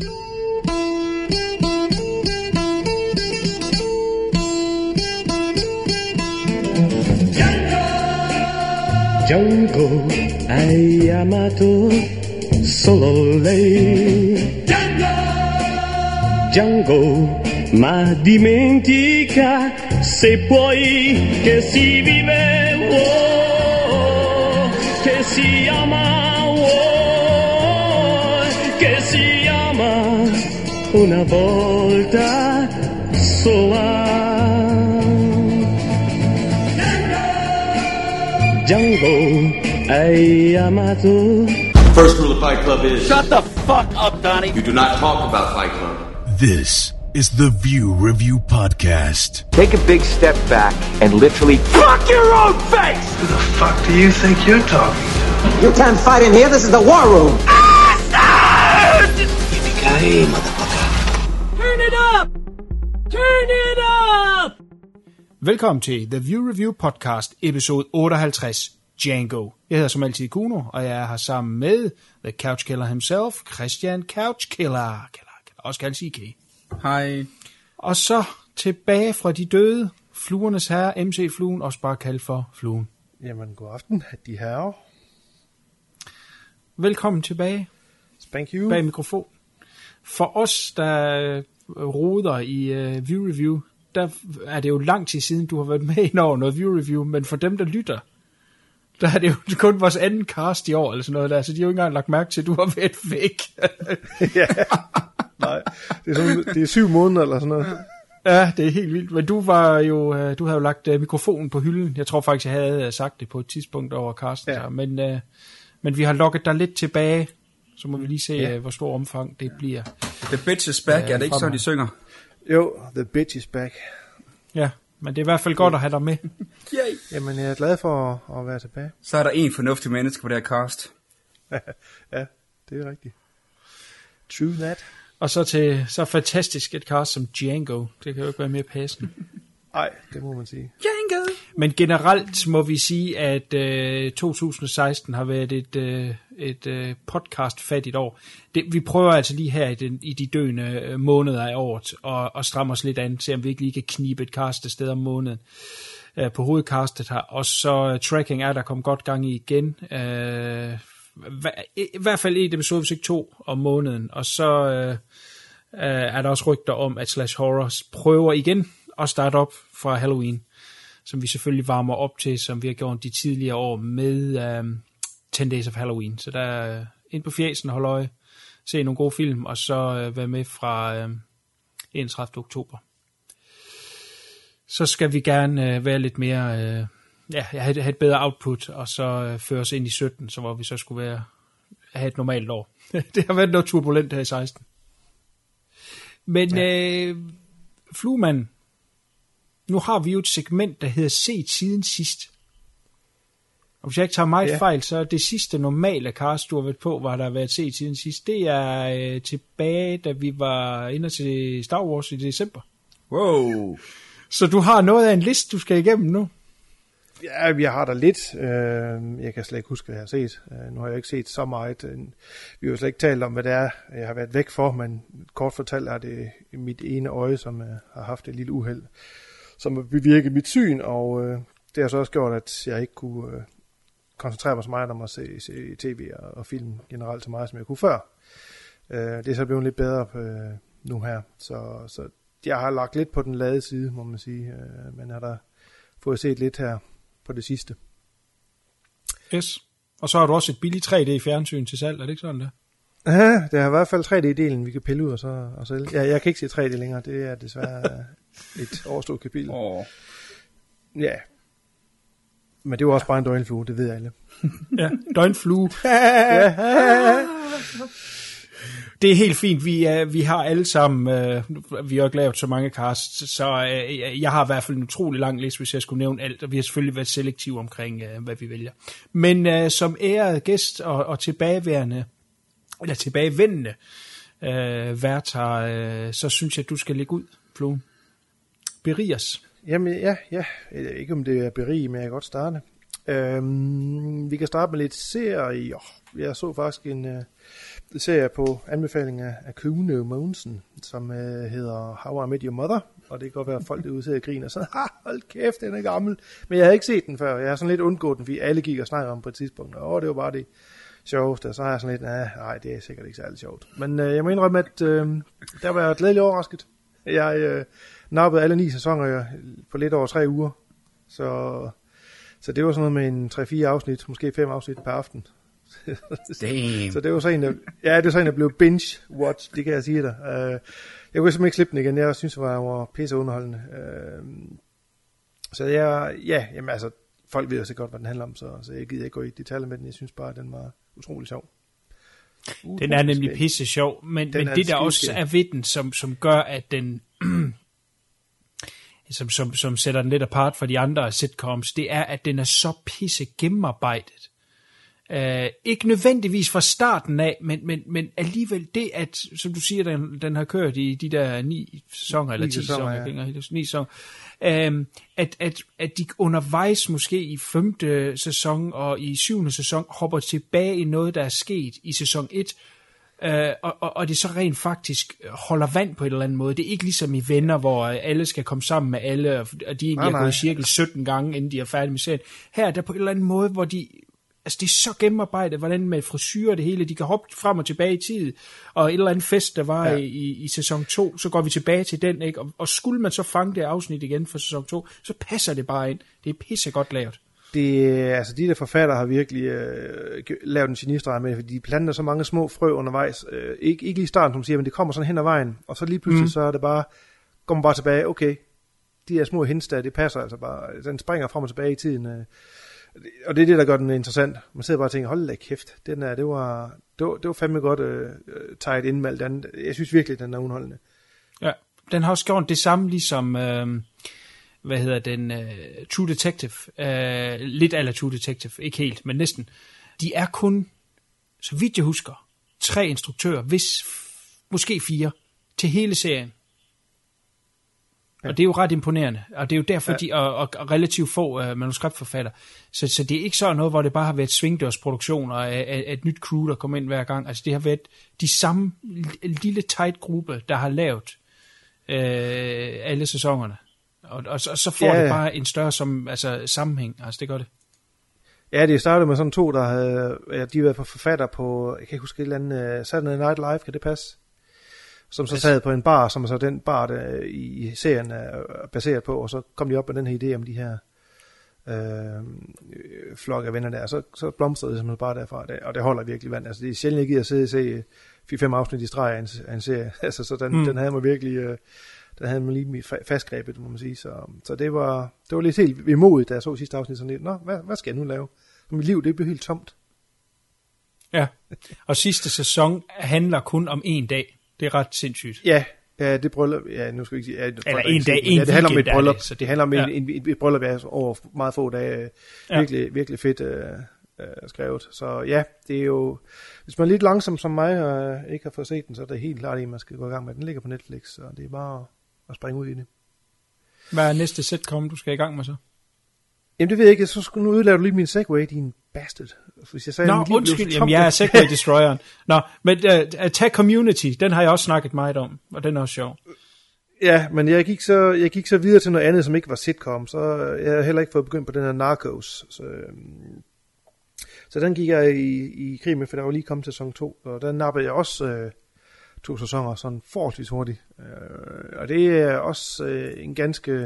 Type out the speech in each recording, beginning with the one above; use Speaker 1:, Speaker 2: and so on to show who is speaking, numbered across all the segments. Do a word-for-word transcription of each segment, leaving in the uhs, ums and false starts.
Speaker 1: Django hai amato solo lei. Django, Django, ma dimentica se puoi che si vive, oh, che si ama, oh, che si ama una volta sola. Django, hai amato.
Speaker 2: First rule of Fight Club is...
Speaker 3: Shut the fuck up, Donnie!
Speaker 2: You do not talk about Fight Club.
Speaker 4: This is the View Review Podcast.
Speaker 5: Take a big step back and literally fuck your own face!
Speaker 6: Who the fuck do you think you're talking to?
Speaker 7: You can't fight in here, this is the war room!
Speaker 6: Yippee-ki-yay, motherfucker.
Speaker 3: Turn it up! Turn it up!
Speaker 8: Velkommen til The View Review Podcast, episode otteoghalvtreds, Django. Jeg hedder som altid Kuno, og jeg er her sammen med The Couch Killer himself, Christian Couch Killer. Killer, killer. Også kaldt I K.
Speaker 9: Hej.
Speaker 8: Og så tilbage fra de døde, fluernes herre, M C-fluen, også bare kaldt for fluen.
Speaker 10: Jamen, god aften, de herrer.
Speaker 8: Velkommen tilbage.
Speaker 10: Thank you.
Speaker 8: Bag mikrofon. For os, der roder i uh, View Review, der er det jo lang tid siden, du har været med ind over noget View Review, men for dem, der lytter, der er det jo kun vores anden cast i år, eller sådan noget der, så de har jo ikke engang lagt mærke til, at du har været væk.
Speaker 10: Ja, nej, det er, sådan, det er syv måneder eller sådan noget.
Speaker 8: Ja, det er helt vildt, men du var jo, du havde jo lagt uh, mikrofonen på hylden. Jeg tror faktisk, jeg havde uh, sagt det på et tidspunkt over casten, ja. men, uh, men vi har lukket dig lidt tilbage, så må vi lige se, ja. uh, hvor stor omfang det bliver.
Speaker 9: The bitch is back, uh, er det ikke sådan, de synger?
Speaker 10: Jo, the bitch is back.
Speaker 8: Ja, men det er i hvert fald godt at have dig med.
Speaker 10: Yay. Jamen, jeg er glad for at, at være tilbage.
Speaker 9: Så er der en fornuftig menneske på det her cast.
Speaker 10: Ja, det er rigtigt. True that.
Speaker 8: Og så til så fantastisk et cast som Django. Det kan jo ikke være mere passende.
Speaker 10: Nej, det må man sige.
Speaker 8: Django! Men generelt må vi sige, at øh, to tusind og seksten har været et, øh, et øh, podcast-fattigt år. Det, vi prøver altså lige her i, den, i de døende øh, måneder af året at, at stramme os lidt an, se om vi ikke lige kan knibe et cast et sted om måneden øh, på hovedcastet her. Og så uh, tracking er der kommet godt gang i igen. Øh, I, I hvert fald et episode, hvis ikke to om måneden. Og så øh, øh, er der også rygter om, at Slash Horrors prøver igen at starte op fra Halloween, som vi selvfølgelig varmer op til, som vi har gjort de tidligere år med um, ten Days of Halloween. Så der er uh, ind på fjæsen, hold øje, se nogle gode film, og så uh, være med fra um, enogtredivte oktober. Så skal vi gerne uh, være lidt mere, uh, ja, have, have et bedre output, og så uh, føre os ind i sytten, så hvor vi så skulle være, have et normalt år. Det har været noget turbulent her i seksten. Men ja. uh, Fluemand, nu har vi jo et segment, der hedder Set siden sidst. Og hvis jeg ikke tager meget ja. fejl, så det sidste normale cast, du har været på, var der været set siden sidst. Det er øh, tilbage, da vi var inde til Star Wars i december.
Speaker 9: Wow.
Speaker 8: Så du har noget af en liste, du skal igennem nu.
Speaker 10: Ja, jeg har der lidt. Jeg kan slet ikke huske, hvad jeg har set. Nu har jeg ikke set så meget. Vi har jo slet ikke talt om, hvad det er, jeg har været væk for, men kort fortalt er det mit ene øje, som har haft et lille uheld, som har bevirket mit syn, og øh, det har så også gjort, at jeg ikke kunne øh, koncentrere mig så meget om at se, se tv og, og film generelt så meget, som jeg kunne før. Øh, det er så blevet lidt bedre øh, nu her, så, så jeg har lagt lidt på den lade side, må man sige, øh, men jeg har da fået set lidt her på det sidste.
Speaker 8: Yes, og så har du også et billigt tre D fjernsyn til salg, er det ikke sådan der?
Speaker 10: Ja, det er i hvert fald tre D-delen, vi kan pille ud og så og sælge. Ja, jeg kan ikke se tre D længere, det er desværre et overstået kapitel.
Speaker 9: Oh.
Speaker 10: Ja, men det var også bare en døgnflue, det ved jeg alle.
Speaker 8: Ja, døgnflue. Det er helt fint, vi, er, vi har alle sammen, øh, vi har ikke lavet så mange casts, så øh, jeg har i hvert fald en utrolig lang liste, hvis jeg skulle nævne alt, og vi har selvfølgelig været selektive omkring, øh, hvad vi vælger. Men øh, som æret gæst og, og tilbageværende, eller tilbagevendende øh, værter, øh, så synes jeg, at du skal lægge ud, Fluen. Berig os.
Speaker 10: Jamen ja, ja, jeg ved ikke om det er berige, men jeg kan godt starte. Øhm, vi kan starte med lidt serier. Jeg så faktisk en, serie på anbefaling af, af Kuno Mogensen, som øh, hedder How I Met Your Mother, og det kan godt være, at folk derude sidder og griner, så ha, hold kæft, den er gammel. Men jeg havde ikke set den før, jeg har sådan lidt undgået den, fordi alle gik og snakkede om på et tidspunkt, og det var bare det sjoveste, og så har jeg sådan lidt, nej, det er sikkert ikke særlig sjovt. Men øh, jeg må indrømme, at øh, der var jeg glædeligt overrasket. Jeg øh, nappede alle ni sæsoner på lidt over tre uger, så, så det var sådan noget med en tre fire afsnit, måske fem afsnit per aften.
Speaker 9: Damn.
Speaker 10: Så det var sådan, at, ja, det var sådan, at blev binge-watch, det kan jeg sige dig. Uh, jeg kunne simpelthen ikke slippe den igen, jeg synes, det var, var pisse underholdende. Uh, så jeg, ja, jamen altså, folk ved jo så godt, hvad den handler om, så, så jeg gider ikke gå i detaljer med den, jeg synes bare, at den var utrolig sjov. Uh,
Speaker 8: den er nemlig pisse sjov, men, men det der også er ved den, som, som gør, at den... Som, som, som sætter den lidt apart fra de andre sitcoms, det er, at den er så pisse gennemarbejdet. Uh, ikke nødvendigvis fra starten af, men, men, men alligevel det, at, som du siger, den, den har kørt i de der ni sæsoner, eller ti sæsoner, ja. ni sæsoner, uh, at, at, at de undervejs måske i femte sæson og i syvende sæson hopper tilbage i noget, der er sket i sæson et, uh, og, og, og det så rent faktisk holder vand på et eller andet måde. Det er ikke ligesom i Venner, hvor alle skal komme sammen med alle, og de egentlig nej, har gået i cirkel sytten gange, inden de er færdige med serien. Her er der på en eller anden måde, hvor de... Altså, det er så gennemarbejdet, hvordan med frisyrer det hele, de kan hoppe frem og tilbage i tid, og et eller andet fest, der var ja. i, i sæson to, så går vi tilbage til den, ikke? Og, og skulle man så fange det afsnit igen for sæson to, så passer det bare ind. Det er pissegodt lavet. Det,
Speaker 10: altså, de der forfattere har virkelig øh, lavet en genistreg med, fordi de planter så mange små frø undervejs. Øh, ikke, ikke lige i starten, som siger, men det kommer sådan hen ad vejen, og så lige pludselig, mm. så er det bare, kommer bare tilbage, okay, de her små hints der, det passer altså bare, den springer frem og tilbage i tiden, øh, og det er det, der gør den interessant. Man sidder bare og tænker, hold da kæft, den er, det var, det var, det var fandme godt øh, tight ind med alt andet. Jeg synes virkelig, den er underholdende. Ja, den har også gjort det samme, ligesom, øh, hvad hedder den, øh, True Detective. Øh, lidt a la True Detective, ikke helt, men næsten. De er kun, så vidt jeg husker, tre instruktører, hvis måske fire, til hele serien. Ja. Og det er jo ret imponerende, og det er jo derfor, ja. de og, og relativt få uh, manuskriptforfatter. Så, så det er ikke sådan noget, hvor det bare har været svingdørsproduktioner af, af, af et nyt crew, der kommer ind hver gang. Altså det har været de samme lille tight gruppe, der har lavet øh, alle sæsonerne. Og, og, og så får ja. det bare en større som, altså, sammenhæng. Altså det gør det. Ja, det startede med sådan to, der havde, ja, de var forfatter på, jeg kan ikke huske et eller andet, uh, Saturday Night Live, kan det passe? Som så sad på en bar, som så den bar, der i serien er baseret på, og så kom de op med den her idé om de her øh, flok af venner der, og så, så blomstrede det simpelthen bare derfra, og det holder virkelig vand. Altså det er sjældent, jeg gider at sidde og se fire fem afsnit i streg af en, af en serie, altså så den, mm. den havde man virkelig, øh, den havde man lige fastgrebet, må man sige, så, så det var, det var lidt helt vemodigt, da jeg så sidste afsnit, sådan lidt, nå, hvad, hvad skal jeg nu lave? Så mit liv, det blev helt tomt. Ja, og sidste sæson handler kun om en dag. Det er ret sindssygt. Ja, ja, det bryllup, ja, nu skal vi ikke sige, ja,
Speaker 8: eller en dag, en
Speaker 10: ja, det handler om et bryllup,
Speaker 8: det, så
Speaker 10: det handler om ja. en, en, et bryllup, ja, over meget få dage, ja. virkelig, virkelig fedt uh, uh, skrevet. Så ja, det er jo, hvis man er lidt langsom som mig, og uh, ikke har fået set den, så er det helt klart, at man skal gå i gang med. Den ligger på Netflix, så det er bare at springe ud i det.
Speaker 8: Hvad er næste sitcom, du skal i gang med så?
Speaker 10: Jamen det ved jeg ikke, så skulle nu udlave du lige min segway, din bastard. Hvis jeg sagde,
Speaker 8: Nå, undskyld, jamen jeg er segway destroyeren. Nå, men uh, Tag Community, den har jeg også snakket meget om, og den er også sjov.
Speaker 10: Ja, men jeg gik så, jeg gik så videre til noget andet, som ikke var sitcom, så jeg har heller ikke fået begyndt på den her Narcos. Så, så den gik jeg i, i krig med, for der var lige kommet til sæson to, og der nappede jeg også øh, to sæsoner sådan forholdsvis hurtigt. Øh, og det er også øh, en ganske...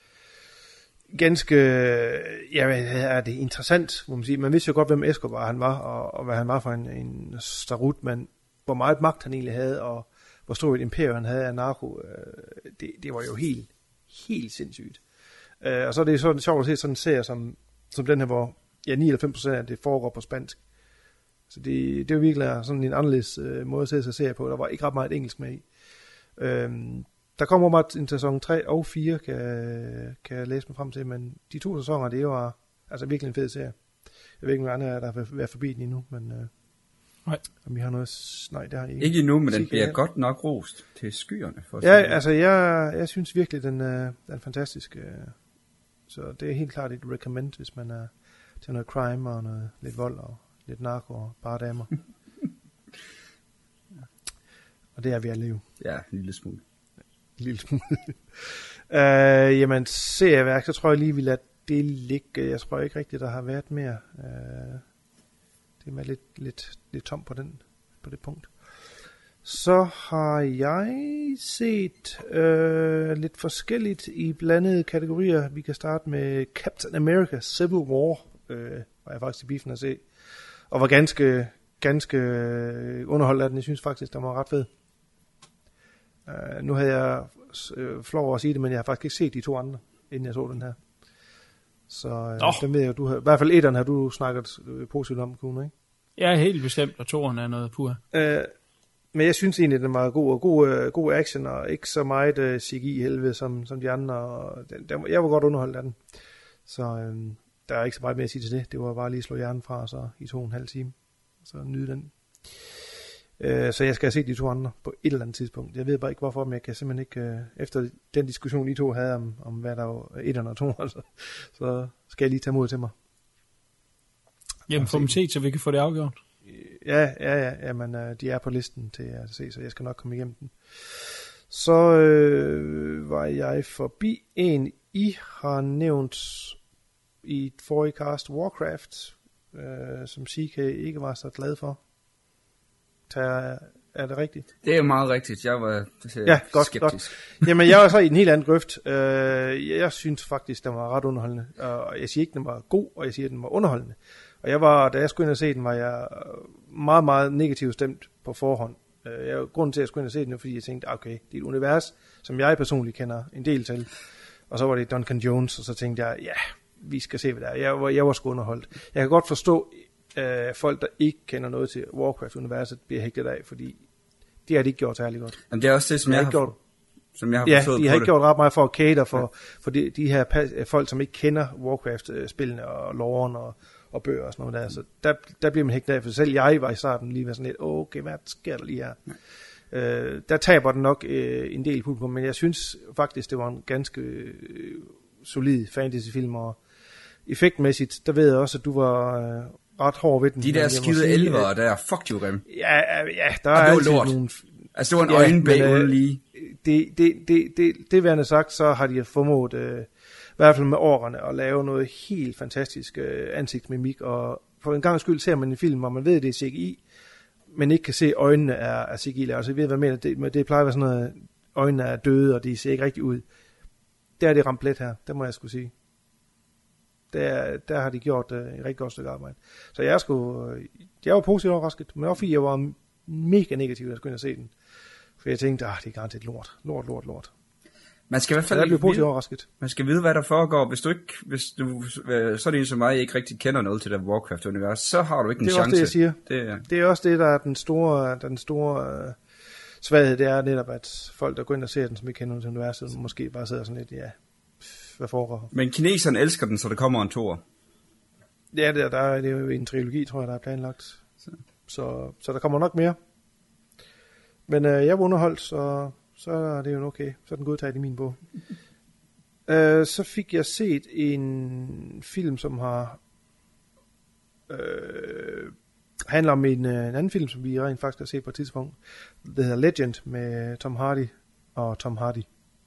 Speaker 10: ganske, ja, hvad er det, interessant, må man sige. Man vidste jo godt, hvem Escobar han var, og, og hvad han var for en, en starut, men hvor meget magt han egentlig havde, og hvor stor et imperium han havde af narko, øh, det, det var jo helt, helt sindssygt. Øh, og så er det så sjovt at se sådan en serie som, som den her, hvor ja, nioghalvfems procent af det foregår på spansk. Så det, det var virkelig sådan en anderledes øh, måde at se sig serie på. Der var ikke ret meget engelsk med i. Øh, Der kommer bare en sæson tre og fire, kan, kan jeg læse mig frem til, men de to sæsoner, det var altså virkelig en fed serie. Jeg ved ikke, om andre der har været forbi den endnu, men øh, nej. Om vi har noget... Nej, det har I ikke.
Speaker 9: Ikke endnu, men den bliver godt nok rost til skyerne. For
Speaker 10: ja, altså jeg, jeg synes virkelig, den, øh, den er fantastisk. Øh, så det er helt klart et recommend, hvis man er til noget crime og noget lidt vold og lidt narko og bare damer. Og det er vi alle jo.
Speaker 9: Ja, en lille smule.
Speaker 10: En lille smule. uh, jamen, serieværk, så tror jeg lige, vi lader det ligge. Jeg tror ikke rigtigt, der har været mere. Uh, det er lidt, lidt, lidt tom på, den, på det punkt. Så har jeg set øh, lidt forskelligt i blandede kategorier. Vi kan starte med Captain America Civil War, øh, var jeg faktisk i biffen at se. Og var ganske, ganske underholdt af den. Jeg synes faktisk, den var ret fed. Uh, nu havde jeg øh, flov over at sige det, men jeg har faktisk ikke set de to andre, inden jeg så den her. Så øh, oh. den ved jeg, du har, i hvert fald etteren har du snakket øh, positivt om, Kuno, ikke?
Speaker 8: Jeg er helt bestemt, og toeren er noget pur.
Speaker 10: Uh, men jeg synes egentlig, den var god, og god, uh, god action, og ikke så meget uh, C G I-helvede som, som de andre. Og den, den, jeg var godt underholdt af den. Så øh, der er ikke så meget mere at sige til det. Det var bare lige at slå hjernen fra, og så i to og en halv time. Så nyde den. Uh, så jeg skal have set de to andre på et eller andet tidspunkt. Jeg ved bare ikke hvorfor, men jeg kan simpelthen ikke, uh, efter den diskussion I to havde om, om hvad der var etteren og toeren, så, så skal jeg lige tage mod til mig.
Speaker 8: Jamen få dem set, så vi kan få det afgjort.
Speaker 10: Ja, ja, ja, jamen, uh, de er på listen til at se, så jeg skal nok komme igennem den. Så øh, var jeg forbi en, I har nævnt i et forrige cast, Warcraft, øh, som C K ikke var så glad for. Tager, er det rigtigt?
Speaker 9: Det er jo meget rigtigt. Jeg var
Speaker 10: ja, godt,
Speaker 9: skeptisk.
Speaker 10: Godt. Jamen, jeg var så i en helt anden grøft. Øh, jeg synes faktisk, den var ret underholdende. Og jeg siger ikke, den var god, og jeg siger, den var underholdende. Og jeg var, da jeg skulle ind og se den, var jeg meget, meget negativt stemt på forhånd. Jeg, grunden til, at jeg skulle ind og se den, er, fordi jeg tænkte, okay, det er et univers, som jeg personligt kender en del til. Og så var det Duncan Jones, og så tænkte jeg, ja, vi skal se, hvad det er. Jeg var, jeg var sgu underholdt. Jeg kan godt forstå, øh, folk, der ikke kender noget til Warcraft-universet, bliver hægtet af, fordi det har de ikke gjort særlig godt.
Speaker 9: Men det er også det, som jeg, jeg har gjort. Som jeg har
Speaker 10: ja,
Speaker 9: forstået
Speaker 10: de har ikke
Speaker 9: det.
Speaker 10: gjort ret meget for at cater for, ja. for de, de her folk, som ikke kender Warcraft-spillene og loren og, og bøger og sådan noget der. Så der, der bliver man hægtet af, for selv jeg var i starten lige ved sådan lidt, okay, hvad sker der lige her? Ja. Øh, der taber den nok øh, en del publikum, men jeg synes faktisk, det var en ganske øh, solid fantasyfilm, og effektmæssigt, der ved jeg også, at du var øh, ret hård ved den.
Speaker 9: De der skide elvere der, fuck you, Rem.
Speaker 10: Ja, ja, der
Speaker 9: og
Speaker 10: er altid
Speaker 9: lort.
Speaker 10: nogle...
Speaker 9: Altså, det var en ja, øjenbæk øh, lige.
Speaker 10: Det, det, det, det, det værende sagt, så har de formået, øh, i hvert fald med årene, at lave noget helt fantastisk øh, ansigtsmimik, og for en gang skyld ser man en film, hvor man ved, at det er C G I, men ikke kan se, at øjnene er, er C G I. Altså, jeg ved, hvad jeg mener, det, men det plejer at være sådan noget, øjnene er døde, og de ser ikke rigtig ud. Der er det ramt plet her, det må jeg skulle sige. Der, der har de gjort øh, et rigtig godt stykke arbejde. Så jeg, skulle, øh, jeg var positivt overrasket, men også fordi jeg var mega negativ, da jeg skulle ind og se den. For jeg tænkte, ah, det er garanteret lort, lort, lort, lort.
Speaker 9: Man skal i hvert fald
Speaker 10: ikke vide,
Speaker 9: man skal vide, hvad der foregår. Hvis du ikke, hvis du, så er det som mig, ikke rigtig kender noget til det Warcraft-univers, så har du ikke en chance.
Speaker 10: Det er også det, jeg siger.
Speaker 9: Det er,
Speaker 10: det er også det, der er den store, den store uh, svaghed, det er netop, at folk, der går ind og ser den, som ikke kender noget til universet, måske bare sidder sådan lidt, ja, pff, hvad foregår?
Speaker 9: Men kineserne elsker den, så der kommer en toer.
Speaker 10: Ja, der, der er det jo en trilogi, tror jeg, der er planlagt. Så, så, så der kommer nok mere. Men uh, jeg var underholdt, så... så er det jo okay. Så er den godtaget i min bog. uh, så fik jeg set en film, som har uh, handler om en, uh, en anden film, som vi rent faktisk har set på et tidspunkt. Det hedder Legend med Tom Hardy og Tom Hardy.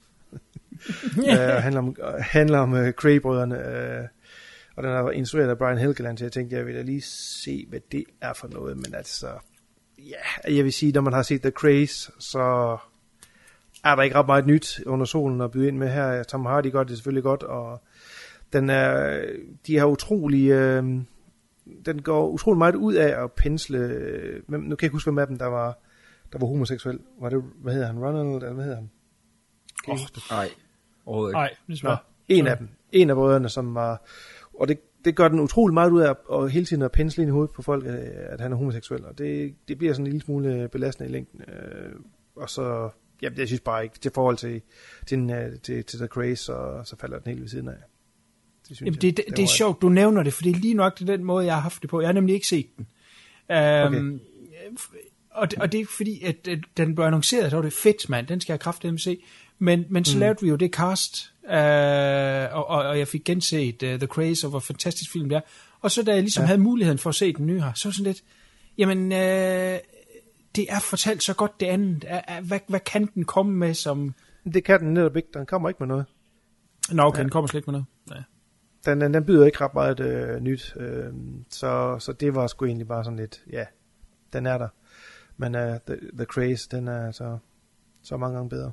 Speaker 10: uh, handler om, handler om uh, Cray-brødrene, uh, og den er instrueret af Brian Helgeland, så jeg tænkte, jeg vil da lige se, hvad det er for noget, men altså, ja, jeg vil sige, når man har set The Craze, så er der ikke ret meget nyt under solen at byde ind med her. Tom Hardy gør det selvfølgelig godt, og den er, de har utrolig, øh, den går utrolig meget ud af at pensle, øh, nu kan jeg ikke huske, hvem af dem, der var, der var homoseksuel. Var det, hvad hedder han, Ronald, eller hvad hedder han?
Speaker 9: Okay. Oh, nej, overhovedet ikke.
Speaker 8: Nej, det
Speaker 10: Nå, en af dem, en af brødrene, som var, og det, det gør den utrolig meget ud af, at hele tiden at pensle ind i hovedet på folk, at han er homoseksuel, og det, det bliver sådan en lille smule belastende i længden, øh, og så, ja, jeg synes bare ikke, til forhold til, til, til, til The Craze, så, så falder den helt ved siden af.
Speaker 8: Det, synes Jamen, jeg, det, det, det, det er sjovt, du nævner det, for det er lige nok den måde, jeg har haft det på. Jeg har nemlig ikke set den. Um, okay. og, det, og det er fordi, at, at den blev annonceret, så var det fedt, mand, den skal jeg kraftedeme se. Men, men så mm. lavede vi jo det cast, uh, og, og, og jeg fik genset uh, The Craze, og hvor fantastisk film det er. Og så da jeg ligesom ja. havde muligheden for at se den nye her, så var sådan lidt, jamen, uh, det er fortalt så godt det andet. Hvad, hvad kan den komme med som...
Speaker 10: Det kan den netop ikke. Den kommer ikke med noget.
Speaker 8: Nå, okay, ja. Den kommer slet ikke med noget. Ja.
Speaker 10: Den, den byder ikke ret meget øh, nyt. Øh, så, så det var sgu egentlig bare sådan lidt, ja, den er der. Men uh, the, the Craze, den er altså så mange gange bedre.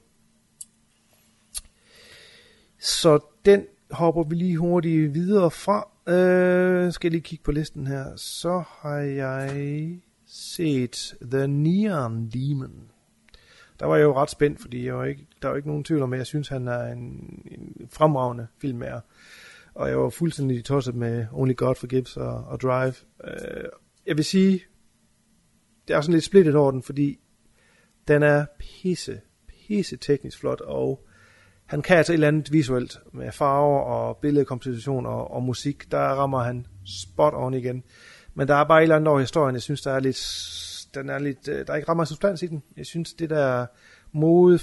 Speaker 10: Så den hopper vi lige hurtigt videre fra. Øh, skal jeg lige kigge på listen her. Så har jeg set The Neon Demon. Der var jeg jo ret spændt, fordi jeg var ikke, der var ikke nogen tvivl om, at jeg synes, han er en, en fremragende filmmager. Og jeg var fuldstændig tosset med Only God Forgives og, og Drive. Øh, jeg vil sige, det er sådan lidt splittet over den, fordi den er pisse, pisse teknisk flot, og han kan altså et eller andet visuelt med farver og billedkomposition og, og musik. Der rammer han spot on igen. Men der er bare et eller andet over historien, jeg synes, der er lidt, den er lidt, der er ikke ret meget substans i den. Jeg synes, det der mode,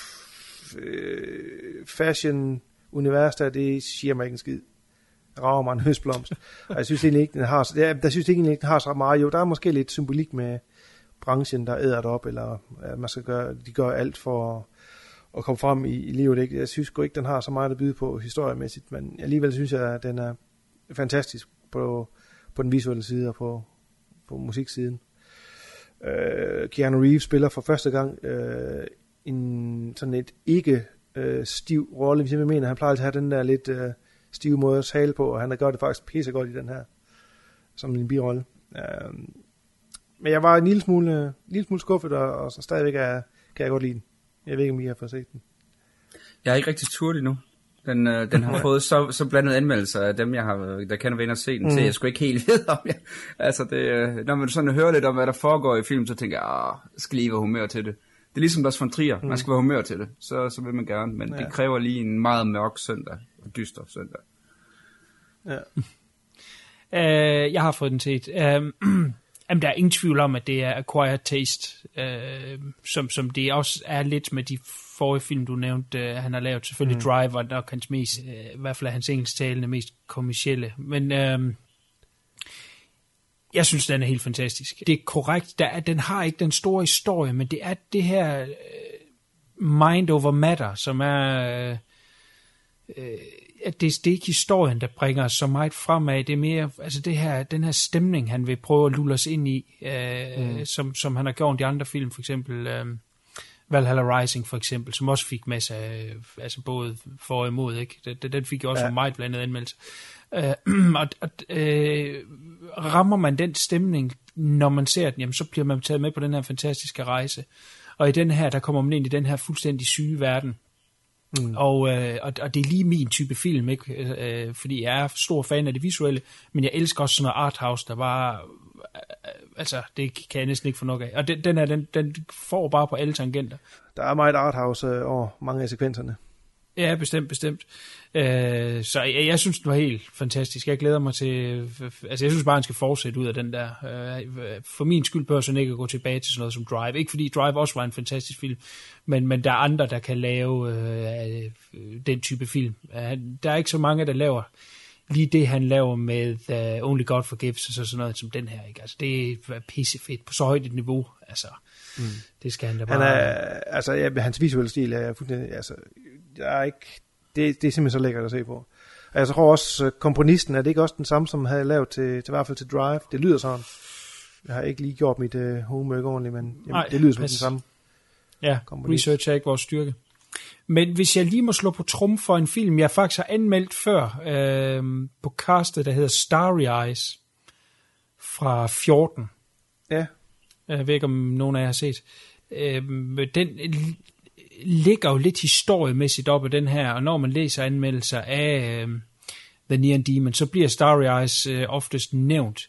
Speaker 10: fashion univers der, det siger mig ikke en skid. Rager mig en høstblomst. Og jeg synes egentlig ikke, den har, jeg, der synes egentlig ikke, den har så meget. Jo, der er måske lidt symbolik med branchen, der æder det op, eller at man skal gøre, de gør alt for at, at komme frem i, i livet. Ikke? Jeg synes sgu ikke, den har så meget at byde på historiemæssigt, men alligevel synes jeg, at den er fantastisk på, på den visuelle side og på, på musiksiden. Uh, Keanu Reeves spiller for første gang uh, en sådan et ikke uh, stiv rolle, hvis jeg mener. Han plejer altid at have den der lidt uh, stive måde at tale på, og han har gjort det faktisk pissegodt i den her, som en birolle. Uh, men jeg var en lille smule, en lille smule skuffet, og, og så stadigvæk er, kan jeg godt lide den. Jeg ved ikke, om I har fået set den.
Speaker 9: Jeg er ikke rigtig turt endnu. Den, øh, den har fået så, så blandet anmeldelser af dem, jeg har, der kender venner at se den, mm. så jeg sgu ikke helt ved om jeg, altså det, når man sådan hører lidt om, hvad der foregår i film, så tænker jeg, ah, jeg skal lige være humør til det. Det er ligesom Lars von Trier, mm. man skal være humør til det, så, så vil man gerne, men ja. Det kræver lige en meget mørk søndag, og dyster søndag.
Speaker 10: Ja.
Speaker 8: uh, jeg har fået den set. Uh, Jamen, der er ingen tvivl om, at det er Acquired Taste, øh, som, som det også er lidt med de forrige film, du nævnte, øh, han har lavet. Selvfølgelig mm. Drive var nok hans mest, øh, i hvert fald hans engelsktalende, mest kommercielle. Men øh, jeg synes, den er helt fantastisk. Det er korrekt, der er, den har ikke den store historie, men det er det her øh, mind over matter, som er... Øh, øh, at det, det er ikke historien, der bringer så meget fremad. Det er mere, altså det her, den her stemning, han vil prøve at lulle os ind i, øh, mm. som, som han har gjort i de andre film, for eksempel øh, Valhalla Rising, for eksempel, som også fik masser af, altså både for og imod, ikke? Den, den fik jo også ja. en meget blandet anmeldelse. Øh, og og øh, rammer man den stemning, når man ser den, jamen, så bliver man taget med på den her fantastiske rejse. Og i den her, der kommer man ind i den her fuldstændig syge verden. Mm. Og, øh, og, og det er lige min type film, ikke? Øh, fordi jeg er stor fan af det visuelle, men jeg elsker også sådan noget arthouse, der bare, øh, altså det kan jeg næsten ikke få nok af. Og den, den, er, den, den får bare på alle tangenter.
Speaker 10: Der er meget arthouse øh, over mange af sekvenserne.
Speaker 8: Ja, bestemt, bestemt. Øh, så jeg, jeg synes, det var helt fantastisk. Jeg glæder mig til... Altså, jeg synes bare, han skal fortsætte ud af den der. Øh, for min skyld bør sådan ikke at gå tilbage til sådan noget som Drive. Ikke fordi Drive også var en fantastisk film, men, men der er andre, der kan lave øh, den type film. Øh, der er ikke så mange, der laver lige det, han laver med uh, Only God Forgives og så sådan noget som den her. Ikke? Altså, det er pissefedt på så højt et niveau. Altså, mm. det skal han da bare...
Speaker 10: Han er, altså, ja, hans visuelle stil er fuldstændig... Altså, der er ikke, det, det er simpelthen så lækkert at se på. Og jeg tror også, komponisten, er det ikke også den samme, som havde lavet til, til i hvert fald til Drive? Det lyder sådan. Jeg har ikke lige gjort mit uh, homework ordentligt, men jamen, Ej, det lyder som den samme.
Speaker 8: Ja, komponist. Research er ikke vores styrke. Men hvis jeg lige må slå på trum for en film, jeg faktisk har anmeldt før, øh, på castet, der hedder Starry Eyes, fra fjorten.
Speaker 10: Ja.
Speaker 8: Jeg ved ikke, om nogen af jer har set. Øh, den ligger jo lidt historiemæssigt op af den her, og når man læser anmeldelser af øh, The Neon Demon, så bliver Starry Eyes øh, oftest nævnt.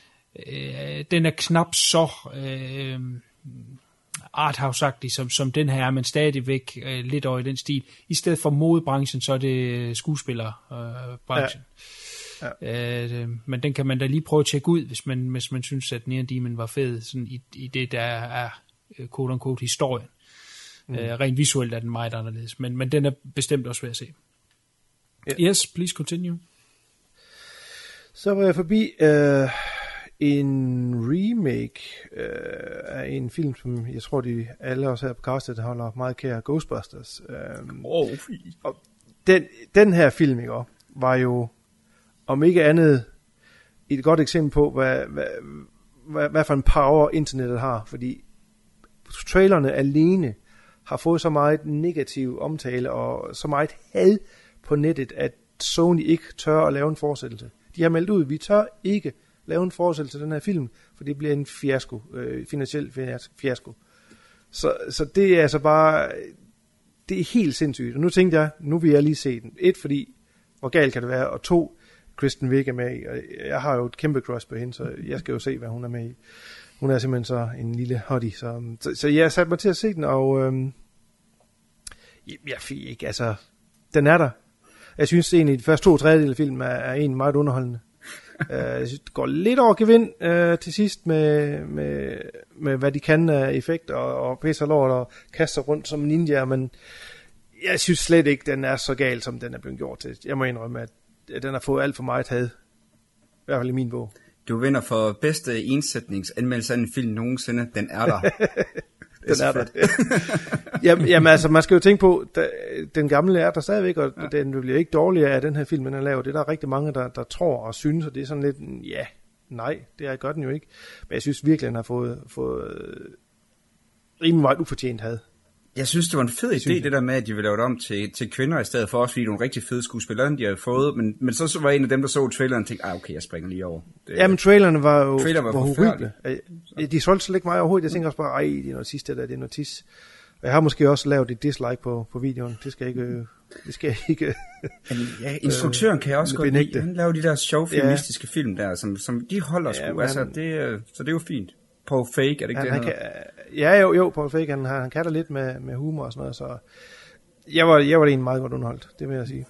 Speaker 8: Øh, den er knap så øh, arthouse-agtig, som, som den her, men stadigvæk øh, lidt over i den stil. I stedet for modebranchen, så er det skuespillerbranchen. Øh, ja. Ja. Øh, men den kan man da lige prøve at tjekke ud, hvis man, hvis man synes, at Neon Demon var fed sådan i, i det, der er quote-unquote historien. Mm. Øh, rent visuelt er den meget anderledes, men, men den er bestemt også ved at se. Yeah. Yes, please continue.
Speaker 10: Så var jeg forbi uh, en remake øh, af en film, som jeg tror, de alle os her på castet holder meget kære, Ghostbusters. Øh,
Speaker 9: oh.
Speaker 10: Og den, den her film, ikke, var jo, om ikke andet, et godt eksempel på, hvad, hvad, hvad, hvad for en power internettet har, fordi trailerne alene har fået så meget negativ omtale og så meget had på nettet, at Sony ikke tør at lave en fortsættelse. De har meldt ud, vi tør ikke lave en fortsættelse til den her film, for det bliver en fiasko, øh, finansiel fiasko. Så, så det er altså bare, det er helt sindssygt. Og nu tænkte jeg, nu vil jeg lige se den. Et, fordi, hvor galt kan det være, og to, Kristen Wiig er med i, og jeg har jo et kæmpe crush på hende, så jeg skal jo se, hvad hun er med i. Hun er simpelthen så en lille hottie, så, så, så jeg satte mig til at se den, og øhm, jeg fik ikke, altså, den er der. Jeg synes egentlig, de første to tredjedel af filmen er, er en meget underholdende. uh, jeg synes, det går lidt over gevind uh, til sidst med, med, med, hvad de kan af effekt, og, og pisser lort og kaster rundt som ninja, men jeg synes slet ikke, den er så gal, som den er blevet gjort til. Jeg må indrømme, at, at den har fået alt for meget had. I hvert fald i min bog.
Speaker 9: Du vinder for bedste ensætningsanmeldelse af en film nogensinde. Den er der.
Speaker 10: Den er der. jamen, jamen altså, man skal jo tænke på, da, den gamle er der stadigvæk, og ja. Den bliver ikke dårligere af den her film, den er lavet. Det er der rigtig mange, der, der tror og synes, og det er sådan lidt, ja, nej, det er, gør den jo ikke. Men jeg synes virkelig, den har fået, fået rimelig meget ufortjent had.
Speaker 9: Jeg synes, det var en fed idé, det der med, at de ville lave det om til, til kvinder i stedet for os, fordi det er nogle rigtig fede skuespillere, de har fået, men, men så, så var en af dem, der så traileren og tænkte, ah, okay, jeg springer lige over. Det,
Speaker 10: ja, men trailerne var jo
Speaker 9: trailer var
Speaker 10: var horrible. De solgte slet ikke meget overhovedet. Jeg tænker også bare, ej, det er noget tis, det der, det er noget tis. Og jeg har måske også lavet et dislike på, på videoen. Det skal jeg ikke... Det skal jeg ikke
Speaker 9: men, ja, instruktøren kan jeg også godt lide. Han laver de der sjove feministiske ja. film der, som, som de holder sgu. Ja, men, altså, det, så det er jo fint. Paul Feig, er det ikke
Speaker 10: han,
Speaker 9: det,
Speaker 10: han kan, ja, jo, jo, Paul Feig, han, han kan da lidt med, med humor og sådan noget, så jeg var, jeg var egentlig meget godt underholdt, det vil jeg sige.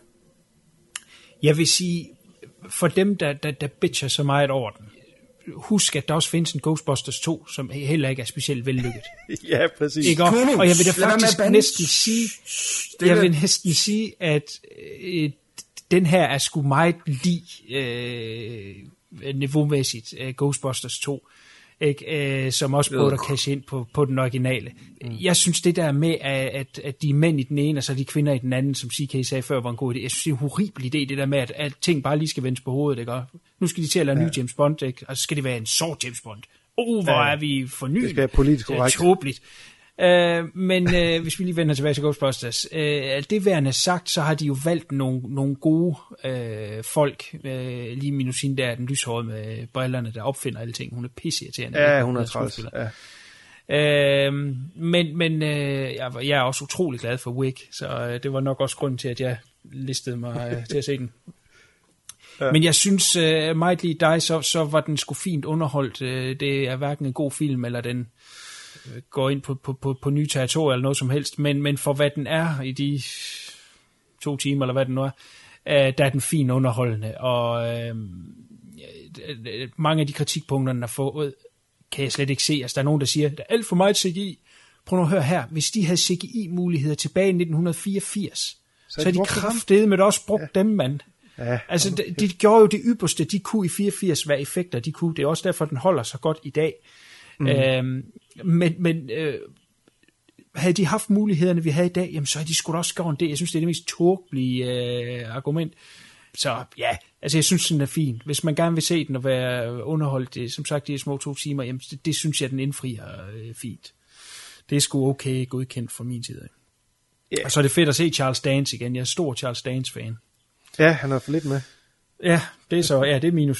Speaker 8: Jeg vil sige, for dem, der, der, der bitcher så meget over den, husk, at der også findes en Ghostbusters to, som heller ikke er specielt vellykket.
Speaker 10: Ja, præcis.
Speaker 8: Ikke? Og, og jeg vil da faktisk næsten sige, jeg vil næsten sige, at øh, den her er sgu meget lig øh, niveaumæssigt øh, Ghostbusters to. Ikke, øh, som også prøver at cashe ind på, på den originale. Mm. Jeg synes det der med, at, at de er mænd i den ene, og så er de kvinder i den anden, som C K sagde før, var en god idé. Jeg synes det er en horribel idé, det der med, at, at ting bare lige skal vendes på hovedet. Ikke? Og nu skal de til at lave ja. ny James Bond, ikke? Og så skal det være en sort James Bond. Oh, hvor ja. er vi fornyet.
Speaker 10: Det skal være politisk korrekt.
Speaker 8: Det er tåbeligt. Uh, men uh, hvis vi lige vender tilbage til Ghostbusters, uh, alt det værende sagt, så har de jo valgt nogle, nogle gode uh, folk, uh, lige Minusine der, den lyshårede med brillerne, der opfinder alle ting. Hun er pisseirriterende.
Speaker 10: Ja, hun er træls.
Speaker 8: Ja. Uh, men men uh, jeg, jeg er også utrolig glad for Wick, så uh, det var nok også grunden til, at jeg listede mig uh, til at se den. Ja. Men jeg synes, uh, meget lige dig, så, så var den sgu fint underholdt. Uh, det er hverken en god film, eller den går ind på, på, på, på nye territorier eller noget som helst, men, men for hvad den er i de to timer, eller hvad den nu er, øh, der er den fin underholdende, og øh, mange af de kritikpunkter, den har fået, kan jeg slet ikke se. Altså, der er nogen, der siger, der er alt for meget C G I. Prøv nu at høre her, hvis de havde C G I-muligheder tilbage i nitten fireogfirs, så har de kraftedeme med også brugt ja. dem, mand. Ja, altså, de, de gjorde jo det ypperste, de kunne i fireogfirs, hvad effekter de kunne. Det er også derfor, den holder så godt i dag. Mm. Øhm, men men øh, havde de haft mulighederne, vi havde i dag, jamen så havde de sgu da også gjort det. Jeg synes, det er det mest tåbelige øh, argument. Så ja, altså jeg synes, den er fin. Hvis man gerne vil se den og være underholdt, det, som sagt, de små to timer, jamen det, det synes jeg, den indfrier øh, fint. Det er sgu okay godkendt fra min side. Yeah. Og så er det fedt at se Charles Dance igen. Jeg er stor Charles Dance-fan.
Speaker 10: Ja, han er for lidt med.
Speaker 8: Ja, det er så, ja, det er minus.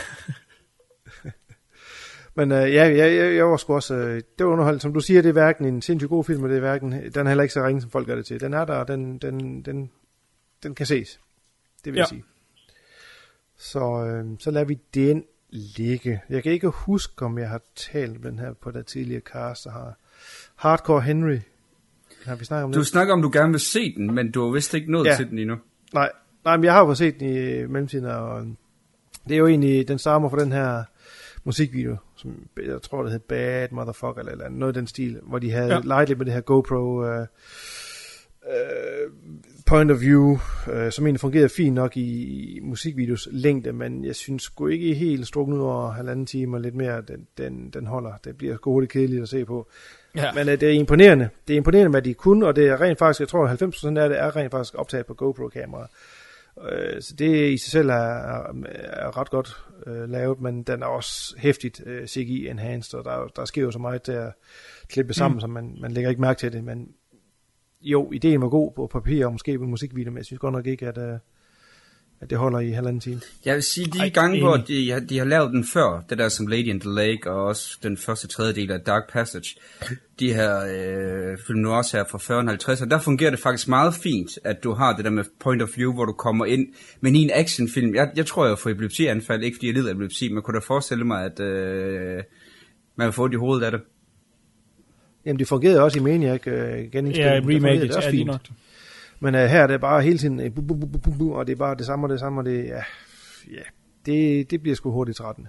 Speaker 10: Men øh, ja, jeg, jeg, jeg var sgu også, øh, det var underholdt. Som du siger, det er hverken en sindssygt god film, og det er hverken, den er heller ikke så ringe, som folk gør det til. Den er der, og den, den, den, den kan ses. Det vil ja. jeg sige. Så, øh, så lader vi den ligge. Jeg kan ikke huske, om jeg har talt med den her på det tidligere cast, der har Hardcore Henry. Har vi snakket om
Speaker 9: du
Speaker 10: det?
Speaker 9: snakker om, du gerne vil se den, men du har vist ikke nået ja. til den endnu.
Speaker 10: Nej, nej, men jeg har jo set den i mellemtiden, og det er jo egentlig, den stammer fra den her musikvideo, som jeg tror, det hed Bad Motherfucker, eller, eller noget i den stil, hvor de havde ja. leget lidt med det her GoPro øh, øh, point of view, øh, som egentlig fungerede fint nok i, i musikvideos længde, men jeg synes sgu ikke helt strukket ud over halvanden time og lidt mere, den, den, den holder. Det bliver sgu hurtigt kedeligt at se på. Ja. Men øh, det er imponerende. Det er imponerende, hvad de kunne, og det er rent faktisk, jeg tror halvfems procent af det er rent faktisk optaget på GoPro-kamera. Øh, så det i sig selv er, er, er ret godt øh, lavet, men den er også hæftigt øh, C G I-enhanced, og der, der sker jo så meget til at klippe sammen, mm. så man, man lægger ikke mærke til det, men jo, ideen var god på papir og måske på musikvideo, men jeg synes godt nok ikke, at, uh, at det holder i halvanden time.
Speaker 9: Jeg vil sige, de Ej, gange, hvor de, de har lavet den før, det der som Lady in the Lake, og også den første tredjedel af Dark Passage, de her øh, film nu også her fra fyrre og halvtreds, der fungerer det faktisk meget fint, at du har det der med point of view, hvor du kommer ind, men i en actionfilm, jeg, jeg tror, jeg får epilepsianfald, ikke fordi jeg lider af epilepsi, men kunne da forestille mig, at øh, man vil få det i hovedet af det.
Speaker 10: Jamen, det fungerede også i Maniac uh, genindspilling.
Speaker 8: Ja, remake,
Speaker 10: det også
Speaker 8: ja,
Speaker 10: fint. Nok. Men uh, her er det bare hele tiden, uh, bu, bu, bu, bu, bu, og det er bare det samme og det samme, og det, ja, ja, det, det bliver sgu hurtigt trættende.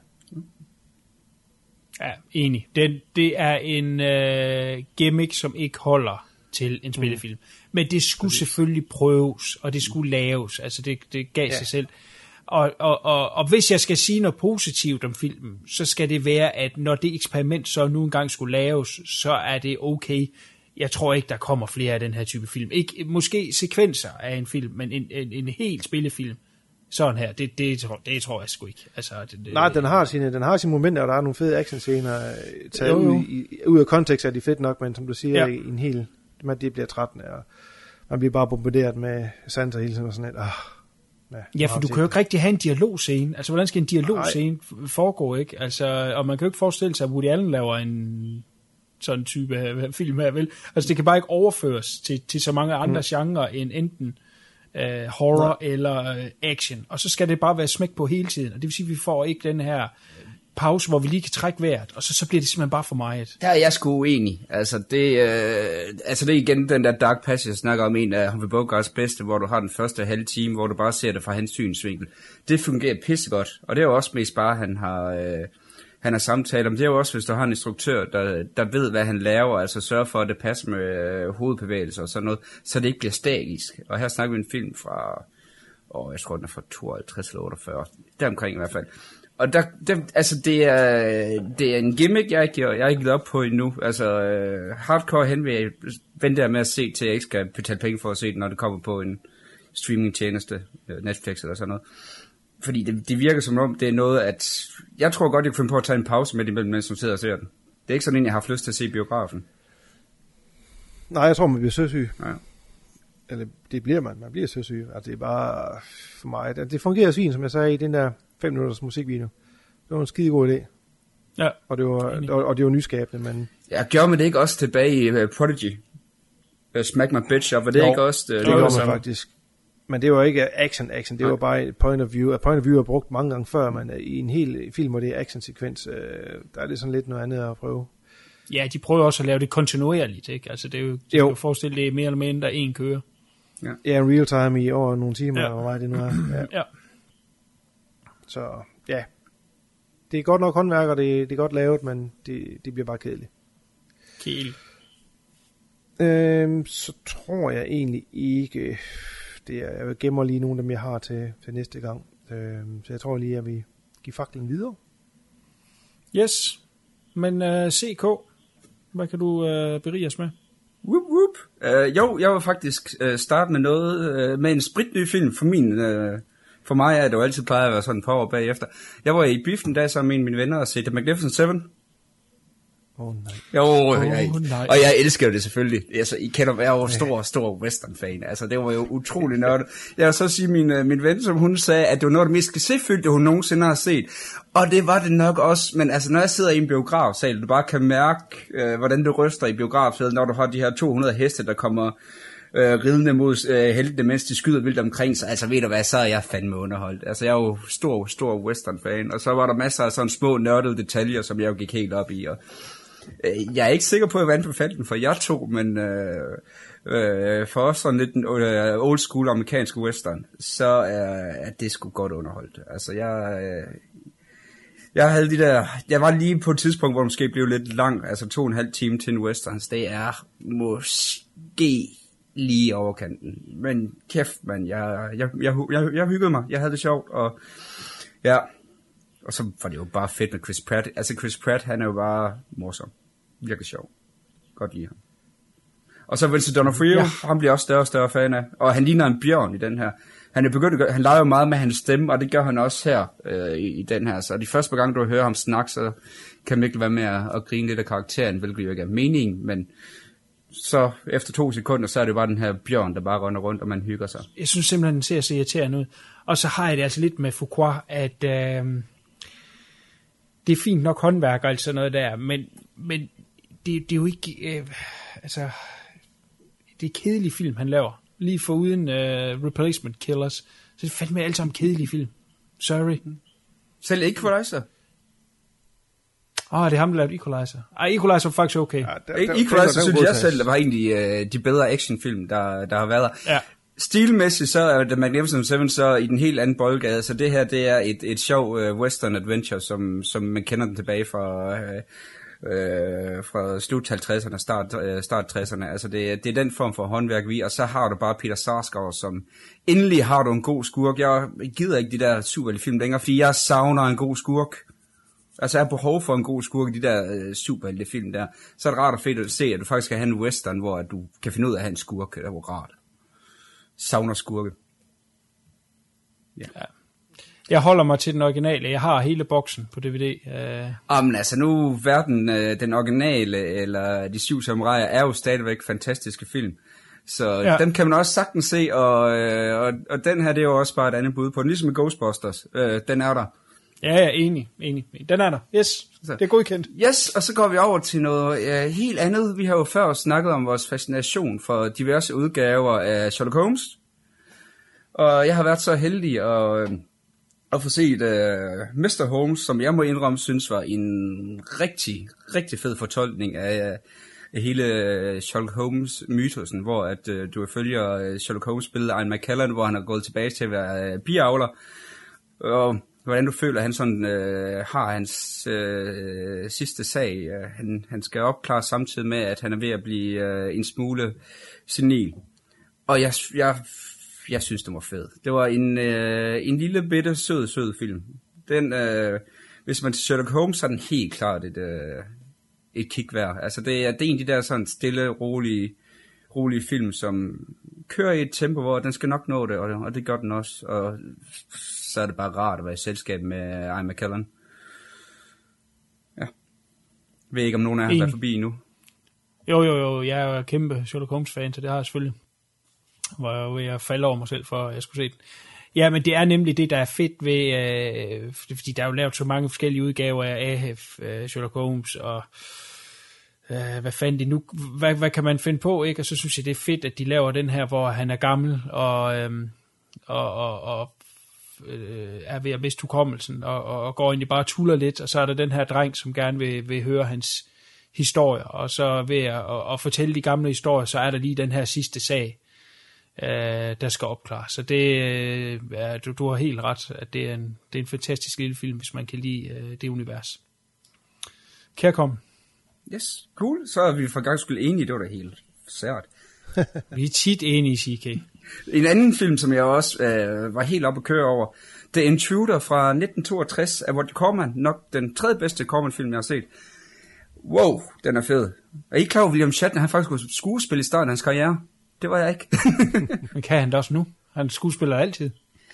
Speaker 8: Ja, enig. Det, det er en uh, gimmick, som ikke holder til en spillefilm. Mm. Men det skulle Præcis. selvfølgelig prøves, og det skulle laves. Altså, det, det gav ja. sig selv. Og, og, og, og hvis jeg skal sige noget positivt om filmen, så skal det være, at når det eksperiment så nu engang skulle laves, så er det okay. Jeg tror ikke, der kommer flere af den her type film. Ikke, måske sekvenser af en film, men en, en, en helt spillefilm, sådan her, det, det, det, det tror jeg sgu ikke. Altså, det, det,
Speaker 10: Nej, den har, sine, den har sine momenter, og der er nogle fede actionscener taget jo, jo. Ud, i, ud af kontekst, er de fedt nok, men som du siger, ja. i en hel, man det bliver trættende, og man bliver bare bombarderet med Santa hele tiden og sådan et, ah. Ja,
Speaker 8: ja, for du kan jo ikke rigtig have en dialogscene. Altså, hvordan skal en dialogscene foregå, ikke? Altså, og man kan jo ikke forestille sig, at Woody Allen laver en sådan type af film her, vel? Altså, det kan bare ikke overføres til, til så mange andre mm. genrer end enten uh, horror ja. eller uh, action. Og så skal det bare være smæk på hele tiden. Og det vil sige, at vi får ikke den her pause, hvor vi lige kan trække vejret, og så, så bliver det simpelthen bare for meget.
Speaker 9: Der er jeg sgu uenig. Altså det, øh, altså det er igen den der Dark Passage, jeg snakker om, en af Humphrey Bogarts bedste, hvor du har den første halve time, hvor du bare ser det fra hans synsvinkel. Det fungerer pissegodt, og det er jo også mest bare, han har, øh, han har samtalt om. Det er jo også, hvis du har en instruktør, der, der ved, hvad han laver, altså sørger for, at det passer med øh, hovedbevægelser og sådan noget, så det ikke bliver statisk. Og her snakker vi en film fra, åh, jeg tror den er fra tooghalvtreds eller otteogfyrre, deromkring i hvert fald. Og der, der, altså det er, det er en gimmick, jeg ikke, jeg er ikke givet op på endnu. Altså uh, hardcore hen vil jeg vente der med at se, til jeg ikke skal betale penge for at se den, når det kommer på en streamingtjeneste, Netflix eller sådan noget. Fordi det, det virker som om, det er noget, at jeg tror godt, jeg kan finde på at tage en pause med det imellem, mens man sidder og ser den. Det er ikke sådan en, jeg har haft lyst til at se biografen.
Speaker 10: Nej, jeg tror, man bliver søsyg.
Speaker 9: Ja.
Speaker 10: Eller det bliver man, man bliver søsyg. Altså det er bare for mig. Det fungerer fint, som jeg sagde i den der fem minutters musikvideo. Det var en skide god idé.
Speaker 8: Ja.
Speaker 10: Og det var, og, og det var nyskabende, men...
Speaker 9: Ja, gjorde man det ikke også tilbage i uh, Prodigy? Uh, Smack My Bitch Up, var det jo, ikke også... Uh,
Speaker 10: det, det gjorde man faktisk. Men det var ikke action-action, det ja. var bare et point of view. A point of view er brugt mange gange før, men i en hel film, hvor det er action-sekvens, uh, der er det sådan lidt noget andet at prøve.
Speaker 8: Ja, de prøver også at lave det kontinuerligt, ikke? Altså det er jo, de jo. Kan forestille, det er mere eller mindre en kører.
Speaker 10: Ja, ja real time i over nogle timer, ja. Hvor meget det nu er. Ja.
Speaker 8: Ja.
Speaker 10: Så ja, det er godt nok håndværk, og det, det er godt lavet, men det, det bliver bare kedeligt.
Speaker 8: Kedeligt.
Speaker 10: Øhm, så tror jeg egentlig ikke, det er, jeg gemmer lige nogle af dem, jeg har til, til næste gang. Øhm, så jeg tror lige, at vi giver faklen videre.
Speaker 8: Yes, men uh, C K, hvad kan du uh, berige os med?
Speaker 9: Whoop, whoop. Uh, jo, jeg vil faktisk uh, starte med noget, uh, med en spritny film for min... Uh, For mig er det jo altid plejer at være sådan et par år bagefter. Jeg var i biffen der sammen med mine venner og set The Magnificent Seven.
Speaker 10: Åh oh, nej.
Speaker 9: Jo,
Speaker 8: oh,
Speaker 9: jeg,
Speaker 8: nej.
Speaker 9: Og jeg elsker det selvfølgelig. Altså, I kender mig, jeg er jo stor, stor western-fan. Altså, det var jo utrolig nørdet. Jeg vil så sige, min, min ven, som hun sagde, at det var noget af det mest skærsefyldte, hun nogensinde har set. Og det var det nok også. Men altså, når jeg sidder i en biografsal, du bare kan mærke, øh, hvordan det ryster i biografsalen, når du har de her to hundrede heste, der kommer... Øh, ridende mod øh, heltene, mens de skyder vildt omkring sig. Altså ved du hvad, så er jeg fandme underholdt. Altså jeg er jo stor, stor western-fan, og så var der masser af sådan små nørdede detaljer, som jeg jo gik helt op i. Og, øh, jeg er ikke sikker på, at jeg vandt på felten for jeg to, men øh, øh, for os sådan lidt en øh, old school amerikansk western, så er øh, det sgu godt underholdt. Altså jeg... Øh, Jeg havde de der, jeg var lige på et tidspunkt, hvor det måske blev lidt lang, altså to og en halv time til en western. Det er måske lige overkanten. Men kæft, man, jeg, jeg, jeg, jeg, jeg hyggede mig. Jeg havde det sjovt, og ja, og så var det jo bare fedt med Chris Pratt. Altså Chris Pratt, han er jo bare morsom. Virkelig sjov. Godt lide ham. Og så Vincent D'Onofrio, ja. Han bliver også større og større fan af. Og han ligner en bjørn i den her. Han er begyndt at gøre, han leger jo meget med hans stemme, og det gør han også her øh, i, i den her. Så de første gang, du hører ham snakke, så kan Mikkel være med at, at grine lidt af karakteren, hvilket jo ikke er meningen, men så efter to sekunder, så er det jo bare den her bjørn, der bare render rundt, og man hygger sig.
Speaker 8: Jeg synes simpelthen, den ser så irriterende ud. Og så har jeg det altså lidt med Fuqua, at øh, det er fint nok håndværk og alt sådan noget der, men, men det, det er jo ikke, øh, altså, det er kedelige film, han laver. Lige for uden øh, Replacement Killers. Så det er fandme alle sammen kedelige film. Sorry.
Speaker 9: Selv Equalizer?
Speaker 8: Åh, oh, det er ham, der lavede Equalizer. Ej, Equalizer var faktisk okay. Ja,
Speaker 9: der, der, Equalizer synes jeg selv, der var egentlig øh, de bedre actionfilm, der, der har været der. Ja. Stilmæssigt så er The Magnificent Seven så i den helt anden boldgade, så det her, det er et, et sjov uh, western adventure, som, som man kender den tilbage fra, uh, uh, fra slut halvtredserne og start, uh, start tresserne. Altså det, det er den form for håndværk vi, og så har du bare Peter Sarsgaard, som endelig har du en god skurk. Jeg gider ikke de der superheltefilm længere, fordi jeg savner en god skurk. Altså jeg har behov for en god skurk i de der uh, superheltefilm der. Så er det rart og fedt at se, at du faktisk kan have en western, hvor du kan finde ud af at have en skurk. Det er jo rart. Savner skurke. Ja. Ja.
Speaker 8: Jeg holder mig til den originale. Jeg har hele boksen på D V D.
Speaker 9: Uh... Jamen altså nu, verden, uh, den originale, eller De Syv Samuraier, er jo stadigvæk fantastiske film. Så ja. Den kan man også sagtens se, og, uh, og, og den her, det er jo også bare et andet bud på den. Ligesom med Ghostbusters. Uh, den er der.
Speaker 8: Ja, ja, enig, enig. Den er der. Yes, det er godkendt.
Speaker 9: Yes, og så går vi over til noget uh, helt andet. Vi har jo før snakket om vores fascination for diverse udgaver af Sherlock Holmes. Og jeg har været så heldig at, uh, at få set uh, mister Holmes, som jeg må indrømme, synes var en rigtig, rigtig fed fortolkning af, af hele Sherlock Holmes-mytosen, hvor at, uh, du følger Sherlock Holmes spillet af Ian McKellen, hvor han er gået tilbage til at være uh, biavler. Og hvordan du føler, at han sådan, øh, har hans øh, sidste sag. Han, han skal opklare samtidig med, at han er ved at blive øh, en smule senil. Og jeg, jeg, jeg synes, det var fed. Det var en, øh, en lille bitte sød, sød film. Den, øh, hvis man til Sherlock Holmes, så er den helt klart et, øh, et kick værd. Altså det er, det er en af de der sådan stille, rolige, rolige film, som kører i et tempo, hvor den skal nok nå det, og, og det gør den også. Og så er det bare rart at være i selskab med Ian McKellen. Ja. Jeg ved ikke, om nogen af jer har været forbi endnu.
Speaker 8: Jo, jo, jo. Jeg er jo kæmpe Sherlock Holmes-fan, så det har jeg selvfølgelig. Hvor jeg jo ved at falde over mig selv, for at jeg skulle se den. Ja, men det er nemlig det, der er fedt ved, øh, fordi der er jo lavet så mange forskellige udgaver af A H F, øh, Sherlock Holmes, og øh, hvad fanden det nu, hvad, hvad kan man finde på, ikke? Og så synes jeg, det er fedt, at de laver den her, hvor han er gammel, og, øh, og, og, og øh, er ved at miste hukommelsen, og, og, og går egentlig bare tuller lidt, og så er der den her dreng, som gerne vil, vil høre hans historier, og så ved at, at, at fortælle de gamle historier, så er der lige den her sidste sag, øh, der skal opklare. Så det, øh, er, du, du har helt ret, at det er en, det er en fantastisk lille film, hvis man kan lide øh, det univers. Kærkom.
Speaker 9: Yes, cool. Så er vi for gang skyld enige, det var da helt sært.
Speaker 8: Vi er tit enige, C K.
Speaker 9: En anden film, som jeg også øh, var helt oppe at køre over, The Intruder fra nitten toogtres af Roger Corman, nok den tredje bedste Corman-film, jeg har set. Wow, den er fed. Er I klar over, William Shatner, han faktisk skulle skuespille i starten af hans karriere? Det var jeg ikke.
Speaker 8: Men kan han da også nu? Han skuespiller altid.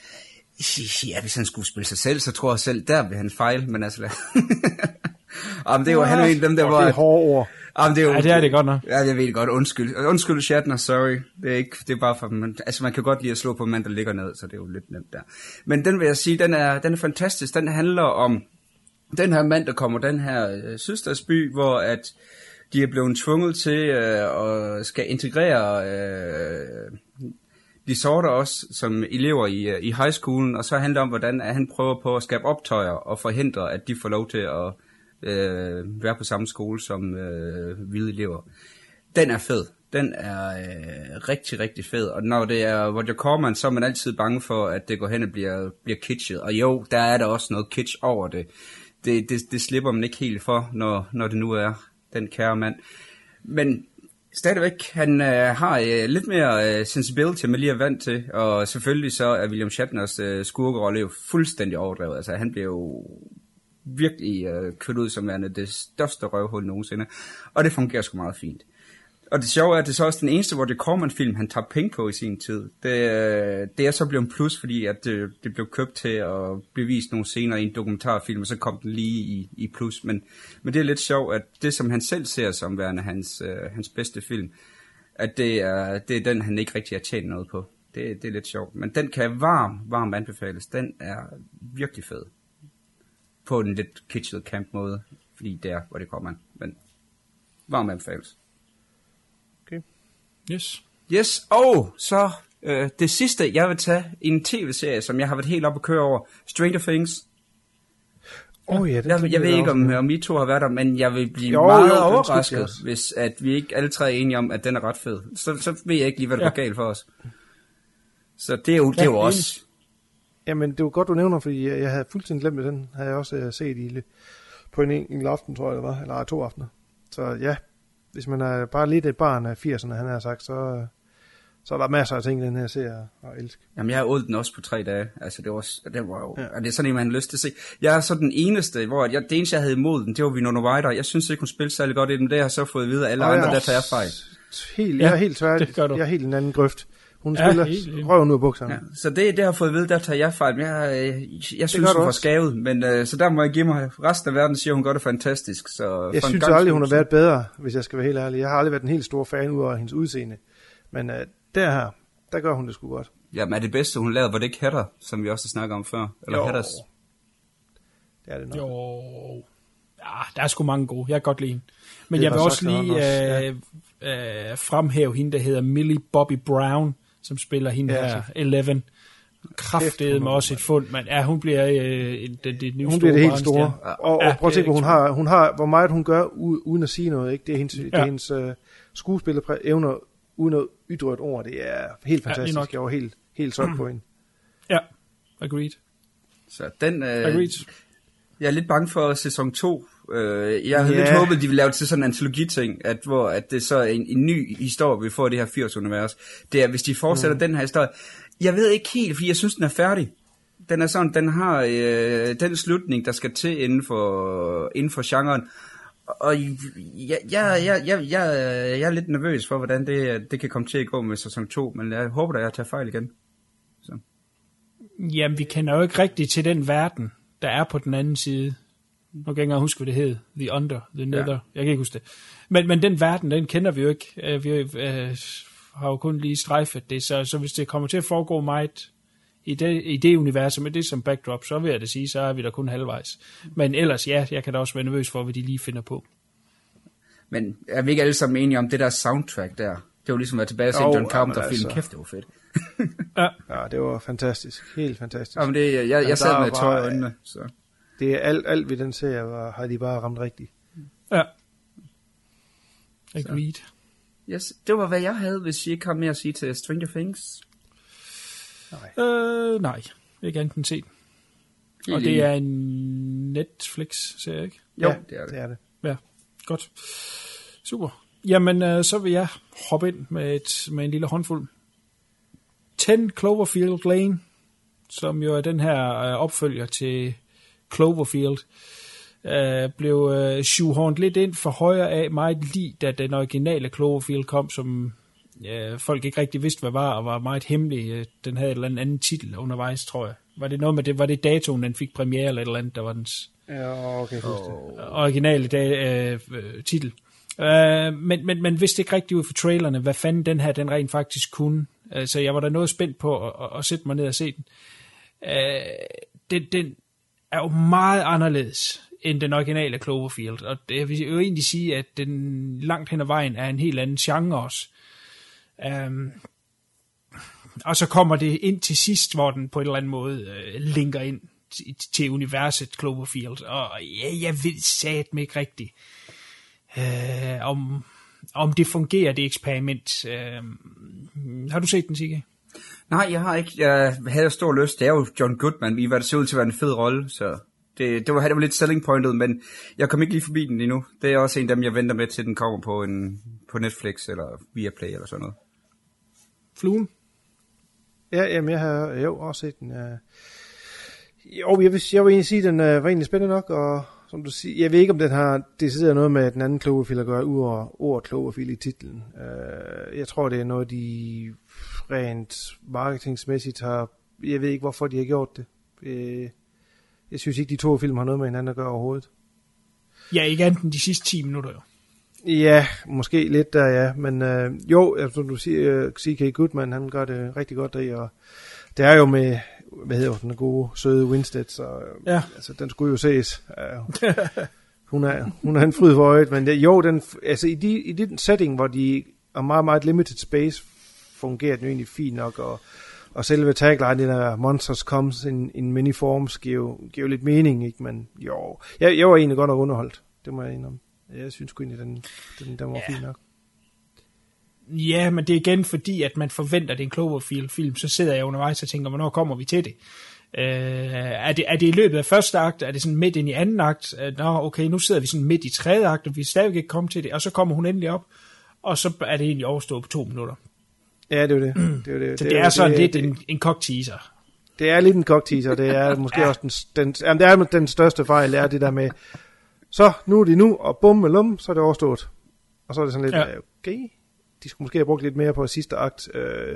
Speaker 9: Ja, hvis han skulle spille sig selv, så tror jeg selv, der vil han fejle, men altså... Jamen, det er jo, han er en af dem, der var...
Speaker 10: Det er hårde ord.
Speaker 8: Jamen, det er jo, ja, det er det godt nok.
Speaker 9: Ja, jeg ved det godt. Undskyld. Undskyld, Shatner, sorry. Det er ikke, det er bare for... Man, altså, man kan godt lide at slå på en mand, der ligger ned, så det er jo lidt nemt der. Men den vil jeg sige, den er, den er fantastisk. Den handler om den her mand, der kommer den her øh, sydstatsby, hvor at de er blevet tvunget til øh, at skal integrere øh, de sorter også som elever i, i high schoolen, og så handler det om, hvordan han prøver på at skabe optøjer og forhindre, at de får lov til at øh, være på samme skole som øh, hvide elever. Den er fed. Den er øh, rigtig, rigtig fed. Og når det er Roger Corman, så er man altid bange for, at det går hen og bliver, bliver kitschet. Og jo, der er der også noget kitsch over det. Det, det, det slipper man ikke helt for, når, når det nu er den kære mand. Men Stadigvæk, han øh, har øh, lidt mere øh, sensibility, man lige er vant til, og selvfølgelig så er William Shatners øh, skurkerolle jo fuldstændig overdrevet. Altså han bliver jo virkelig øh, kørt ud som værende det største røvhul nogensinde, og det fungerer sgu meget fint. Og det sjove er, at det er så også den eneste Roger Corman-film, han tager penge på i sin tid. Det, det er så blevet en plus, fordi at det, det blev købt til at blive vist nogle scener i en dokumentarfilm, og så kom den lige i, i plus. Men, men det er lidt sjovt, at det, som han selv ser som værende hans, øh, hans bedste film, at det er, det er den, han ikke rigtig har tjent noget på. Det, det er lidt sjovt. Men den kan varm, varmt anbefales. Den er virkelig fed. På en lidt kitschet camp måde, fordi det er, hvor det kommer. Men varmt anbefales.
Speaker 8: Yes.
Speaker 9: Yes, og så øh, det sidste, jeg vil tage en tv-serie, som jeg har været helt oppe at køre over, Stranger Things.
Speaker 10: Åh oh, ja, det
Speaker 9: jeg, jeg ved ikke, om, om I to har været der, men jeg vil blive
Speaker 10: jo,
Speaker 9: meget
Speaker 10: jo,
Speaker 9: overrasket, hvis at vi ikke alle tre er enige om, at den er ret fed. Så, så ved jeg ikke lige, hvad der ja. går galt for os. Så det er jo, det er jo ja, også...
Speaker 10: Jamen, det var godt, du nævner, fordi jeg, jeg havde fuldstændig glemt, at den havde jeg også uh, set i, på en enkelt aften, tror jeg det var, eller to aftener. Så ja, hvis man er bare lidt et barn af firserne, han har sagt, så, så er der masser af ting, den her serie at elske.
Speaker 9: Jamen, jeg har åd den også på tre dage. Altså, det var, det var jo... Ja. Og det er sådan en, man har lyst til at se. Jeg er så den eneste, hvor jeg, det eneste, jeg havde imod den, det var Winona Ryder. Jeg synes ikke, hun spillede særlig godt i den. Det har jeg så fået videre. Alle oh, andre, der tager fejl.
Speaker 10: Helt, jeg er helt svært. Jeg er helt en anden grøft. Hun ja, spiller røven ud af bukserne. Ja,
Speaker 9: så det, det har jeg fået at vide, der tager jeg fejl. Men jeg, jeg, jeg synes, hun var skavet. Men uh, så der må jeg give mig... Resten af verden siger, hun gør det fantastisk. Så
Speaker 10: jeg synes aldrig, hun har været bedre, hvis jeg skal være helt ærlig. Jeg har aldrig været en helt stor fan ud af hendes udseende. Men uh, der her, der gør hun det sgu godt.
Speaker 9: Jamen er det bedste, hun lavede, var det ikke Hatter, som vi også snakker om før? Eller
Speaker 10: jo.
Speaker 9: Hatters?
Speaker 10: Det er det nok.
Speaker 8: Jo. Ja, der er sgu mange gode. Jeg kan godt lide hende. Men jeg vil også lige også. Øh, øh, fremhæve hende, der hedder Millie Bobby Brown, som spiller hende ja, her, Eleven. Kraftede med også et fund, men ja, hun bliver øh, det, det, det nye
Speaker 10: hun bliver det helt store. Og, ja, og prøv at tænke, hvor hun har, hun har, hvor meget hun gør, uden at sige noget, ikke? Det er hendes, ja. det er hendes uh, skuespillerevner, uden at ytre et ord. Det er helt fantastisk. Ja, jeg var helt, helt solgt på hende.
Speaker 8: Ja, agreed.
Speaker 9: Så den, øh,
Speaker 8: agreed.
Speaker 9: Jeg er lidt bange for sæson to. Øh, jeg havde yeah. lidt håbet, at de ville lave det til sådan en antologi-ting, at, hvor at det så er en, en ny historie, vi får det her firs-univers. Det er, hvis de fortsætter mm. den her historie. Jeg ved ikke helt, fordi jeg synes, den er færdig. Den er sådan, den har øh, den slutning, der skal til inden for, inden for genren. Og jeg, jeg, jeg, jeg, jeg, jeg er lidt nervøs for, hvordan det, det kan komme til at gå med sæson to, men jeg håber da, jeg tager fejl igen. Så.
Speaker 8: Jamen, vi kender jo ikke rigtigt til den verden, der er på den anden side. Nu kan jeg ikke engang huske, hvad det hed. The Under, The Nether. Ja. Jeg kan ikke huske det. Men, men den verden, den kender vi jo ikke. Vi øh, har jo kun lige strejfet det, så, så hvis det kommer til at foregå meget i det, i det univers, med det som backdrop, så vil jeg det sige, så er vi der kun halvvejs. Men ellers, ja, jeg kan da også være nervøs for, hvad de lige finder på.
Speaker 9: Men er vi ikke alle sammen enige om det der soundtrack der? Det var ligesom at være tilbage og se oh, John Carpenter-film. Altså. Kæft, det var fedt.
Speaker 10: ja. ja, det var fantastisk. Helt fantastisk.
Speaker 9: Jamen, det, jeg, jeg, jeg sad med tøj i øjnene, så...
Speaker 10: Det er alt, alt ved den serie, var, har de bare ramt rigtigt.
Speaker 8: Ja. Agreed.
Speaker 9: Yes, det var, hvad jeg havde, hvis I ikke har mere at sige til Stranger Things.
Speaker 8: Nej. Øh, nej, ikke enten set. Helt og det lige. Er en Netflix-serie, ikke?
Speaker 9: Jo,
Speaker 10: ja,
Speaker 9: det er det.
Speaker 10: det er det.
Speaker 8: Ja, godt. Super. Jamen, øh, så vil jeg hoppe ind med, et, med en lille håndfuld. ti Cloverfield Lane, som jo er den her øh, opfølger til Cloverfield, øh, blev øh, shoehornet lidt ind for højre af meget lige, da den originale Cloverfield kom, som øh, folk ikke rigtig vidste, hvad var, og var meget hemmelig. Den havde et eller andet anden titel undervejs, tror jeg. Var det noget med det? Var det datoen, den fik premiere, eller et eller andet, der var dens
Speaker 10: ja, okay,
Speaker 8: oh. originale da- øh, øh, titel? Øh, men, men man vidste ikke rigtig ud fra trailerne, hvad fanden den her, den rent faktisk kunne. Øh, så jeg var da noget spændt på at, at, at sætte mig ned og se den. Øh, den, den er jo meget anderledes end den originale Cloverfield, og det, jeg vil jo egentlig sige, at den langt hen ad vejen er en helt anden genre også. Um, og så kommer det ind til sidst, hvor den på en eller anden måde uh, linker ind til, til universet Cloverfield, og ja, jeg ved satme ikke rigtigt, uh, om, om det fungerer, det eksperiment. Uh, har du set den, Sigge?
Speaker 9: Nej, jeg har ikke. Jeg havde stor lyst. Det er jo John Goodman, i hvad det ser ud til at være en fed rolle, så Det, det, var, det var lidt selling pointet, men jeg kom ikke lige forbi den endnu. Det er også en af dem, jeg venter med til, den kommer på, en, på Netflix eller Viaplay eller sådan noget.
Speaker 8: Fluen?
Speaker 10: Ja, jamen, jeg har jo også set den. Uh... Jo, jeg vil, jeg vil egentlig sige, at den uh, var egentlig spændende nok, og som du siger, jeg ved ikke, om den har decideret noget med den anden Cloverfield at gøre, ud over ordet Cloverfield i titlen. Uh, jeg tror, det er noget, de rent marketingsmæssigt har... Jeg ved ikke, hvorfor de har gjort det. Uh, jeg synes ikke, de to film har noget med hinanden at gøre overhovedet.
Speaker 8: Ja, ikke andet end de sidste ti minutter, jo.
Speaker 10: Ja, måske lidt der, ja. Men øh, jo, som du siger, C K. Goodman, han gør det rigtig godt der, og det er jo med, hvad hedder den gode, søde Winstead, så
Speaker 8: ja.
Speaker 10: Altså, den skulle jo ses. Uh, hun, er, hun er en fryd for øjet, men det, jo, den, altså, i, de, i den setting, hvor de er meget, meget limited space, fungerer den jo egentlig fint nok, og, og selve tagline, den der Monsters Comes in, in many forms, giver jo, giver jo lidt mening, ikke? Men jo, jeg, jeg var egentlig godt nok underholdt, det må jeg indrømme. Jeg synes sgu egentlig, den, den, den var ja. fin nok.
Speaker 8: Ja, men det er igen fordi, at man forventer, at det er en Cloverfield-film, så sidder jeg undervejs og tænker, hvornår kommer vi til det? Øh, er det? Er det i løbet af første akt? Er det sådan midt ind i anden akt? Nå, okay, nu sidder vi sådan midt i tredje akt, og vi er stadig ikke kommet til det, og så kommer hun endelig op, og så er det egentlig overstået på to minutter.
Speaker 10: Ja, det er det. det, er det.
Speaker 8: Så det,
Speaker 10: det
Speaker 8: er,
Speaker 10: er
Speaker 8: sådan
Speaker 10: det,
Speaker 8: lidt
Speaker 10: det,
Speaker 8: en, en cock-teaser.
Speaker 10: Det er lidt en cock-teaser, det er måske ja. også den, den, jamen, det er den største fejl, er det der med, så nu er det nu, og bum med lum, så er det overstået. Og så er det sådan lidt, ja. okay, de skulle måske have brugt lidt mere på sidste akt. Øh,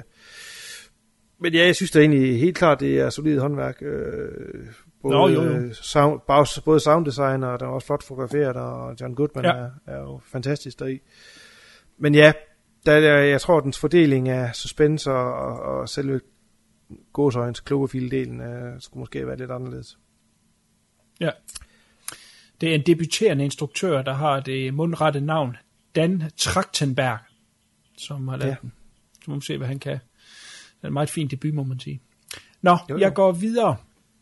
Speaker 10: men ja, jeg synes da egentlig helt klart, det er solidt håndværk. Øh, både, Nå, jo, jo. Sound, både sounddesign, og der er også flot fotograferet, og John Goodman ja. er, er jo fantastisk deri. Men ja, der, jeg tror, at dens fordeling af suspense og, og, og selve gåsøjens Cloverfield-delen øh, skulle måske være lidt anderledes.
Speaker 8: Ja. Det er en debuterende instruktør, der har det mundrette navn, Dan Trachtenberg, som har lavet ja. den. Så må man se, hvad han kan. Det er en meget fin debut, må man sige. Nå, jo, jo. Jeg går videre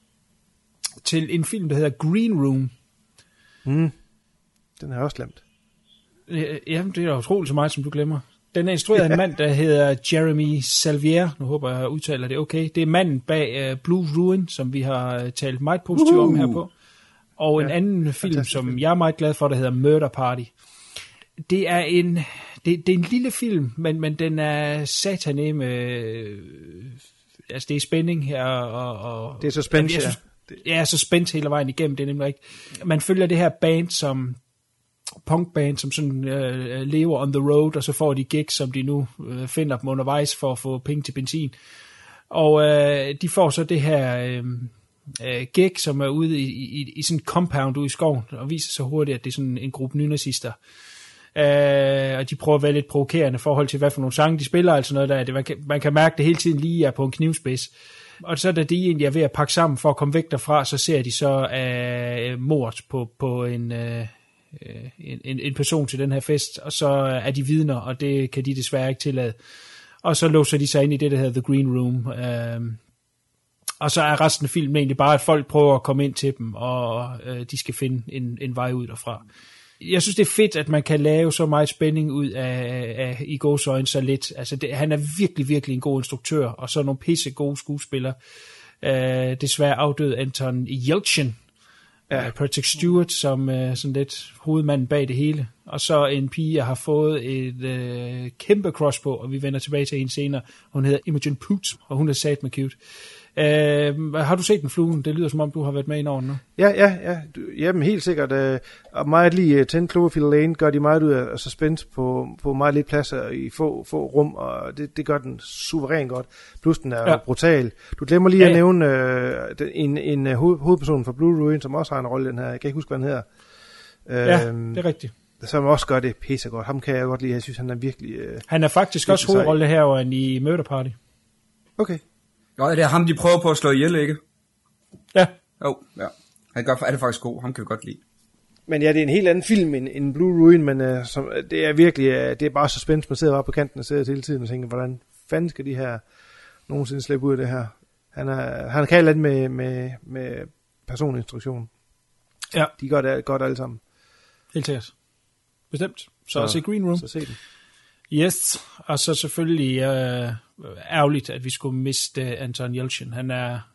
Speaker 8: til en film, der hedder Green Room.
Speaker 10: Mm. Den er også glemt.
Speaker 8: Jamen, det er utroligt så meget, som du glemmer. Den er instrueret af en mand, der hedder Jeremy Salvier. Nu håber jeg, jeg udtaler det okay. Det er manden bag uh, Blue Ruin, som vi har talt meget positivt uh. om her på. Og en ja, anden film, som jeg er meget glad for, der hedder Murder Party. Det er en, det, det er en lille film, men, men den er sataneme, øh, altså det er spænding her. Og, og,
Speaker 10: det er suspense,
Speaker 8: ja. Ja, suspense hele vejen igennem, det er nemlig rigtigt. Man følger det her band, som punkband, som sådan øh, lever on the road, og så får de gigs, som de nu øh, finder dem undervejs for at få penge til benzin. Og øh, de får så det her... Øh, Uh, gig, som er ude i, i, i sådan en compound ude i skoven, og viser sig hurtigt, at det er sådan en gruppe nynazister. Uh, og de prøver at være lidt provokerende i forhold til, hvad for nogle sange de spiller, altså noget der. Det, man, kan, man kan mærke det hele tiden lige er på en knivspids. Og så da de egentlig er ved at pakke sammen for at komme væk derfra, så ser de så uh, mord på, på en, uh, en, en person til den her fest, og så er de vidner, og det kan de desværre ikke tillade. Og så låser de sig ind i det, der hedder The Green Room. Uh, Og så er resten af filmen egentlig bare, at folk prøver at komme ind til dem, og øh, de skal finde en, en vej ud derfra. Jeg synes, det er fedt, at man kan lave så meget spænding ud af, af i gåseøjne så lidt. Altså, det, han er virkelig, virkelig en god instruktør, og så nogle pisse gode skuespillere. Øh, desværre afdød Anton Yelchin, ja. uh, Patrick Stewart, som uh, sådan lidt hovedmanden bag det hele. Og så en pige, jeg har fået et øh, kæmpe crush på, og vi vender tilbage til hende senere. Hun hedder Imogen Poots, og hun er sat med cute. Uh, har du set den, Fluen? Det lyder som om, du har været med i over nu.
Speaker 10: Ja, ja, ja. Jamen helt sikkert. Uh, og meget lige uh, ten Cloverfield Lane gør de meget ud af suspense på, på meget lidt pladser i få, få rum, og det, det gør den suveræn godt. Plus den er ja. brutal. Du glemmer lige ja, ja. at nævne uh, en, en uh, hoved, hovedperson fra Blue Ruin, som også har en rolle i den her. Jeg kan ikke huske, hvad han hedder. Uh,
Speaker 8: ja, det er rigtigt.
Speaker 10: Som også gør det pisse godt. Ham kan jeg godt lide. Jeg synes, han er virkelig... Uh,
Speaker 8: han er faktisk også hovedrolle her i Murder Party.
Speaker 10: Okay.
Speaker 9: Ja, det er ham, de prøver på at slå ihjel, ikke?
Speaker 8: Ja.
Speaker 9: Jo, oh, ja. Han gør, er det faktisk god. Ham kan vi godt lide.
Speaker 10: Men ja, det er en helt anden film end, end Blue Ruin, men uh, som, det er virkelig, uh, det er bare suspense. Man sidder bare på kanten og sidder hele tiden og tænker, hvordan fanden skal de her nogensinde slippe ud af det her? Han, er, han kan alt med, med, med personinstruktion.
Speaker 8: Ja.
Speaker 10: De gør det godt alle sammen.
Speaker 8: Helt sikkert. Bestemt. Så, så se Green Room.
Speaker 10: Så se den.
Speaker 8: Yes, og så selvfølgelig uh, ærgerligt, at vi skulle miste Anton Yelchin. Han er,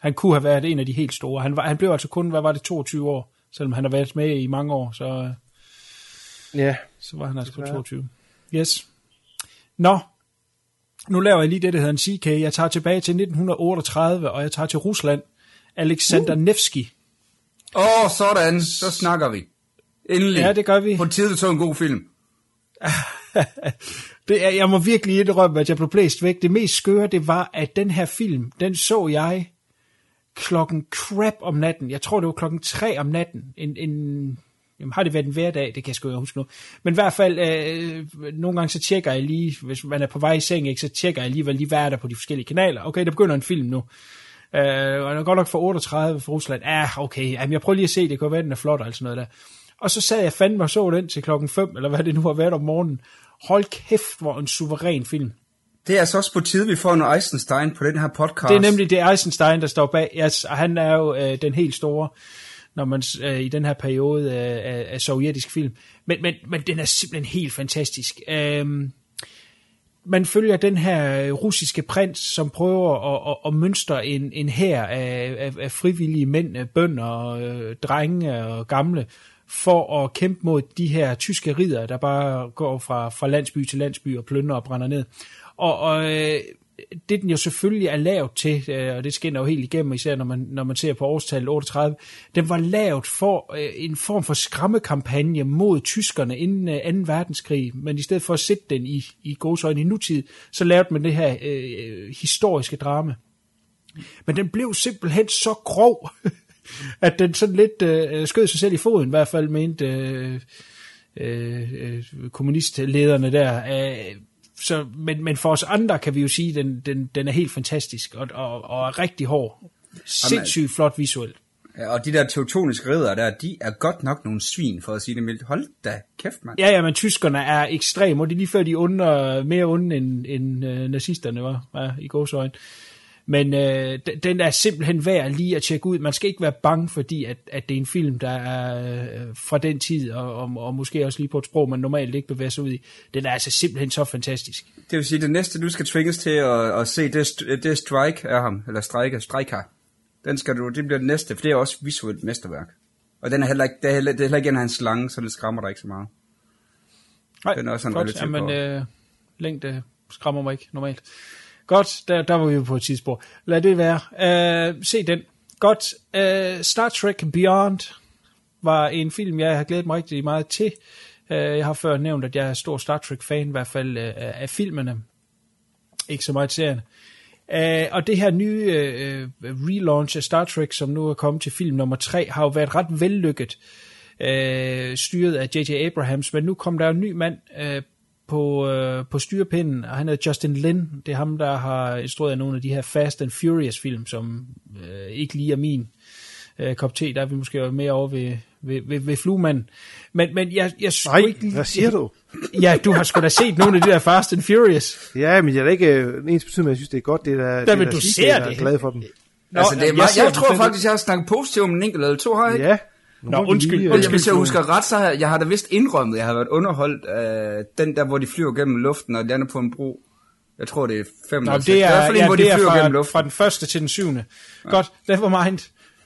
Speaker 8: Han kunne have været en af de helt store. Han, var, han blev altså kun, hvad var det, toogtyve år, selvom han har været med i mange år, så,
Speaker 10: ja,
Speaker 8: så var han altså kun toogtyve. Yes. Nå, nu laver jeg lige det, der hedder en C K. Jeg tager tilbage til nitten otteogtredive, og jeg tager til Rusland. Alexander uh. Nevsky.
Speaker 9: Åh, oh, sådan. Så snakker vi. Endelig.
Speaker 8: Ja, det gør vi.
Speaker 9: På tide, du tog en god film.
Speaker 8: det er, jeg må virkelig indrømme, at jeg blev blæst væk. Det mest skøre, det var, at den her film, den så jeg klokken crap om natten. Jeg tror, det var klokken tre om natten. En, en, jamen, har det været en hverdag? Det kan jeg sgu ikke huske nu. Men i hvert fald, øh, nogle gange så tjekker jeg lige, hvis man er på vej i seng, ikke, så tjekker jeg alligevel lige, hvad er der på de forskellige kanaler. Okay, der begynder en film nu. Uh, og den er godt nok for otteogtredive for Rusland. Ja, ah, okay, jamen, jeg prøver lige at se, det kan være, den er flot og alt sådan noget der. Og så sad jeg fandme og så den til klokken fem, eller hvad det nu har været om morgenen. Hold kæft, hvor en suveræn film.
Speaker 9: Det er altså også på tide, vi får en Eisenstein på den her podcast.
Speaker 8: Det er nemlig det Eisenstein, der står bag. Yes, og han er jo øh, den helt store, når man øh, i den her periode øh, af, af sovjetisk film. Men, men, men den er simpelthen helt fantastisk. Øhm, man følger den her russiske prins, som prøver at, at, at mønstre en, en hær af, af, af frivillige mænd, bønder, øh, drenge og gamle, for at kæmpe mod de her tyske riddere, der bare går fra, fra landsby til landsby og plyndrer og brænder ned. Og, og øh, det den jo selvfølgelig er lavet til, øh, og det skinner jo helt igennem, især når man, når man ser på årstallet otteogtredive, den var lavet for øh, en form for skræmmekampagne mod tyskerne inden øh, anden verdenskrig, men i stedet for at sætte den i, i gåseøjne i nutid, så lavede man det her øh, historiske drama. Men den blev simpelthen så grov, at den sådan lidt øh, skød sig selv i foden, i hvert fald mente øh, øh, kommunistlederne der. Øh, så, men, men for os andre kan vi jo sige, at den, den, den er helt fantastisk, og, og, og er rigtig hård. Sindssygt flot visuelt.
Speaker 9: Ja, og de der teutoniske riddere der, de er godt nok nogle svin, for at sige det mildt. Hold da kæft, mand.
Speaker 8: Ja, ja, men tyskerne er ekstreme, og det er lige før, de er under, mere onde end, end øh, nazisterne var, ja, i gåseøjne. Men øh, den er simpelthen værd lige at tjekke ud. Man skal ikke være bange, fordi at, at det er en film, der er øh, fra den tid, og, og, og måske også lige på et sprog, man normalt ikke bevæger sig ud i. Den er altså simpelthen så fantastisk.
Speaker 9: Det vil sige, at det næste, du skal tvinges til at, at se, det, det Strike af ham, eller Strike, Striker. Den skal du, det bliver det næste, for det er også visuelt mesterværk. Og den er heller ikke, det er heller, det er heller ikke en af hans slange, så det skræmmer dig ikke så meget.
Speaker 8: Nej,
Speaker 9: den er også
Speaker 8: godt. Jamen, øh, længde skræmmer mig ikke normalt. Godt, der, der var vi jo på et tidspunkt. Lad det være. Uh, se den. Godt. Uh, Star Trek Beyond var en film, jeg har glædet mig rigtig meget til. Uh, jeg har før nævnt, at jeg er stor Star Trek-fan, i hvert fald uh, af filmene. Ikke så meget serien. Uh, og det her nye uh, relaunch af Star Trek, som nu er kommet til film nummer tre, har jo været ret vellykket. Uh, styret af J J Abrams, men nu kom der en ny mand uh, på, øh, på styrepinden, og han er Justin Lin. Det er ham, der har instrueret nogle af de her Fast and Furious film, som øh, ikke lige er min øh, kop te. Der er vi måske mere over ved, ved, ved, ved Fluemanden. Men, men jeg, jeg
Speaker 10: Nej,
Speaker 8: ikke,
Speaker 10: hvad siger du?
Speaker 8: Ja, du har sgu da set nogle af de der Fast and Furious.
Speaker 10: Ja, men jeg er da ikke ens betydning, men jeg synes, det er godt. Det er der,
Speaker 8: der,
Speaker 10: det er
Speaker 8: du
Speaker 10: der
Speaker 8: ser
Speaker 10: siger,
Speaker 8: det.
Speaker 10: Jeg er glad for dem.
Speaker 9: Nå, altså, det er
Speaker 8: jeg,
Speaker 9: meget, jeg, jeg tror
Speaker 8: det,
Speaker 9: faktisk, jeg har snakket positivt om en enkelt eller to, har jeg ikke?
Speaker 10: Ja.
Speaker 8: Nå, undskyld.
Speaker 10: lige,
Speaker 8: undskyld.
Speaker 9: Hvis jeg husker ret, så har jeg har da vist indrømmet, jeg har været underholdt af den der, hvor de flyver gennem luften og lander på en bro. Jeg tror, det er fem
Speaker 8: Nå,
Speaker 9: eller
Speaker 8: det er,
Speaker 9: i hvert fald en,
Speaker 8: ja,
Speaker 9: hvor de
Speaker 8: det er
Speaker 9: flyver
Speaker 8: fra,
Speaker 9: gennem luften.
Speaker 8: fra den første til den syvende. Ja. Godt, never mind.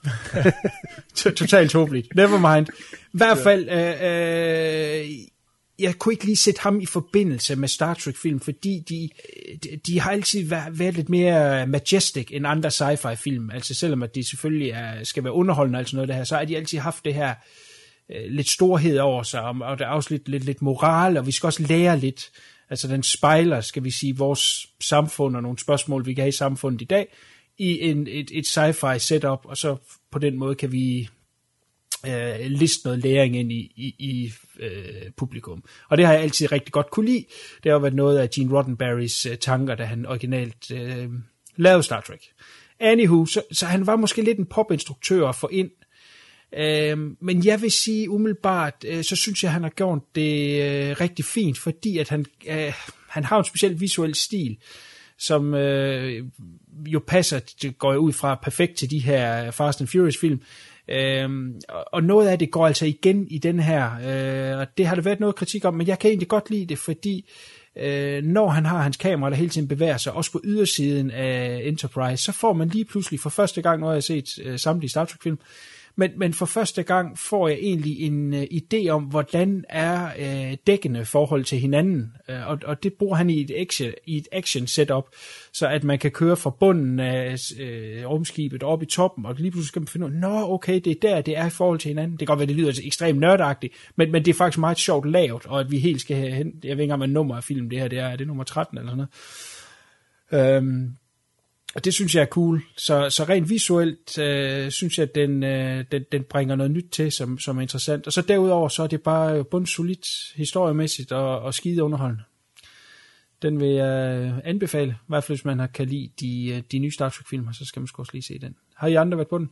Speaker 8: Totalt tåbeligt. Never mind. I hvert fald, øh, øh, jeg kunne ikke lige sætte ham i forbindelse med Star Trek-film, fordi de, de, de har altid været, været lidt mere majestic end andre sci-fi film. Altså selvom at de selvfølgelig er, skal være underholdende og alt sådan noget der her, så har de altid haft det her øh, lidt storhed over sig, og, og der er også lidt, lidt, lidt moral, og vi skal også lære lidt. Altså den spejler, skal vi sige, vores samfund og nogle spørgsmål, vi kan have i samfundet i dag, i en, et, et sci-fi setup, og så på den måde kan vi øh, liste noget læring ind i, i, i øh, publikum. Og det har jeg altid rigtig godt kunne lide. Det har været noget af Gene Roddenberrys øh, tanker, da han originalt øh, lavede Star Trek. Anywho, så, så han var måske lidt en popinstruktør for ind. Øh, men jeg vil sige umiddelbart, øh, så synes jeg, han har gjort det øh, rigtig fint, fordi at han, øh, han har en speciel visuel stil, som øh, jo passer, det går jeg ud fra, perfekt til de her Fast and Furious film. Øhm, og noget af det går altså igen i den her, øh, og det har der været noget kritik om, men jeg kan egentlig godt lide det, fordi øh, når han har hans kamera, der hele tiden bevæger sig, også på ydersiden af Enterprise, så får man lige pludselig for første gang, når jeg har set øh, samtlige Star Trek-film, men, men for første gang får jeg egentlig en øh, idé om, hvordan er øh, dækkende forhold til hinanden, øh, og, og det bruger han i et action, i et action setup, så at man kan køre fra bunden af øh, rumskibet op i toppen, og lige pludselig skal man finde ud af, nå okay, det er der, det er i forhold til hinanden. Det kan godt være, det lyder ekstremt nørdagtigt, men, men det er faktisk meget sjovt lavet, og at vi helt skal hen, jeg ved ikke engang, hvad nummer af film det her, det er, er det nummer tretten eller sådan noget. Øhm, Og det synes jeg er cool. Så, så rent visuelt øh, synes jeg, at den, øh, den, den bringer noget nyt til, som, som er interessant. Og så derudover, så er det bare bundsolidt historiemæssigt og, og skide underholdende. Den vil jeg anbefale. I hvert fald, hvis man kan lide de, de nye Star Trek-filmer, så skal man sgu også lige se den. Har I andre været på den?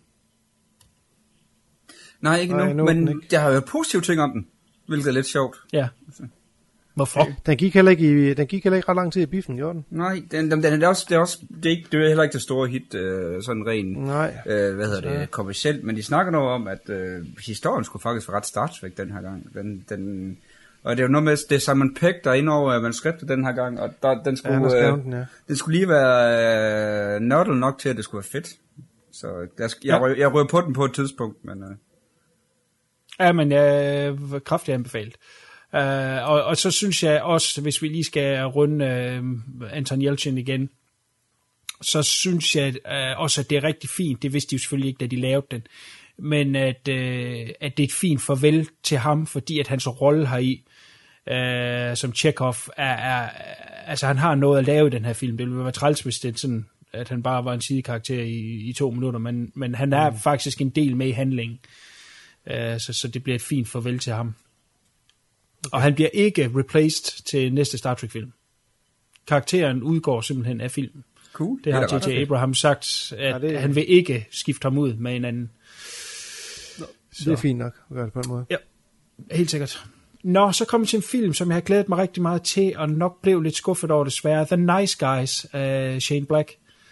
Speaker 9: Nej, ikke
Speaker 10: Nej,
Speaker 9: nu, men jeg har hørt positive ting om den, hvilket er lidt sjovt.
Speaker 8: Ja. Hvorfor?
Speaker 10: Den gik heller ikke, i, den gik heller ikke ret lang tid i biffen, gjorde den?
Speaker 9: Nej, den, den, den er også, det er også, det er, ikke, det er heller ikke det store hit, øh, sådan ren,
Speaker 10: Nej.
Speaker 9: Øh, hvad hedder det, kommercielt, men de snakker noget om, at øh, historien skulle faktisk være ret Star Trek den her gang. Den, den, og det er jo noget med, det er Simon Pegg, der er inde over manuskriptet den her gang, og der, den, skulle,
Speaker 10: ja,
Speaker 9: øh,
Speaker 10: den, ja.
Speaker 9: den skulle lige være øh, nørdet nok til, at det skulle være fedt. Så jeg, jeg, ja. jeg rører på den på et tidspunkt, men... Øh.
Speaker 8: Ja, men jeg var kraftigt anbefalet. Uh, og, og så synes jeg også, hvis vi lige skal runde uh, Anton Yelchin igen, så synes jeg uh, også, at det er rigtig fint. Det vidste de jo selvfølgelig ikke, da de lavede den. Men at, uh, at det er et fint farvel til ham, fordi at hans rolle heri, uh, som Chekhov, er, er, altså han har noget at lave i den her film. Det ville være træls, hvis det er sådan, at han bare var en sidekarakter i, i to minutter, men, men han er mm. faktisk en del med i handlingen. Uh, så, så det bliver et fint farvel til ham. Okay. Og han bliver ikke replaced til næste Star Trek-film. Karakteren udgår simpelthen af filmen.
Speaker 9: Cool.
Speaker 8: Det har J J Abrams sagt, at ja, det... han vil ikke skifte ham ud med en anden.
Speaker 10: Nå, det er fint nok at gøre det på en måde.
Speaker 8: Ja, helt sikkert. Nå, så kom vi til en film, som jeg har glædet mig rigtig meget til, og nok blev lidt skuffet over desværre. The Nice Guys af Shane Black.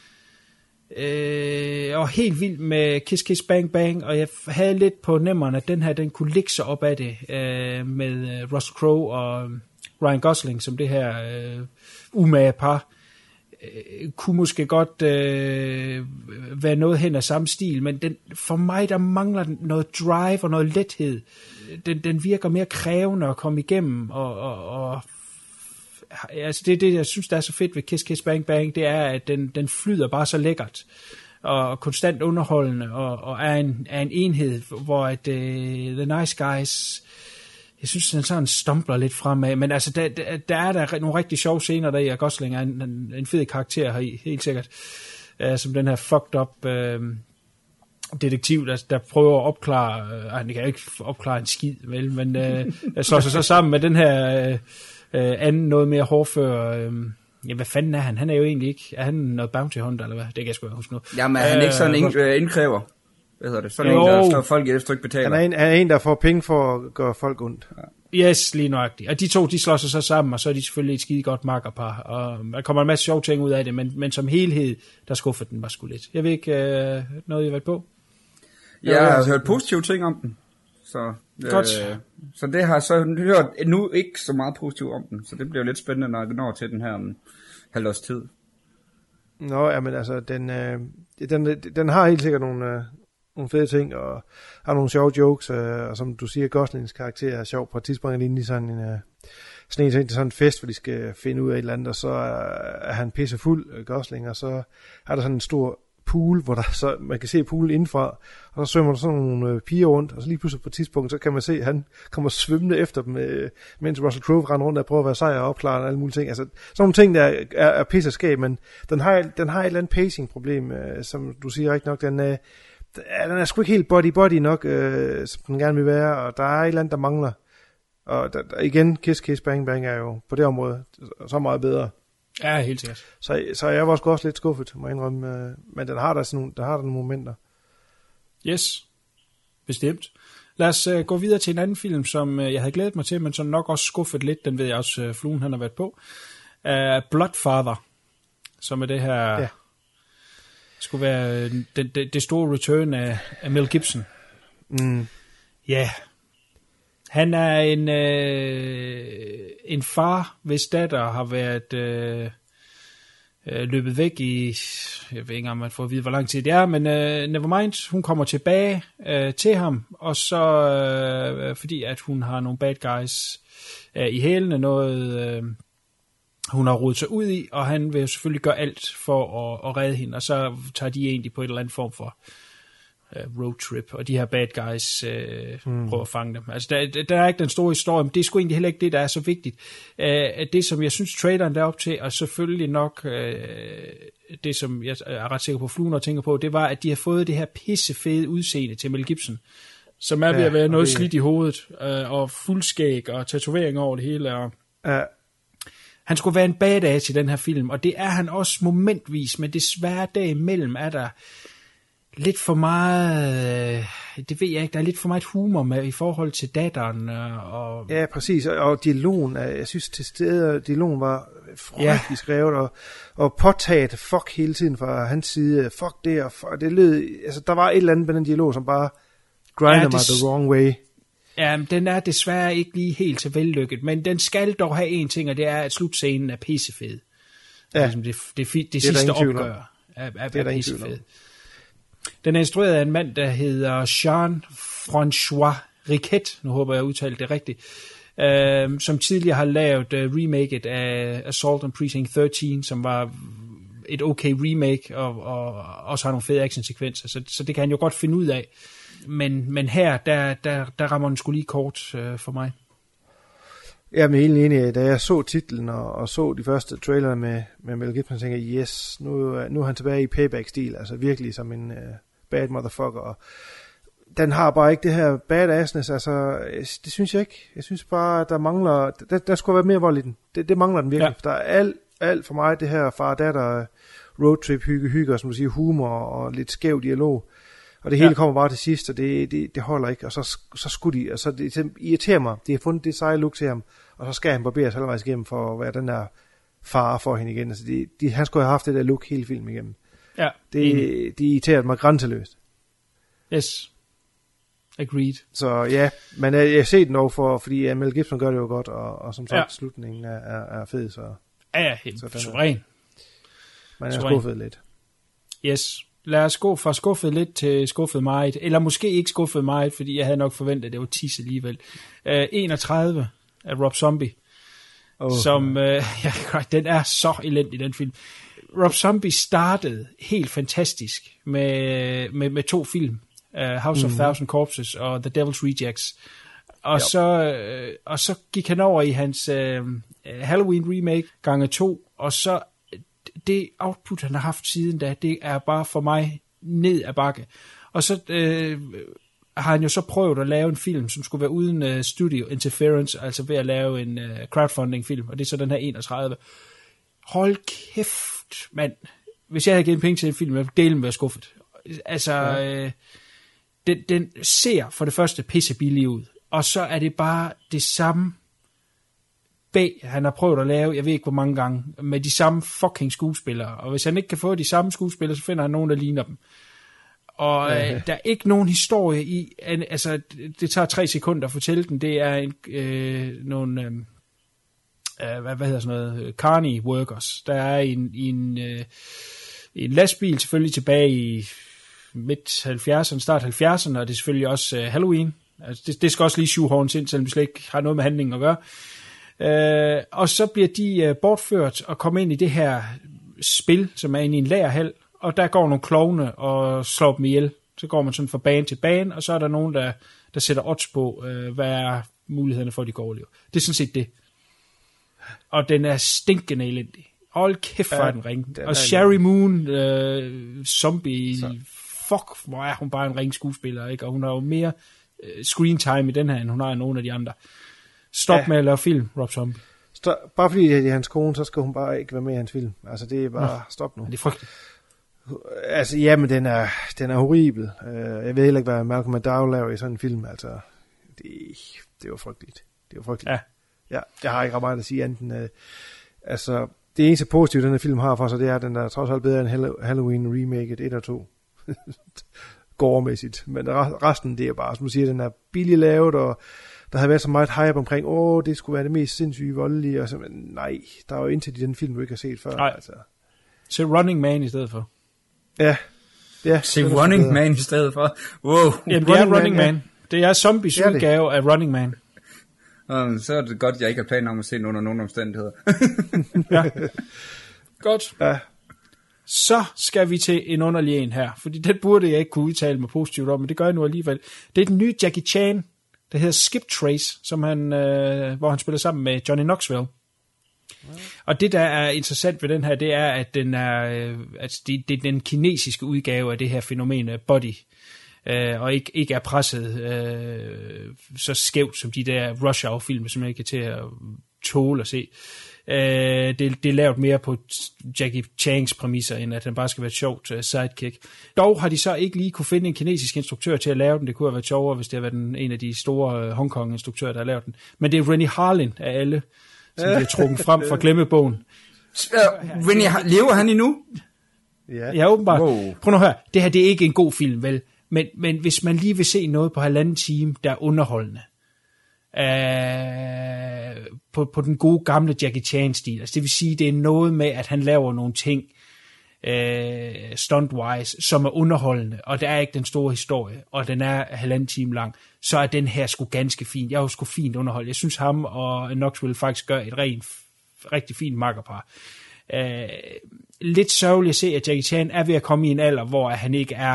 Speaker 8: Øh, og helt vild med Kiss Kiss Bang Bang, og jeg havde lidt på nemmeren, at den her, den kunne ligge sig op af det, øh, med Russell Crowe og Ryan Gosling, som det her øh, umage par, øh, kunne måske godt øh, være noget hen af samme stil, men den, for mig, der mangler noget drive og noget lethed. Den, den virker mere krævende at komme igennem, og, og, og altså det, det, jeg synes, der er så fedt ved Kiss Kiss Bang Bang, det er, at den, den flyder bare så lækkert, og konstant underholdende, og, og er, en, er en enhed, hvor at, uh, The Nice Guys, jeg synes, den sådan stumbler lidt fremad, men altså, der, der, der er der nogle rigtig sjove scener der i, og Gosling er en, en, en fed karakter heri, helt sikkert, uh, som den her fucked up uh, detektiv, der, der prøver at opklare, uh, han kan jo ikke opklare en skid, vel, men uh, slår sig så sammen med den her... Uh, Uh, anden noget mere hårdfør. Uh, ja, hvad fanden er han? Han er jo egentlig ikke... Er han noget bounty hunter, eller hvad? Det kan jeg sgu ikke huske nu.
Speaker 9: Jamen, er han uh, ikke sådan en uh, indkræver? Hvad hedder det? Sådan jo. En, der slår folk i, efter ikke betaler.
Speaker 10: Han er en, er en, der får penge for at gøre folk ondt.
Speaker 8: Ja. Yes, lige nøjagtigt. Og de to, de slår sig så sammen, og så er de selvfølgelig et skide godt makkerpar. Og der kommer en masse sjove ting ud af det, men, men som helhed, der skuffer den bare sgu lidt. Jeg ved ikke, uh, noget I har været på?
Speaker 9: Ja, jeg har hørt positive ting om den. Så,
Speaker 8: godt.
Speaker 9: Øh, så det har jeg så hørt nu ikke så meget positivt om den, så det bliver lidt spændende, når jeg når til den her um, halvårs tid.
Speaker 10: Nå, ja, men altså, den, øh, den, den har helt sikkert nogle, øh, nogle fede ting, og har nogle sjove jokes, øh, og som du siger, Goslings karakter er sjov. På et tidspunkt er lige sådan en, øh, sådan en ting til sådan en fest, hvor de skal finde ud af et eller andet, og så er, er han pissefuld, øh, Gosling, og så er der sådan en stor pool, hvor der så, man kan se poolen indenfra, og så svømmer der sådan nogle øh, piger rundt, og så lige pludselig på et tidspunkt, så kan man se, at han kommer svømmende efter dem, øh, mens Russell Crowe render rundt og prøver at være sej og opklare og alle mulige ting. Altså, sådan nogle ting, der er, er, er pisseskab, men den har, den har et eller andet pacing-problem, øh, som du siger rigtig nok, den, øh, den er sgu ikke helt body-body nok, øh, som den gerne vil være, og der er et eller andet, der mangler. Og der, der, igen, Kiss Kiss Bang Bang er jo på det område så meget bedre.
Speaker 8: Ja, helt sikkert.
Speaker 10: Så, så jeg var også lidt skuffet, må jeg indrømme, men den har der sådan nogle, der har der nogle momenter.
Speaker 8: Yes, bestemt. Lad os uh, gå videre til en anden film, som uh, jeg havde glædet mig til, men som nok også skuffet lidt, den ved jeg også, uh, Fluen han har været på. Uh, Bloodfather, som er det her, ja. skulle være uh, det, det, det store return af, af Mel Gibson.
Speaker 10: Mm.
Speaker 8: Ja, Han er en, øh, en far, hvis datter har været øh, øh, løbet væk i, jeg ved ikke om man får at vide, hvor lang tid det er, men øh, nevermind, hun kommer tilbage øh, til ham, og så øh, fordi at hun har nogle bad guys øh, i hælene, noget øh, hun har rodet sig ud i, og han vil selvfølgelig gøre alt for at, at redde hende, og så tager de egentlig på et eller andet form for roadtrip, og de her bad guys øh, mm. prøver at fange dem. Altså, der, der er ikke den store historie, men det er sgu egentlig heller ikke det, der er så vigtigt. Øh, det, som jeg synes, traileren der op til, og selvfølgelig nok øh, det, som jeg er ret sikker på, fluen og tænker på, det var, at de har fået det her pissefede udseende til Mel Gibson, som er ved at være ja, noget det... slidt i hovedet, øh, og fuldskæg, og tatoveringer over det hele, og
Speaker 10: ja. Han
Speaker 8: skulle være en badass i den her film, og det er han også momentvis, men desværre derimellem er der lidt for meget, det ved jeg ikke, der er lidt for meget humor med i forhold til datteren. Og...
Speaker 10: Ja, præcis, og dialogen, jeg synes til stede, dialogen var frygtelig ja. skrevet, og, og påtaget fuck hele tiden fra hans side, fuck det, og fuck, det lød, altså der var et eller andet med den dialog, som bare grinder ja, det... mig the wrong way.
Speaker 8: Ja, den er desværre ikke lige helt så vellykket, men den skal dog have en ting, og det er, at slutscenen er pissefed.
Speaker 10: Ja.
Speaker 8: Det, det, det, det, det sidste opgør er, er, er pissefed. Den er instrueret af en mand, der hedder Jean-François Riquet, nu håber jeg udtalte det rigtigt, øh, som tidligere har lavet uh, remaket af Assault on Precinct tretten, som var et okay remake, og, og også har nogle fede actionsekvenser, så, så det kan han jo godt finde ud af. Men, men her, der, der, der rammer den sgu lige kort øh, for mig.
Speaker 10: Jeg er helt enig, da jeg så titlen og, og så de første trailer med, med Mel Gibson, tænkte jeg, yes, nu, nu er han tilbage i payback-stil, altså virkelig som en uh, bad motherfucker, og den har bare ikke det her badassness, altså det synes jeg ikke. Jeg synes bare, der mangler, der, der skulle være mere vold i den. Det, det mangler den virkelig. Ja. Der er alt, alt for mig det her far-datter roadtrip, hygge, hygge, og som du siger, humor og lidt skæv dialog. Og det hele ja. kommer bare til sidst, og det, det, det holder ikke, og så, så skulle de, og så det irriterer mig, de har fundet det seje look til ham, og så skal han barberes halvvejs igennem for at være den der far for hende igen. Altså de, de, han skulle have haft det der look hele filmen igennem.
Speaker 8: Ja.
Speaker 10: Det, det irriterer mig grænseløst.
Speaker 8: Yes. Agreed.
Speaker 10: Så ja, men jeg, jeg ser den over for, fordi ja, Mel Gibson gør det jo godt, og, og som sagt, ja. slutningen er, er, er fed, så...
Speaker 8: Ja, ja, helt suveræn.
Speaker 10: Man er skuffet lidt.
Speaker 8: Yes. Lad os gå fra skuffet lidt til skuffet meget, eller måske ikke skuffet meget, fordi jeg havde nok forventet, at det var tis alligevel. Uh, enogtredive af Rob Zombie, oh, som, uh, ja, den er så elendig, den film. Rob Zombie startede helt fantastisk med, med, med to film, uh, House mm-hmm. of Thousand Corpses og The Devil's Rejects, og, yep. så, uh, og så gik han over i hans uh, Halloween remake gange to, og så det output, han har haft siden da, det er bare for mig ned ad bakke. Og så øh, har han jo så prøvet at lave en film, som skulle være uden uh, studio interference, altså ved at lave en uh, crowdfunding-film, og det er så den her enogtredive. Hold kæft, mand. Hvis jeg havde givet penge til en film, jeg ville dele med være skuffet. Altså, ja. øh, den, den ser for det første pissebillig ud, og så er det bare det samme bag, han har prøvet at lave, jeg ved ikke hvor mange gange, med de samme fucking skuespillere. Og hvis han ikke kan få de samme skuespillere, så finder han nogen, der ligner dem. Og ja. øh, der er ikke nogen historie i, altså det tager tre sekunder at fortælle den, det er en, øh, nogle, øh, hvad, hvad hedder sådan noget, carny workers, der er i en, i en, øh, en lastbil selvfølgelig tilbage i midt halvfjerdserne, start halvfjerdserne, og det er selvfølgelig også øh, Halloween. Altså, det, det skal også lige shoehorns ind, selvom vi slet ikke har noget med handlingen at gøre. Uh, og så bliver de uh, bortført og kommer ind i det her spil, som er inde i en lagerhal, og der går nogle klovne og slår dem ihjel. Så går man sådan fra bane til bane, og så er der nogen, der, der sætter odds på, uh, hvad er mulighederne for, at de går overlever. Det er sådan set det. Og den er stinkende elendig. Hold kæft, hvor er den ring. Og Sherry Moon, uh, zombie, så. Fuck, hvor er hun bare en ring skuespiller, ikke? Og hun har jo mere uh, screen time i den her, end hun har i nogle af de andre. Stop ja. med at lave film, Rob Zombie.
Speaker 10: Stop. Bare fordi det er hans kone, så skal hun bare ikke være med i hans film. Altså, det er bare, Nå, stop nu.
Speaker 8: Det er frygteligt.
Speaker 10: Altså, jamen, den er, den er horribel. Uh, jeg ved heller ikke, hvad Malcolm McDowell laver i sådan en film. Altså, det, det var frygteligt. Det var frygteligt. Ja. Ja, jeg har ikke ret meget at sige andet end, uh, altså, det eneste positive, den her film har for sig, det er, at den er trods alt bedre end Halloween remake et og to. Gårdmæssigt. Men resten, det er bare, som du siger, den er billigt lavet, og der havde været så meget hype omkring, åh, det skulle være det mest sindssyge voldelige, og så, men nej, der er jo indtil i den film, du ikke har set før.
Speaker 8: Nej, altså. Se Running Man i stedet for.
Speaker 10: Ja. ja
Speaker 9: Se Running Man i stedet for. Wow.
Speaker 8: Jamen, det er Running Man. Man. Det er zombies det er udgave af Running Man.
Speaker 9: Um, så er det godt, jeg ikke har planer om at se den under nogen omstændigheder.
Speaker 8: Ja. Godt.
Speaker 10: Ja.
Speaker 8: Så skal vi til en underlig en her, fordi den burde jeg ikke kunne udtale mig positivt om, men det gør jeg nu alligevel. Det er den nye Jackie Chan, der hedder Skip Trace, som han, øh, hvor han spiller sammen med Johnny Knoxville. Ja. Og det, der er interessant ved den her, det er, at den er, øh, altså det, det er den kinesiske udgave af det her fænomen Body, øh, og ikke, ikke er presset øh, så skævt som de der Rush Hour-film, som jeg ikke kan til at tåle at se. Uh, det, det er lavet mere på Jackie Chans præmisser, end at han bare skal være et sjovt uh, sidekick. Dog har de så ikke lige kunne finde en kinesisk instruktør til at lave den. Det kunne have været sjovere, hvis det havde været den, en af de store uh, Hongkong-instruktører, der har lavet den. Men det er Rennie Harlin af alle, som bliver trukket frem fra glemmebogen.
Speaker 9: Uh, Rennie, lever han endnu?
Speaker 10: Ja,
Speaker 8: ja åbenbart.
Speaker 9: Wow.
Speaker 8: Prøv nu at høre, det her det er ikke en god film, vel? Men, men hvis man lige vil se noget på halvanden time, der er underholdende, Uh, på, på den gode gamle Jackie Chan-stil. Altså, det vil sige, det er noget med, at han laver nogle ting uh, stunt-wise, som er underholdende, og der er ikke den store historie, og den er halvanden time lang, så er den her sgu ganske fin. Jeg er jo sgu fint underholdt. Jeg synes, ham og Knoxville faktisk gør et rent, rigtig fint makkerpar. Uh, lidt sørgeligt at se, at Jackie Chan er ved at komme i en alder, hvor han ikke er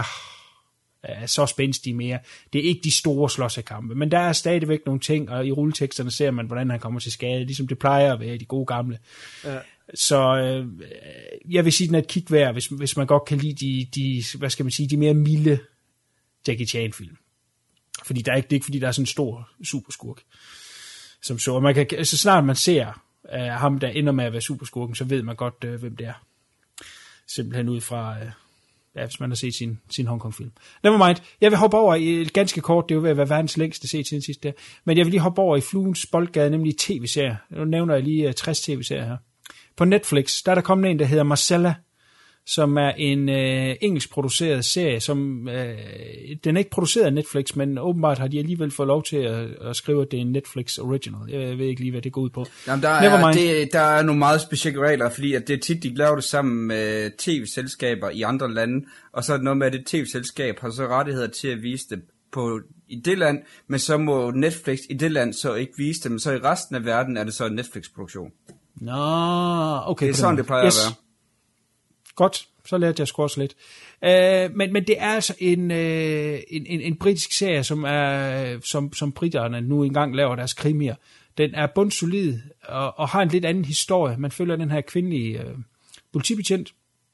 Speaker 8: så spændstige mere. Det er ikke de store slåssekampe, men der er stadigvæk nogle ting, og i rulleteksterne ser man, hvordan han kommer til skade, ligesom det plejer at være i de gode gamle. Ja. Så øh, jeg vil sige, den er et kig værd, hvis, hvis man godt kan lide de, de, hvad skal man sige, de mere milde Jackie Chan-film. Fordi der er ikke, det er ikke, fordi der er sådan en stor superskurk, som så. Og man kan, så snart man ser øh, ham, der ender med at være superskurken, så ved man godt, øh, hvem det er. Simpelthen ud fra... Øh, Ja, hvis man har set sin, sin Hongkong-film. Nevermind. Jeg vil hoppe over i ganske kort, det er jo ved at være verdens længste set siden sidst der. Men jeg vil lige hoppe over i Fluens Boldgade, nemlig tv-serier. Nu nævner jeg lige tres tv-serier her. På Netflix, der er der kommet en, der hedder Marcella, som er en øh, engelsk produceret serie, som øh, den er ikke produceret af Netflix, men åbenbart har de alligevel fået lov til at, at skrive, at det er en Netflix original. Jeg ved ikke lige, hvad det går ud på.
Speaker 9: Jamen, der, er, det, der er nogle meget specielle regler, fordi at det er tit, de laver det sammen med tv-selskaber i andre lande, og så er det noget med, at det tv-selskab har så rettigheder til at vise det på, i det land, men så må Netflix i det land så ikke vise det, men så i resten af verden er det så en Netflix-produktion.
Speaker 8: Nå, okay.
Speaker 9: Det er sådan, det plejer yes. at være.
Speaker 8: Godt, så lærte jeg sgu også lidt. Uh, men, men det er altså en, uh, en, en, en britisk serie, som er som, som briterne nu engang laver deres krimier. Den er bundsolid og, og har en lidt anden historie. Man følger den her kvindelige uh, politibetjent,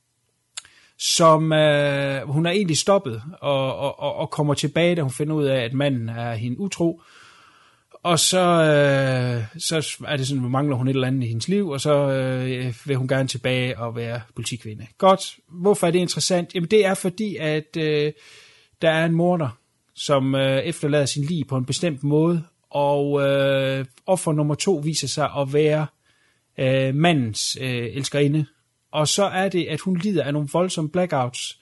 Speaker 8: som uh, hun er egentlig stoppet og, og, og kommer tilbage, da hun finder ud af, at manden er hende utro. Og så, øh, så er det sådan, at mangler hun et eller andet i hendes liv, og så øh, vil hun gerne tilbage og være politikvinde. Godt. Hvorfor er det interessant? Jamen det er fordi, at øh, der er en morder, som øh, efterlader sin lig på en bestemt måde, og øh, offer nummer to viser sig at være øh, mandens øh, elskerinde. Og så er det, at hun lider af nogle voldsomme blackouts,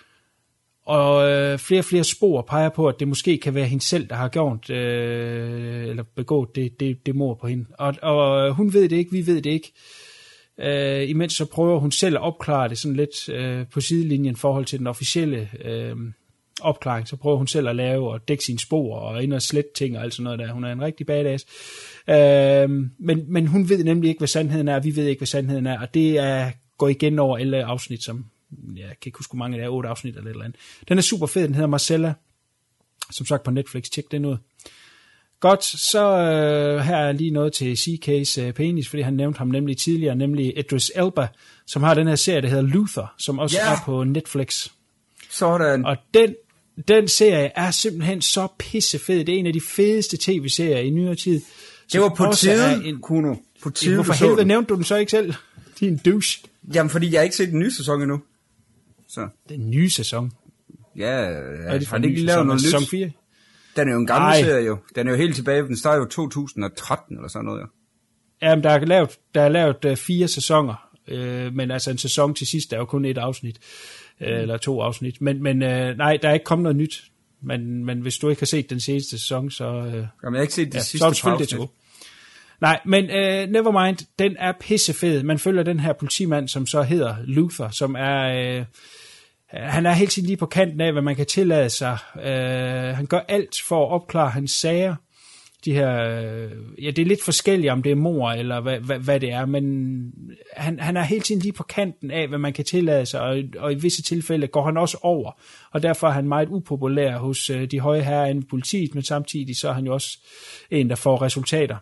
Speaker 8: og øh, flere og flere spor peger på, at det måske kan være hende selv, der har gjort, øh, eller begået det, det, det mord på hende. Og, og hun ved det ikke, vi ved det ikke. Øh, imens så prøver hun selv at opklare det sådan lidt øh, på sidelinjen i forhold til den officielle øh, opklaring. Så prøver hun selv at lave og dække sine spor og ind og slette ting og alt sådan noget der. Hun er en rigtig badass. Øh, men, men hun ved nemlig ikke, hvad sandheden er, vi ved ikke, hvad sandheden er, og det er, går igen over alle afsnit, som jeg kan ikke huske, hvor mange det er, otte afsnit eller et eller andet. Den er super fed, den hedder Marcella, som sagt på Netflix, tjek den ud. Godt, så øh, her er lige noget til C K's øh, penis, fordi han nævnte ham nemlig tidligere, nemlig Idris Elba, som har den her serie, der hedder Luther, som også yeah. er på Netflix.
Speaker 9: Sådan.
Speaker 8: Og den, den serie er simpelthen så pissefed. Det er en af de fedeste tv-serier i nyere tid.
Speaker 9: Det var på tide, en... Kuno. På tide,
Speaker 8: hvorfor helvede nævnte du den så ikke selv? Din douche.
Speaker 9: Jamen, fordi jeg har ikke set den nye sæson endnu. Så.
Speaker 8: Den nye sæson?
Speaker 9: Ja, ja.
Speaker 8: Er det fra har de ikke lavet noget sæson fire?
Speaker 9: Den er jo en gammel Ej. serie jo. Den er jo helt tilbage, den starter jo to tusind og tretten eller sådan noget jo.
Speaker 8: Jamen, der er lavet, der er lavet uh, fire sæsoner, uh, men altså en sæson til sidst, der er jo kun et afsnit, uh, eller to afsnit. Men, men uh, nej, der er ikke kommet noget nyt. Men, men hvis du ikke har set den seneste sæson, så... Øh,
Speaker 9: Jamen, jeg har ikke set de
Speaker 8: ja,
Speaker 9: sidste
Speaker 8: så er det selvfølgelig det. Nej, men øh, nevermind, den er pissefed. Man følger den her politimand, som så hedder Luther, som er... Øh, han er hele tiden lige på kanten af, hvad man kan tillade sig. Øh, han gør alt for at opklare hans sager. De her, ja, det er lidt forskelligt, om det er mord, eller hvad, hvad, hvad det er, men han, han er hele tiden lige på kanten af, hvad man kan tillade sig, og, og i visse tilfælde går han også over, og derfor er han meget upopulær hos de høje herrer inde i politiet, men samtidig så er han jo også en, der får resultater.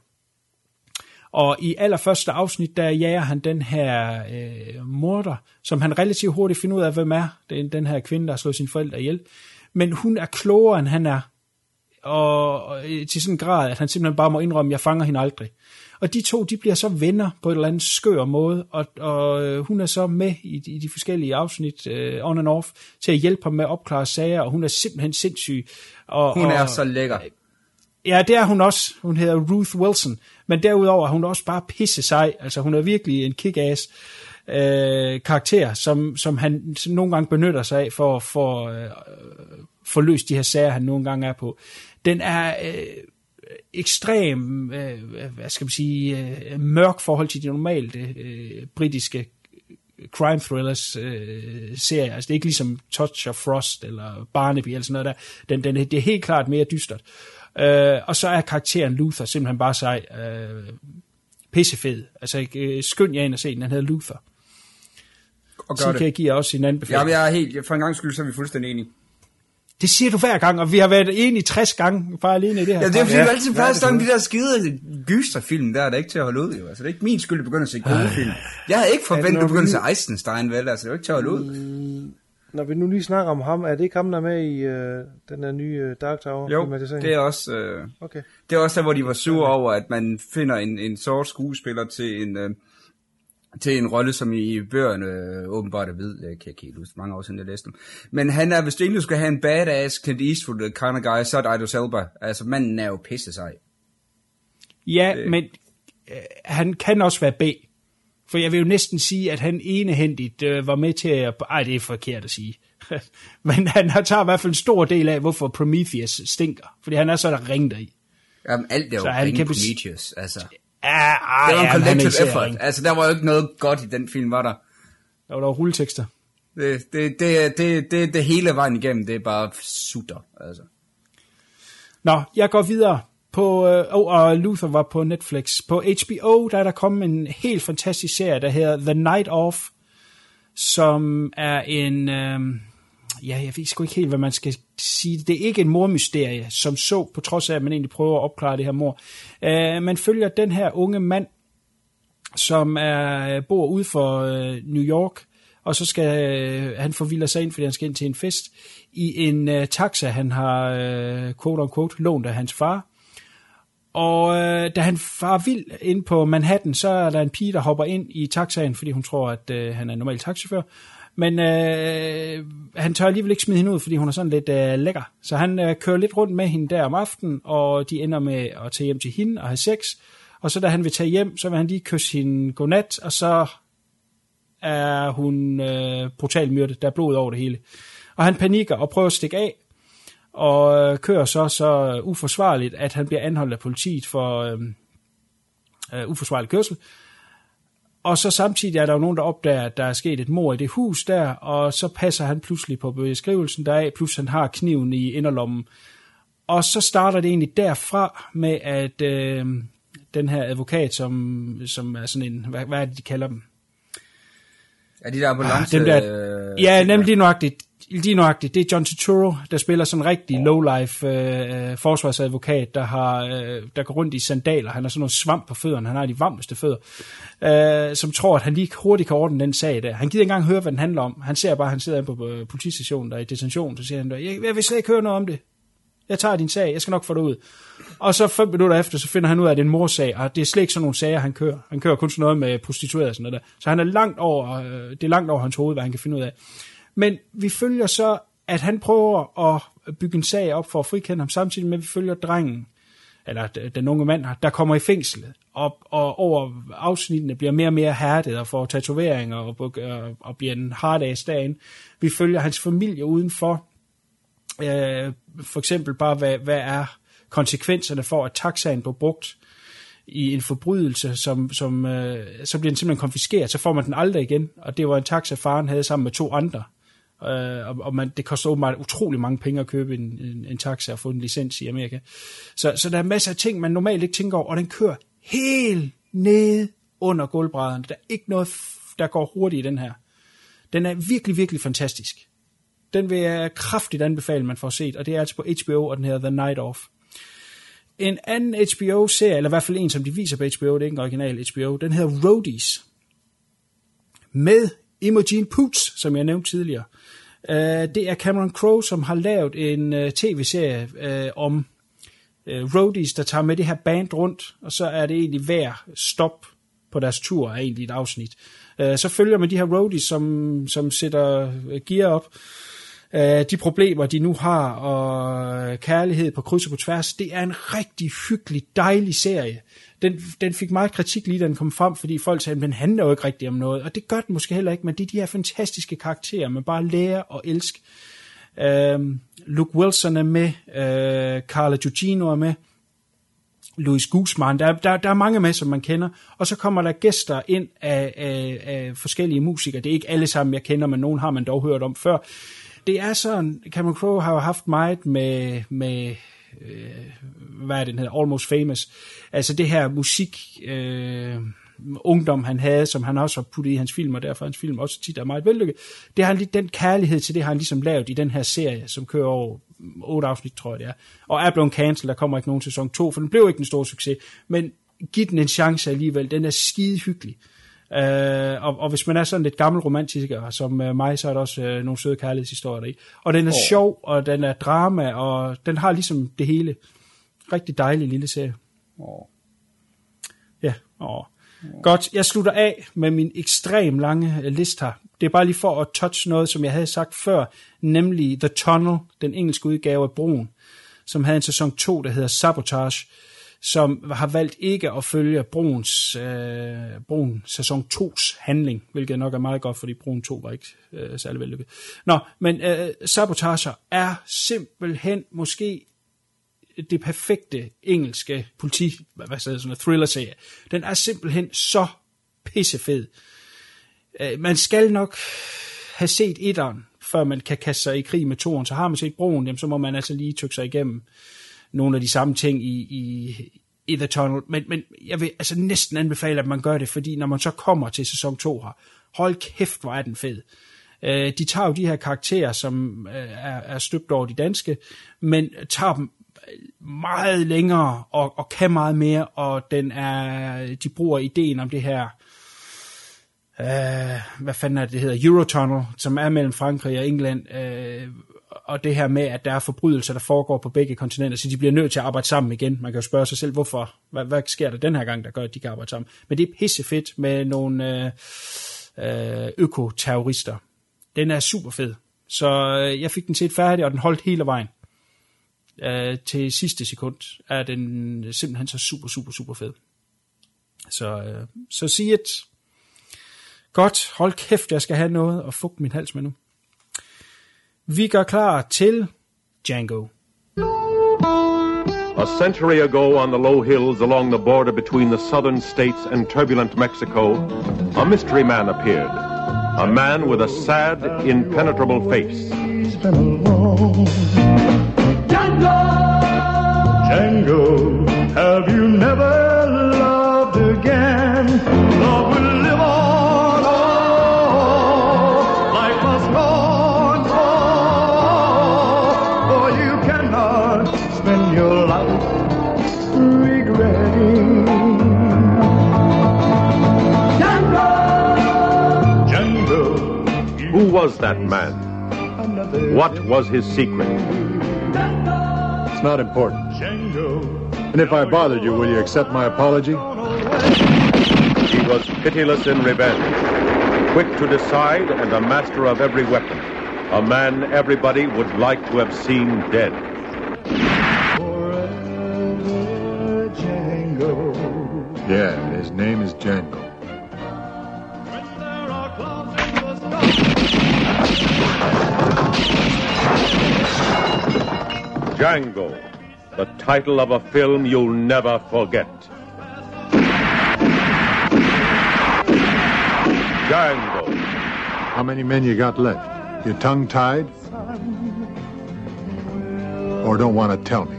Speaker 8: Og i allerførste afsnit, der jager han den her øh, morder, som han relativt hurtigt finder ud af, hvem er. Det er den her kvinde, der har slået sine forældre ihjel. Men hun er klogere, end han er. Og, og til sådan en grad, at han simpelthen bare må indrømme, at jeg fanger hende aldrig. Og de to, de bliver så venner på et eller andet skør måde, og, og hun er så med i, i de forskellige afsnit, uh, on and off, til at hjælpe ham med at opklare sager, og hun er simpelthen sindssyg. Og,
Speaker 9: hun er
Speaker 8: og,
Speaker 9: så lækker.
Speaker 8: Ja, det er hun også. Hun hedder Ruth Wilson. Men derudover er hun også bare pisse sej. Altså, hun er virkelig en kick-ass øh, karakter, som, som han nogle gange benytter sig af for at for, øh, for løst de her sager, han nogle gange er på. Den er øh, ekstrem, øh, hvad skal man sige, øh, mørk forhold til de normale øh, britiske crime thrillers øh, serier. Altså, det er ikke ligesom Touch of Frost eller Barnaby eller sådan noget der. Den, den, det er helt klart mere dystert. Uh, og så er karakteren Luther simpelthen bare sej, uh, pissefed. Altså, uh, skynd jer ind og se den, han hedder Luther.
Speaker 9: Og
Speaker 8: så kan jeg give også en anbefaling.
Speaker 9: Ja, jeg er helt, for en gang skyld, så er vi fuldstændig enige.
Speaker 8: Det siger du hver gang, og vi har været enige tres gange, bare alene i det her.
Speaker 9: Ja, det er fordi, ja. Du altid plejer at stå de der skide gyserfilm, der er der ikke til at holde ud, jo. Altså, det er ikke min skyld, at begynde at se gode film. Jeg havde ikke forventet, at du begyndte at se Eisenstein, vel? Altså, det er jo ikke til at holde ud.
Speaker 10: Når vi nu lige snakker om ham, er det ikke ham, der er med i øh, den der nye øh, Dark Tower?
Speaker 9: Jo, det er også øh,
Speaker 10: okay.
Speaker 9: Det er også der, hvor de var sure over, at man finder en, en sort skuespiller til en, øh, til en rolle, som i bøgerne øh, åbenbart er hvid. Jeg kan ikke helt huske, mange år siden jeg læste dem. Men han er, hvis du egentlig skal have en badass Clint Eastwood kind of guy, så er det Idris Elba. Altså, manden er jo pisse sej.
Speaker 8: Ja, det. men øh, han kan også være B. For jeg vil jo næsten sige, at han enehændigt øh, var med til at... Ej, det er forkert at sige. Men han har taget i hvert fald en stor del af, hvorfor Prometheus stinker. Fordi han er så der ringet i.
Speaker 9: Jamen, alt er jo ringe Prometheus. Altså.
Speaker 8: Ja, ej,
Speaker 9: det var en
Speaker 8: ja,
Speaker 9: collective effort. Ring. Altså, der var jo ikke noget godt i den film, var der?
Speaker 8: Der var der rulletekster.
Speaker 9: Det, det, det, det, det, det hele vejen igennem, det er bare sutter. Altså.
Speaker 8: Nå, jeg går videre. På, øh, og Luther var på Netflix. På H B O, der er der kommet en helt fantastisk serie, der hedder The Night Of, som er en, øh, ja, jeg ved sgu ikke helt, hvad man skal sige. Det er ikke en mordmysterie, som så, på trods af, at man egentlig prøver at opklare det her mord. Øh, man følger den her unge mand, som er, bor ude for øh, New York, og så skal øh, han forvilder sig ind, fordi han skal ind til en fest, i en øh, taxa, han har, øh, quote unquote, lånt af hans far. Og øh, da han farer vild ind på Manhattan, så er der en pige, der hopper ind i taxaen, fordi hun tror, at øh, han er en normal taxichauffør. Men øh, han tør alligevel ikke smide hende ud, fordi hun er sådan lidt øh, lækker. Så han øh, kører lidt rundt med hende der om aftenen, og de ender med at tage hjem til hende og have sex. Og så da han vil tage hjem, så vil han lige kysse hende godnat, og så er hun øh, brutalt myrdet. Der er blod over det hele. Og han panikker og prøver at stikke af, og kører så så uforsvarligt, at han bliver anholdt af politiet for øh, øh, uforsvarlig kørsel. Og så samtidig er der jo nogen, der opdager, at der er sket et mord i det hus der, og så passer han pludselig på beskrivelsen deraf, plus han har kniven i inderlommen. Og så starter det egentlig derfra med, at øh, den her advokat, som, som er sådan en, hvad, hvad er det, de kalder dem?
Speaker 9: Er de der ambulance?
Speaker 8: Ah, der, øh, ja, nemlig nøjagtigt. Lige nøjagtigt, det er John Turturro, der spiller sådan en rigtig low-life øh, forsvarsadvokat, der har øh, der går rundt i sandaler. Han har sådan noget svamp på fødderne, han har de varmeste fødder, øh, som tror, at han lige hurtigt kan ordne den sag der. Han gider ikke engang høre, hvad den handler om. Han ser bare, at han sidder på øh, politistationen, der er i detention, så siger han, jeg, jeg vil slet ikke høre noget om det. Jeg tager din sag, jeg skal nok få det ud. Og så fem minutter efter, så finder han ud af, at det er en morsag, og det er slet ikke sådan nogle sager, han kører. Han kører kun sådan noget med prostituerede og sådan noget der. Så han er langt over, øh, det er langt over hans hoved, hvad han kan finde ud af. Men vi følger så, at han prøver at bygge en sag op for at frikende ham, samtidig med, at vi følger drengen, eller den unge mand, der kommer i fængsel, og, og over afsnittene bliver mere og mere hærdet, og får tatoveringer, og, og, og bliver en hard ass derinde. Vi følger hans familie udenfor, Øh, for eksempel bare, hvad, hvad er konsekvenserne for, at taxaen blev brugt i en forbrydelse, som, som øh, så bliver den simpelthen konfiskeret, så får man den aldrig igen, og det var en taxa, faren havde sammen med to andre, øh, og, og man, det koster åbenbart utrolig mange penge at købe en, en, en taxa og få en licens i Amerika. Så, så der er masser af ting, man normalt ikke tænker over, og den kører helt ned under gulvbrædderne. Der er ikke noget, der går hurtigt i den her. Den er virkelig, virkelig fantastisk. Den vil jeg kraftigt anbefale, man får set, og det er altså på H B O, og den hedder The Night Of. En anden H B O-serie, eller i hvert fald en, som de viser på H B O, det er ikke en original H B O, den hedder Roadies. Med Imogen Poots, som jeg nævnte tidligere. Uh, det er Cameron Crowe, som har lavet en uh, tv-serie uh, om uh, roadies, der tager med det her band rundt, og så er det egentlig hver stop på deres tur, er egentlig et afsnit. Uh, så følger man de her roadies, som, som sætter gear op, de problemer, de nu har, og kærlighed på kryds og på tværs. Det er en rigtig hyggelig, dejlig serie. Den, den fik meget kritik lige, da den kom frem, fordi folk sagde, at den handler jo ikke rigtig om noget, og det gør den måske heller ikke, men det er de her fantastiske karakterer, man bare lærer at elske. Uh, Luke Wilson er med, uh, Carla Gugino er med, Louis Guzman, der, der, der er mange med, som man kender, og så kommer der gæster ind af, af, af forskellige musikere. Det er ikke alle sammen, jeg kender, men nogen har man dog hørt om før. Det er sådan, Cameron Crowe har jo haft meget med, med øh, hvad er det, den hedder, Almost Famous, altså det her musik, øh, ungdom han havde, som han også har puttet i hans film, og derfor hans film også tit er meget vellykket. Det har han, den kærlighed til det har han ligesom lavet i den her serie, som kører over otte afsnit, tror jeg det er, og er blevet cancelled, der kommer ikke nogen sæson to, for den blev ikke en stor succes, men giv den en chance alligevel, den er skide hyggelig. Uh, og, og hvis man er sådan lidt gammel romantiker som uh, mig, så er der også uh, nogle søde kærlighedshistorier deri. Og den er oh. sjov, og den er drama, og den har ligesom det hele. Rigtig dejlig lille serie.
Speaker 9: Oh.
Speaker 8: Ja, oh. Oh. Godt, jeg slutter af med min ekstrem lange uh, liste her. Det er bare lige for at touch noget, som jeg havde sagt før, nemlig The Tunnel, den engelske udgave af Broen, som havde en sæson to, der hedder Sabotage, som har valgt ikke at følge Broens, øh, Broen sæson tos handling, hvilket nok er meget godt, fordi Broen to var ikke øh, særlig vellykket. Nå, men øh, Sabotage er simpelthen måske det perfekte engelske politi, hvad så sådan en thriller-serie. Den er simpelthen så pissefed. Øh, man skal nok have set etteren, før man kan kaste sig i krig med toeren. Så har man set Broen, jamen, så må man altså lige tykke sig igennem nogle af de samme ting i, i, i The Tunnel, men, men jeg vil altså næsten anbefale, at man gør det, fordi når man så kommer til sæson to her, hold kæft, hvor er den fed. Uh, de tager jo de her karakterer, som uh, er, er støbt over de danske, men tager dem meget længere, og, og kan meget mere, og den er, de bruger ideen om det her, uh, hvad fanden er det, det hedder, Eurotunnel, som er mellem Frankrig og England, uh, og det her med, at der er forbrydelser, der foregår på begge kontinenter, så de bliver nødt til at arbejde sammen igen. Man kan jo spørge sig selv, hvorfor, hvad, hvad sker der den her gang, der gør, at de kan arbejde sammen. Men det er pissefedt med nogle øh, økoterrorister. Den er super fed. Så øh, jeg fik den set færdig, og den holdt hele vejen. Øh, til sidste sekund er den simpelthen så super, super, super fed. Så, øh, så sig et godt, hold kæft, jeg skal have noget at fugte min hals med nu. Vi går klar til Django.
Speaker 11: A century ago on the low hills along the border between the southern states and turbulent Mexico, a mystery man appeared. A man with a sad, impenetrable face.
Speaker 1: Django! Django, have you never loved again? Love will live on, oh, life must go on, oh, for you cannot spend your life regretting. Django! Django!
Speaker 11: Who was that man? What was his secret?
Speaker 12: It's not important. And if I bothered you, will you accept my apology?
Speaker 11: He was pitiless in revenge, quick to decide and a master of every weapon. A man everybody would like to have seen dead.
Speaker 12: Yeah, his name is Django.
Speaker 11: Django, the title of a film you'll never forget. Django.
Speaker 12: How many men you got left? You tongue-tied? Or don't want to tell me?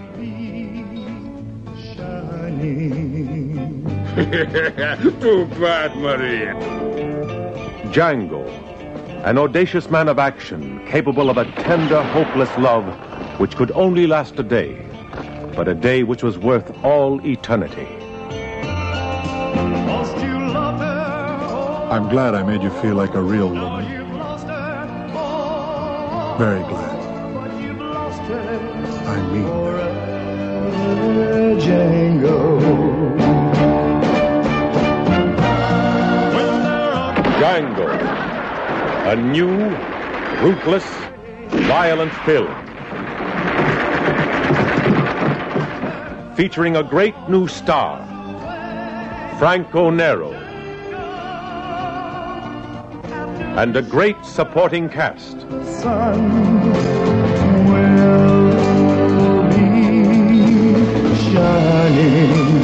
Speaker 11: Too bad, Maria. Django, an audacious man of action, capable of a tender, hopeless love, which could only last a day, but a day which was worth all eternity.
Speaker 12: I'm glad I made you feel like a real woman. Very glad. I mean
Speaker 1: Django.
Speaker 11: Django, a new, ruthless, violent film. Featuring a great new star, Franco Nero. And a great supporting cast.
Speaker 1: Sun will be shining.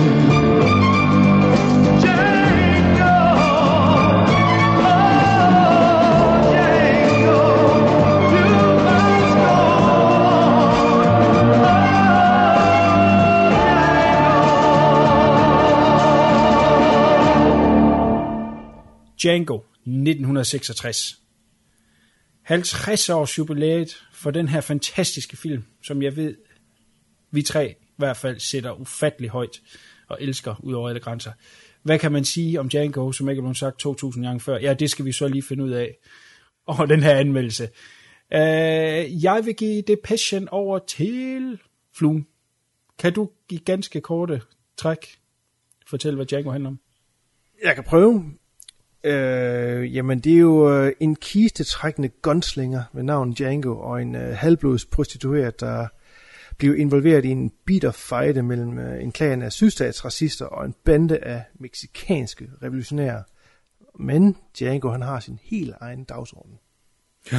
Speaker 8: Django, nitten seksogtres. halvtreds års jubilæet for den her fantastiske film, som jeg ved, vi tre i hvert fald sætter ufattelig højt og elsker ud over alle grænser. Hvad kan man sige om Django, som ikke er blevet sagt to tusind gange før? Ja, det skal vi så lige finde ud af over den her anmeldelse. Uh, jeg vil give Depechen over til Fluen. Kan du give ganske korte træk fortælle, hvad Django handler om?
Speaker 10: Jeg kan prøve. Øh, jamen det er jo øh, en kistetrækkende gunslinger ved navn Django og en øh, halvblods prostitueret, der bliver involveret i en bitter fejde mellem øh, en klan af sydstatsracister og en bande af meksikanske revolutionære. Men Django, han har sin helt egen dagsorden.
Speaker 8: Ja.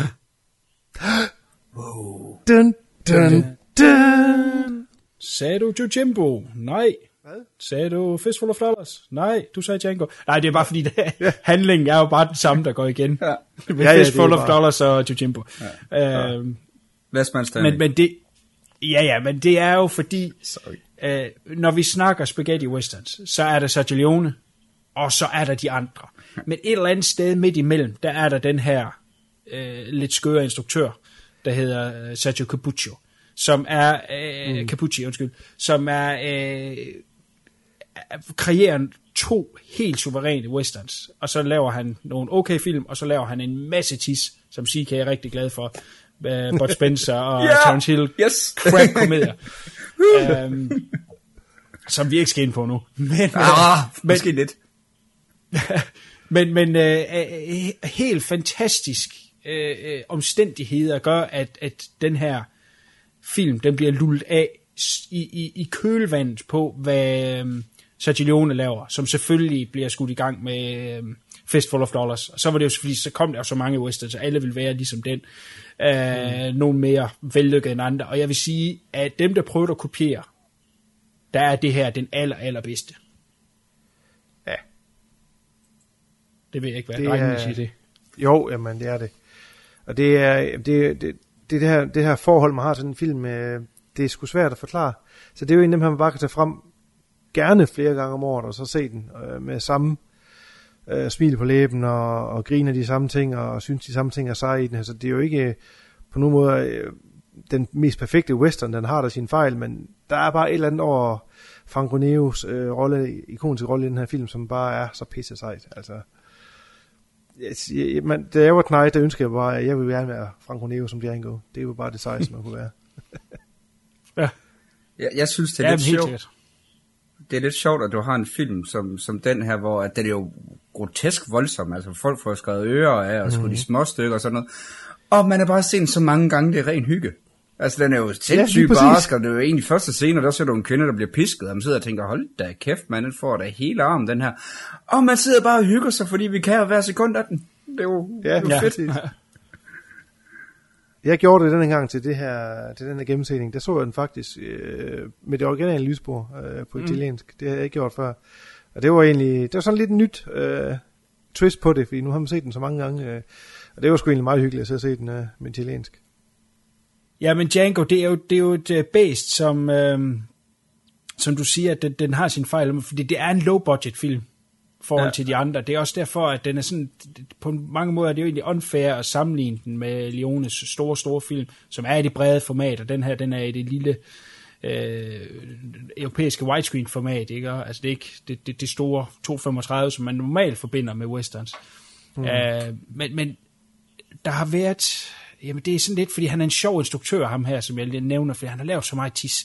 Speaker 10: Wow. Dun, dun, dun.
Speaker 8: Sagde du Jojimbo? Nej.
Speaker 10: Hvad?
Speaker 8: Sagde du Fistful of Dollars? Nej, du sagde Django. Nej, det er bare fordi, det, ja. handlingen er jo bare den samme, der går igen. Ja. Med ja, ja, Fistful of bare... Dollars og Jojimbo. Ja. Øhm, men, men det, ja, ja, men det er jo fordi, øh, når vi snakker spaghetti westerns, så er der Sergio Leone, og så er der de andre. Men et eller andet sted midt imellem, der er der den her øh, lidt skøre instruktør, der hedder Sergio Corbucci, som er øh, mm. Capucci, undskyld, som er øh, kreerer to helt suveræne westerns, og så laver han nogle okay film, og så laver han en masse tis, som C K er rigtig glad for, uh, Bud Spencer og yeah, Terence Hill,
Speaker 9: yes.
Speaker 8: crap komedier, um, som vi ikke skal ind på nu. Men,
Speaker 9: ah,
Speaker 8: uh, men,
Speaker 9: måske lidt.
Speaker 8: men, men uh, helt fantastisk uh, omstændigheder gør, at, at den her film, den bliver lullet af i, i, i kølvandet på, hvad um, Sergio Leone laver, som selvfølgelig bliver skudt i gang med um, Fistful of Dollars. Og så var det jo selvfølgelig, så kom der jo så mange westerns, så alle vil være ligesom den. Uh, mm. Nogle mere vellykkede end andre. Og jeg vil sige, at dem, der prøver at kopiere, der er det her den aller, allerbedste.
Speaker 10: Ja.
Speaker 8: Det ved jeg ikke, hvad drengen vil sige det.
Speaker 10: Jo, jamen det er det. Og det er det, det, det, det, her, det her forhold, man har til den film, det er sgu svært at forklare. Så det er jo en af dem, man bare kan tage frem gerne flere gange om året, og så se den øh, med samme øh, smil på læben, og, og grine af de samme ting, og synes de samme ting er seje i den. Altså, det er jo ikke øh, på nogen måde øh, den mest perfekte western, den har der sine fejl, men der er bare et eller andet over Franco Neros øh, rolle, ikoniske rolle i den her film, som bare er så pisse sejt. Altså, jeg, man, da jeg var knægt, der ønskede jeg bare, at jeg ville gerne være Franco Nero som Django. Det er jo bare det sejeste, man kunne være.
Speaker 9: Ja. Jeg, jeg synes, det er ja, lidt sjovt. Sikkert. Det er lidt sjovt, at du har en film som, som den her, hvor at det er jo grotesk voldsom. Altså folk får skrevet ører af, og skudt mm-hmm. de små stykker og sådan noget. Og man har bare set så mange gange, det er ren hygge. Altså den er jo sindssygt ja, barsk, og det er jo egentlig første scene, og der ser du en kvinde, der bliver pisket, og man sidder og tænker, hold da kæft, man, den får da hele armen, den her. Og man sidder bare og hygger sig, fordi vi kan jo hver sekund af den. Det er jo,
Speaker 10: ja,
Speaker 9: det er jo
Speaker 10: ja,
Speaker 9: fedt.
Speaker 10: Jeg gjorde det denne gang til, det her, til den her gennemsætning. Der så jeg den faktisk øh, med det originale lysspor øh, på mm. italiensk. Det har jeg ikke gjort før. Og det var egentlig, det var sådan lidt nyt øh, twist på det, fordi nu har man set den så mange gange. Øh, og det var sgu egentlig meget hyggeligt at se den øh, med italiensk.
Speaker 8: Ja, men Django, det er jo, det er jo et uh, bæst, som, øh, som du siger, at den, den har sin fejl, fordi det er en low-budget film i forhold ja. til de andre. Det er også derfor, at den er sådan, på mange måder er det jo egentlig unfair at sammenligne den med Leones store, store film, som er i det brede format, og den her, den er i det lille øh, europæiske widescreen format, ikke? Altså det er ikke det, det, det store to femogtredive, som man normalt forbinder med westerns. Mm. Uh, men, men der har været... Jamen det er sådan lidt, fordi han er en sjov instruktør, ham her, som jeg nævner, fordi han har lavet så meget tis.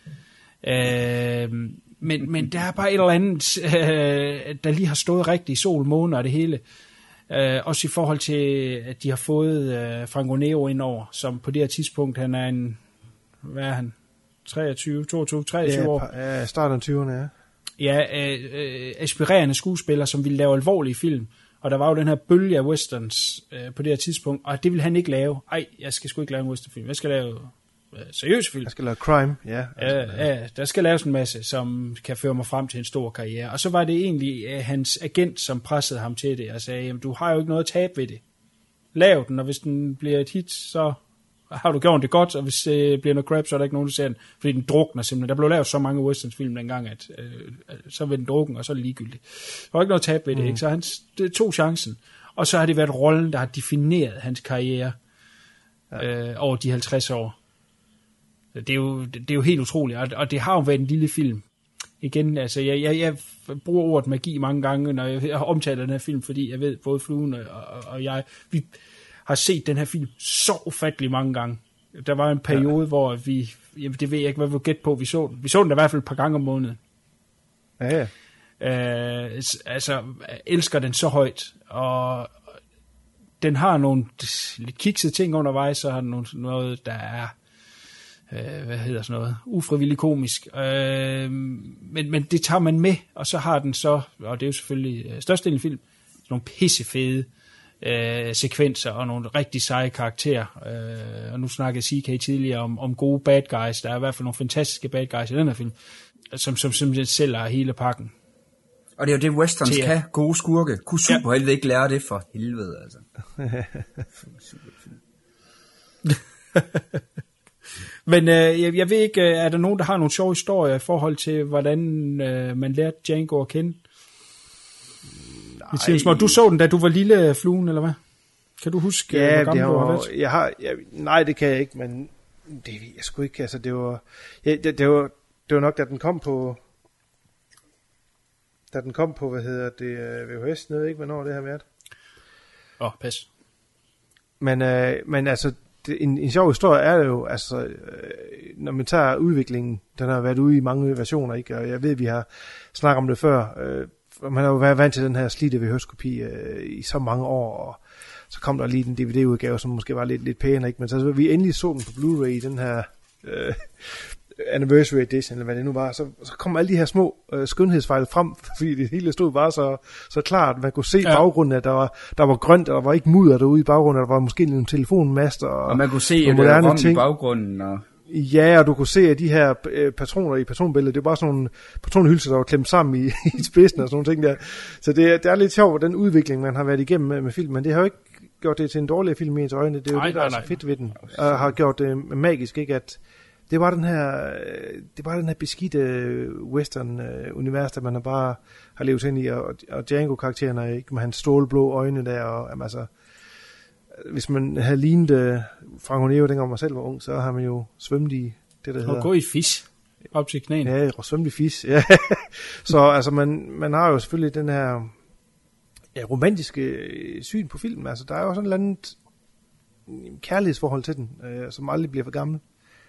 Speaker 8: Øh, men, men der er bare et eller andet, øh, der lige har stået rigtigt i sol, måne og det hele. Øh, også i forhold til, at de har fået øh, Franco Nero ind over, som på det her tidspunkt, han er en, hvad er han, treogtyve, toogtyve, treogtyve
Speaker 10: ja,
Speaker 8: år.
Speaker 10: Ja, starten af tyverne, ja.
Speaker 8: Ja, øh, øh, aspirerende skuespiller, som ville lave alvorlige film. Og der var jo den her bølge af westerns øh, på det her tidspunkt, og det ville han ikke lave. Ej, jeg skal sgu ikke lave en westernfilm. Jeg skal lave øh, seriøse film.
Speaker 10: Jeg skal lave crime, ja.
Speaker 8: Ja, ja, der skal laves en masse, som kan føre mig frem til en stor karriere. Og så var det egentlig øh, hans agent, som pressede ham til det, og sagde, jamen, du har jo ikke noget at tabe ved det. Lav den, og hvis den bliver et hit, så har du gjort det godt, og hvis det øh, bliver noget crap, så er der ikke nogen, der ser den, fordi den drukner simpelthen. Der blev lavet så mange westerns-film dengang, at øh, så vil den drukken, og så er det ligegyldigt. Der var ikke noget tab ved det, mm. ikke? Så han det tog chancen, og så har det været rollen, der har defineret hans karriere øh, over de halvtreds år. Det er jo, det er jo helt utroligt, og, og det har jo været en lille film. Igen, altså, jeg, jeg, jeg bruger ordet magi mange gange, når jeg omtaler den her film, fordi jeg ved, både Fluen og, og, og jeg, vi har set den her film så ufattelig mange gange. Der var en periode, ja. hvor vi, jamen det ved jeg ikke, hvad vi vil gætte på, vi så den. Vi så den da i hvert fald et par gange om måneden.
Speaker 10: Ja, ja.
Speaker 8: Øh, altså, elsker den så højt, og den har nogle lidt kiksede ting undervejs, så har den nogle, noget, der er, øh, hvad hedder sådan noget, ufrivillig komisk. Øh, men, men det tager man med, og så har den så, og det er jo selvfølgelig størstedelen af film, nogle pissefede Øh, sekvenser og nogle rigtig seje karakterer. Øh, og nu snakkede C K tidligere om, om gode bad guys. Der er i hvert fald nogle fantastiske bad guys i den her film, som, som simpelthen sælger hele pakken.
Speaker 9: Og det er jo det, westerns til, kan. Gode skurke. Kunne superhelte ja. ikke lære det for helvede, altså.
Speaker 8: Men øh, jeg, jeg ved ikke, er der nogen, der har nogle sjove historier i forhold til, hvordan øh, man lærte Django at kende? Nej. Du så den, da du var lille, Fluen, eller hvad? Kan du huske,
Speaker 10: ja,
Speaker 8: hvor gammel
Speaker 10: har,
Speaker 8: du har været?
Speaker 10: Jeg har, jeg, nej, det kan jeg ikke, men det ved jeg sgu ikke. Altså, det var, ja, det, det var, det var nok, da den kom på, da den kom på, hvad hedder det, V H S, jeg ved ikke, hvornår det har været.
Speaker 8: Åh, oh, pas.
Speaker 10: Men, øh, men altså, det, en, en sjov historie er det jo, altså, øh, når man tager udviklingen, den har været ude i mange versioner, ikke? Og jeg ved, vi har snakket om det før, øh, man har jo været vant til den her slidte V H S-kopi øh, i så mange år, og så kom der lige en D V D-udgave, som måske var lidt, lidt pænere, ikke? Men så vi endelig så den på Blu-ray i den her øh, Anniversary Edition, eller hvad det nu var, så, så kom alle de her små øh, skønhedsfejl frem, fordi det hele stod bare så, så klart, man kunne se ja. baggrunden, at der var, der var grønt, og der var ikke mudder derude i baggrunden, der var måske nogle telefonmaster, og,
Speaker 9: og man kunne se, at der var rom i baggrunden, og...
Speaker 10: Ja, og du kunne se, at de her øh, patroner i patronbæltet, det var bare sådan nogle patronhylser, der var klemt sammen i, i spidsen og sådan nogle ting der. Så det, det er lidt sjovt, den udvikling, man har været igennem med, med filmen, men det har jo ikke gjort det til en dårlig film i ens øjne. Det er jo nej, det, der nej, er så fedt ved den, og har gjort det magisk, ikke? At det var den her, det var den her beskidte western-univers, der man har bare har levet ind i, og, og Django-karaktererne, ikke? Med hans stålblå øjne der, og jamen, altså... Hvis man havde lignet uh, Franco Nero, dengang man selv var ung, så har man jo svømmet i det, der hedder...
Speaker 8: Og gå i fis op til knæene.
Speaker 10: Ja, og svømmet i fis, ja. Så altså, man, man har jo selvfølgelig den her ja, romantiske syn på filmen. Altså, der er jo sådan et eller andet kærlighedsforhold til den, uh, som aldrig bliver for gammel.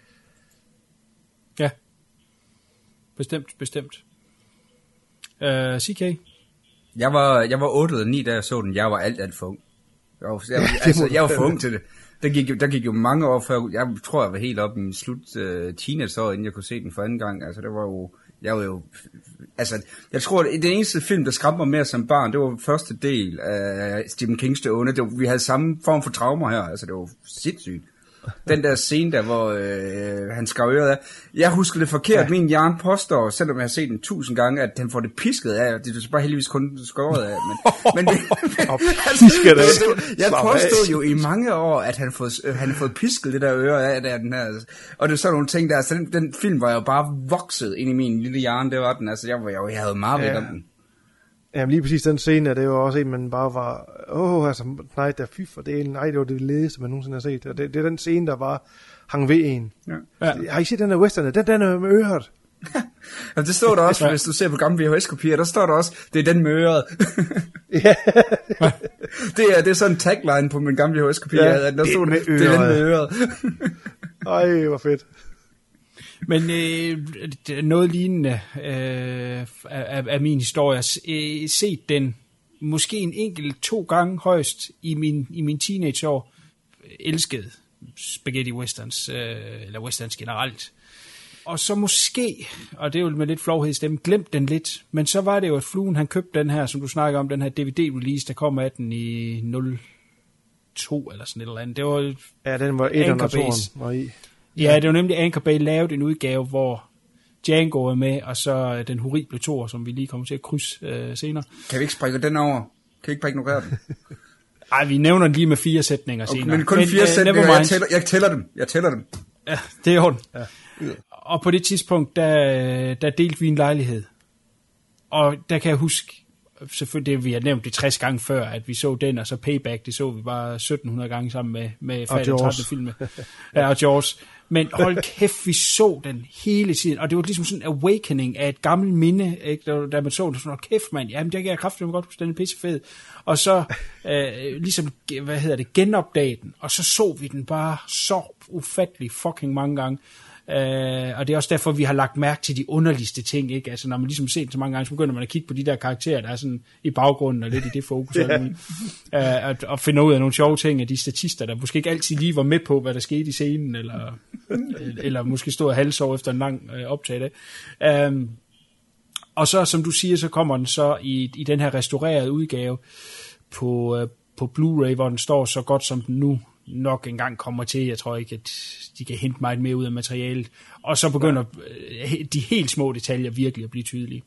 Speaker 8: Ja. Bestemt, bestemt. Uh, C K?
Speaker 9: Jeg var, jeg var otte eller ni, da jeg så den. Jeg var alt, alt for ung. Jeg var, jeg, altså, jeg var for ung til det. Der gik, der gik jo mange år før, jeg tror, jeg var helt oppe i slut uh, teenageår, inden jeg kunne se den for anden gang. Altså, det var jo, jeg var jo, altså, jeg tror, det eneste film, der skræmte mig mere som barn, det var første del af Stephen Kings Det Onde. Det var, vi havde samme form for traumer her, altså, det var sindssygt. Den der scene der, hvor øh, han skar øret af. Jeg husker det forkert. Ja. Min hjerne påstår, selvom jeg har set den tusind gange, at han får det pisket af. Det er bare heldigvis kun skåret af. Men, men det,
Speaker 10: pisket af.
Speaker 9: Jeg påstod jo i mange år, at han fået, han havde fået pisket det der øre af. Der, den her. Og det er sådan nogle ting der. Så den, den film var jo bare vokset ind i min lille hjerne. Det var den. Altså, jeg, var, jeg, jeg havde meget ved ja. om den.
Speaker 10: Jamen lige præcis den scene, det var også en, man bare var, åh, oh, altså, nej, der er fy for delen, nej, det var det ledeste, man nogensinde har set. Og det, det er den scene, der var hang ved en. Ja. Ja. Har I set den der western? Den, den er med øret.
Speaker 9: Ja, det står der også, hvis du ser på gamle V H S-kopier, der står der også, det er den med øret.
Speaker 10: Ja.
Speaker 9: det, er, det er sådan en tagline på min gamle V H S-kopier, ja, at der stod, det, det er den med øret.
Speaker 10: Ej, hvor fedt.
Speaker 8: Men øh, noget lignende øh, af, af min historie, øh, set den måske en enkelt to gange højst i min, i min teenageår, elskede spaghetti westerns, øh, eller westerns generelt. Og så måske, og det er jo med lidt flovhed i stemmen, glemt den lidt, men så var det jo, at Fluen han købte den her, som du snakker om, den her D V D-release, der kom af den i nul to eller sådan et eller andet. Det var
Speaker 10: ja, den var et og to var i.
Speaker 8: Ja, det var nemlig Anchor Bay lavet en udgave, hvor Django er med, og så den horrible Thor, som vi lige kommer til at krydse øh, senere.
Speaker 9: Kan vi ikke springe den over? Kan vi ikke bare ignorere den?
Speaker 8: Ej, vi nævner den lige med fire sætninger
Speaker 9: okay,
Speaker 8: senere.
Speaker 9: Men kun fire uh, sætninger, jeg tæller, jeg tæller dem. Jeg tæller dem.
Speaker 8: Ja, det er ondt. Ja. Og på det tidspunkt, der, der delte vi en lejlighed. Og der kan jeg huske, selvfølgelig det vi har nævnt det tres gange før, at vi så den, og så Payback, det så vi bare sytten hundrede gange sammen med, med fredag trettende filme. Ja, og Jaws. Men hold kæft, vi så den hele tiden, og det var ligesom sådan en awakening af et gammelt minde, ikke? Da man så den, sådan, hold kæft mand, jamen det kan jeg kraftigt godt huske, den er pissefed. Og så øh, ligesom, hvad hedder det, genopdage den, og så så vi den bare så ufattelig fucking mange gange. Uh, og det er også derfor, vi har lagt mærke til de underligste ting, ikke? Altså, når man ligesom ser det så mange gange, så begynder man at kigge på de der karakterer, der er sådan i baggrunden, og lidt i det fokus, yeah. uh, og, og finde ud af nogle sjove ting af de statister, der måske ikke altid lige var med på, hvad der skete i scenen, eller, eller måske stod og halvsov efter en lang uh, optag af. Um, og så, som du siger, så kommer den så i, i den her restaurerede udgave på, uh, på Blu-ray, hvor den står så godt, som den nu nok engang kommer til. Jeg tror ikke, at de kan hente meget mere ud af materialet. Og så begynder ja. de helt små detaljer virkelig at blive tydelige.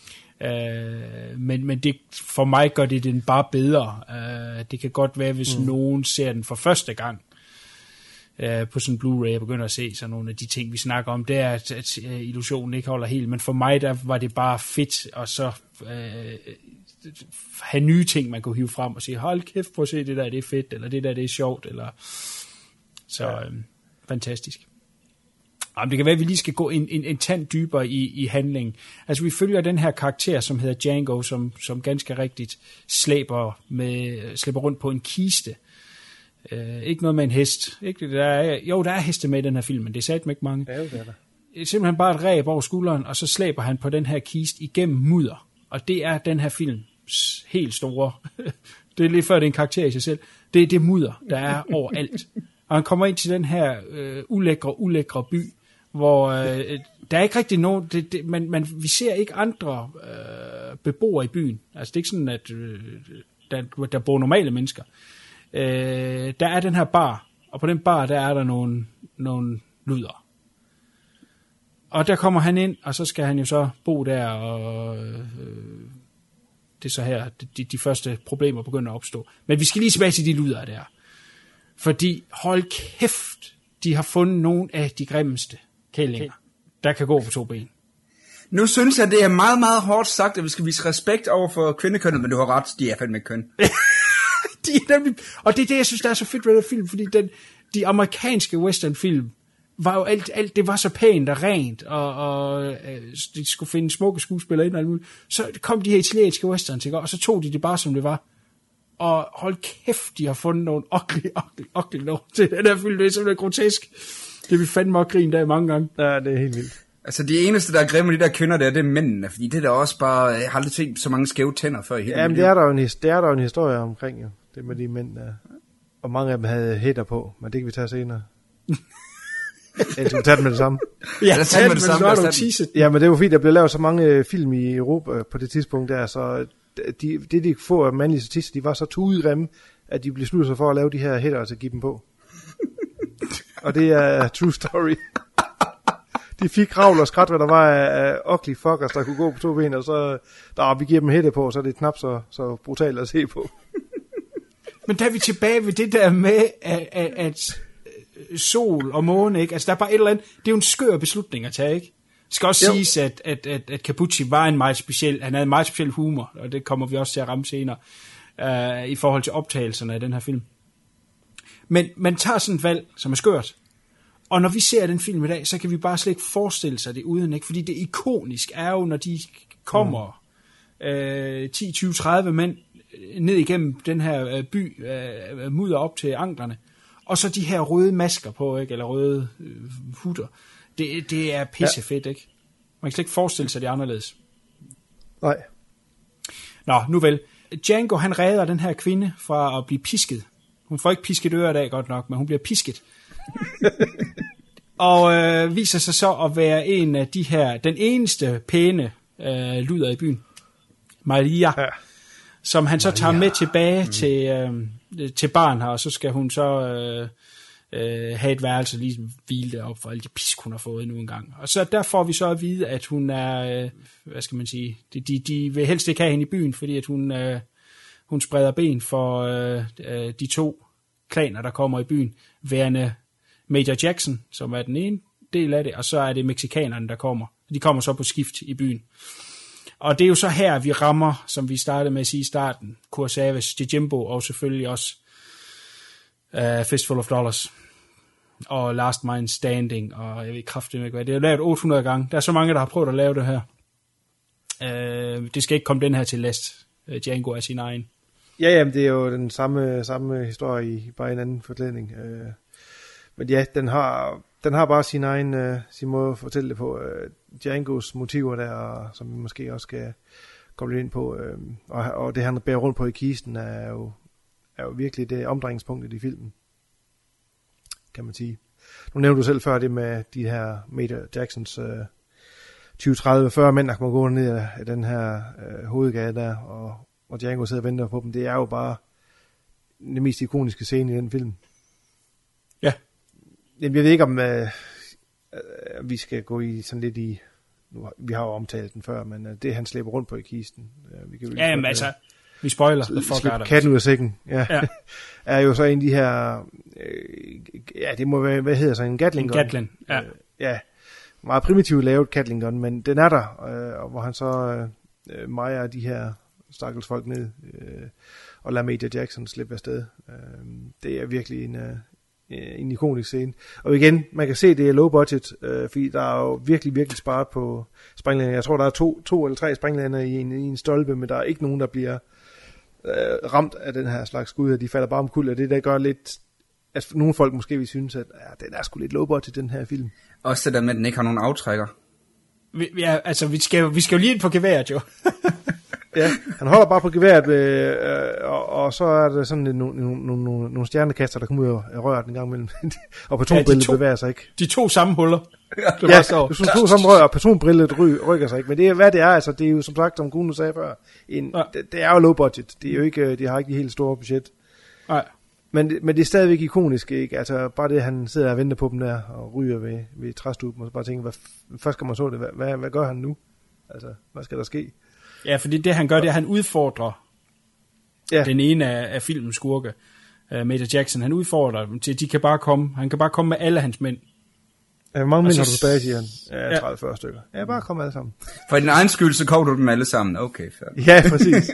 Speaker 8: Uh, men, men det, for mig gør det den bare bedre. Uh, det kan godt være, hvis mm. nogen ser den for første gang uh, på sådan en Blu-ray, og begynder at se sådan nogle af de ting, vi snakker om, det er, at, at uh, illusionen ikke holder helt. Men for mig, der var det bare fedt, og så uh, have nye ting, man kunne hive frem og sige, hold kæft, prøv at se, det der, det er fedt, eller det der, det er sjovt, eller så ja. øhm, fantastisk. Jamen, det kan være, at vi lige skal gå en, en, en tand dybere i, i handlingen. Altså, vi følger den her karakter, som hedder Django, som, som ganske rigtigt slæber, med, slæber rundt på en kiste. Øh, ikke noget med en hest. Ikke? Der er, jo, der er heste med i den her film, men det er satme ikke mange.
Speaker 10: Ja, det er der.
Speaker 8: Simpelthen bare et ræb over skulderen, og så slæber han på den her kiste igennem mudder. Og det er den her films helt store. Det er lige før, det er en karakter i sig selv. Det er det mudder, der er overalt. Og han kommer ind til den her øh, ulækre, ulækre by, hvor øh, der er ikke rigtig nogen, det, det, man, man, vi ser ikke andre øh, beboere i byen. Altså det er ikke sådan, at øh, der, der bor normale mennesker. Øh, der er den her bar, og på den bar, der er der nogle, nogle luder. Og der kommer han ind, og så skal han jo så bo der, og øh, det er så her, de, de første problemer begynder at opstå. Men vi skal lige tilbage til de luder der. Fordi, hold kæft, de har fundet nogle af de grimmeste kællinger, der kan gå på to ben.
Speaker 9: Nu synes jeg, det er meget, meget hårdt sagt, at vi skal vise respekt over for kvindekønnet, men du har ret, de er fandme ikke køn.
Speaker 8: de er nemlig, og det er det, jeg synes, der er så fedt ved den film, fordi den, de amerikanske westernfilm, var jo alt, alt, det var så pænt og rent, og, og øh, de skulle finde smukke skuespillere ind og alt muligt. Så kom de her italienske westerns, ikke? Og så tog de det bare, som det var. Og hold kæft, de har fundet nogle ugly, ugly, ugly noget til den her film. Det er simpelthen grotesk. Det vi fandme også grine der mange gange.
Speaker 10: Ja, det er helt vildt.
Speaker 9: Altså, de eneste, der er grimme, de der kvinder der, det er mændene, fordi det er der også bare, jeg har aldrig set så mange skæve tænder før i hele
Speaker 10: Jamen, det er, der jo en, det er der jo en historie omkring, jo. Det med de mænd, der, og mange af dem havde hætter på, men det kan vi tage senere. Jeg skal tage det med det samme.
Speaker 8: Ja, ja tage det med det samme. samme.
Speaker 10: Ja, men det var fordi, der blev lavet så mange film i Europa på det tidspunkt der, så de, det de få af mandlige statister, de var så tudegrimme, at de blev sluttet sig for at lave de her hætter og så give dem på. Og det er true story. De fik ravl og skrat, hvad der var af ugly fuckers, der kunne gå på to ben, og så der, vi giver dem hætte på, så det er knap så, så brutalt at se på.
Speaker 8: Men der er vi tilbage ved det der med, at, at, at sol og måne, ikke? Altså der er bare et eller andet, det er jo en skør beslutning at tage, ikke? Det skal også jo. siges, at, at, at, at Capucci var en meget speciel, han havde en meget speciel humor, og det kommer vi også til at ramme senere, uh, i forhold til optagelserne af den her film. Men man tager sådan et valg, som er skørt, og når vi ser den film i dag, så kan vi bare slet ikke forestille sig det uden, ikke? Fordi det ikonisk er jo, når de kommer mm. øh, ti, tyve, tredive mænd ned igennem den her by, øh, mudder op til anklerne, og så de her røde masker på, ikke? Eller røde øh, hutter. Det, det er pissefedt, ja. Ikke? Man kan slet ikke forestille sig det anderledes.
Speaker 10: Nej.
Speaker 8: Nå, nu vel. Django, han redder den her kvinde fra at blive pisket. Hun får ikke pisket øret af godt nok, men hun bliver pisket. og øh, viser sig så at være en af de her, den eneste pæne øh, luder i byen. Maria. Ja. Som han så Maria. tager med tilbage mm. til, øh, til barn her, og så skal hun så øh, øh, have et værelse, lige hvile derop for alle de pisk, hun har fået endnu en gang. Og så der får vi så at vide, at hun er, øh, hvad skal man sige, de, de, de vil helst ikke have hende i byen, fordi at hun, øh, hun spreder ben for øh, øh, de to klaner, der kommer i byen, værende Major Jackson, som er den ene del af det, og så er det mexikanerne, der kommer. De kommer så på skift i byen. Og det er jo så her, vi rammer, som vi startede med at sige i starten, Kurosawas Yojimbo, og selvfølgelig også uh, Fistful of Dollars, og Last Man Standing, og jeg ved kraftigt ikke hvad. Det er lavet otte hundrede gange. Der er så mange, der har prøvet at lave det her. Uh, det skal ikke komme den her til last. Uh, Django er sin egen.
Speaker 10: Ja, jamen, det er jo den samme, samme historie i bare en anden forklædning. Uh, men ja, den har, den har bare sin egen uh, sin måde at fortælle det på. Uh, Djangos motiver der, som vi måske også skal komme lidt ind på. Uh, og, og det, han bærer rundt på i kisten, er jo, er jo virkelig det omdrejningspunktet i filmen, kan man sige. Nu nævnte du selv før det med de her Major Jacksons uh, tyve, tredive, fyrre mænd, der kommer gå ned af den her uh, hovedgade der, og og Django sidder og venter på dem. Det er jo bare den mest ikoniske scene i den film.
Speaker 8: Ja.
Speaker 10: Jeg ved ikke, om uh, uh, vi skal gå i sådan lidt i... Nu, vi har jo omtalt den før, men uh, det han slæber rundt på i kisten. Uh, vi kan jo
Speaker 8: ja, jamen altså, vi spoiler.
Speaker 10: Slip katten ud af sækken. Ja. Ja. er jo så en af de her... Uh, ja, det må være... Hvad hedder så? En Gatling gun?
Speaker 8: En Gatling, ja. Uh,
Speaker 10: ja. Meget primitivt lavet Gatling gun, men den er der. Uh, og hvor han så uh, mejer de her... stakkels folk ned øh, og lader Major Jackson slippe afsted. Øh, det er virkelig en, øh, en ikonisk scene. Og igen, man kan se, det er low budget, øh, fordi der er jo virkelig, virkelig sparet på springlænder. Jeg tror, der er to, to eller tre springlænder i en, i en stolpe, men der er ikke nogen, der bliver øh, ramt af den her slags skud, og de falder bare omkuld, og det der gør lidt, at nogle folk måske vil synes, at ja, den er sgu lidt low budget, den her film.
Speaker 9: Også det der med, at den ikke har nogen aftrækker.
Speaker 8: Vi, ja, altså, vi skal, vi skal jo lige ind på geværet, jo.
Speaker 10: Ja, han holder bare på geværet, øh, og, og så er der sådan nogle, nogle, nogle, nogle stjernekaster, der kommer ud af røret en gang imellem. Og patronbrillet ja, bevæger sig ikke.
Speaker 8: De to samme huller.
Speaker 10: Ja, det er sådan to samme rør, og patronbrillet ry, rykker sig ikke. Men det er, hvad det er, altså, det er jo som sagt, som Kuno sagde før, en, ja. det, det er jo low budget. Det er jo ikke, de har ikke de helt store budget.
Speaker 8: Nej.
Speaker 10: Men, men det er stadigvæk ikonisk, ikke? Altså, bare det, han sidder og venter på dem der, og ryger ved, ved træstuben, og så bare tænker, hvad, først skal man så det, hvad, hvad, hvad gør han nu? Altså, hvad skal der ske?
Speaker 8: Ja, fordi det han gør, det er, at han udfordrer ja. den ene af, af filmens skurke, uh, Major Jackson. Han udfordrer dem til, de kan bare komme, han kan bare komme med alle hans mænd.
Speaker 10: Ja, hvor mange mænd har du tilbage, siger han? Ja, tredive fyrre stykker. Ja, bare kom alle sammen.
Speaker 9: For din egen skyld, så kommer du dem alle sammen. Okay, fair.
Speaker 10: Ja, præcis.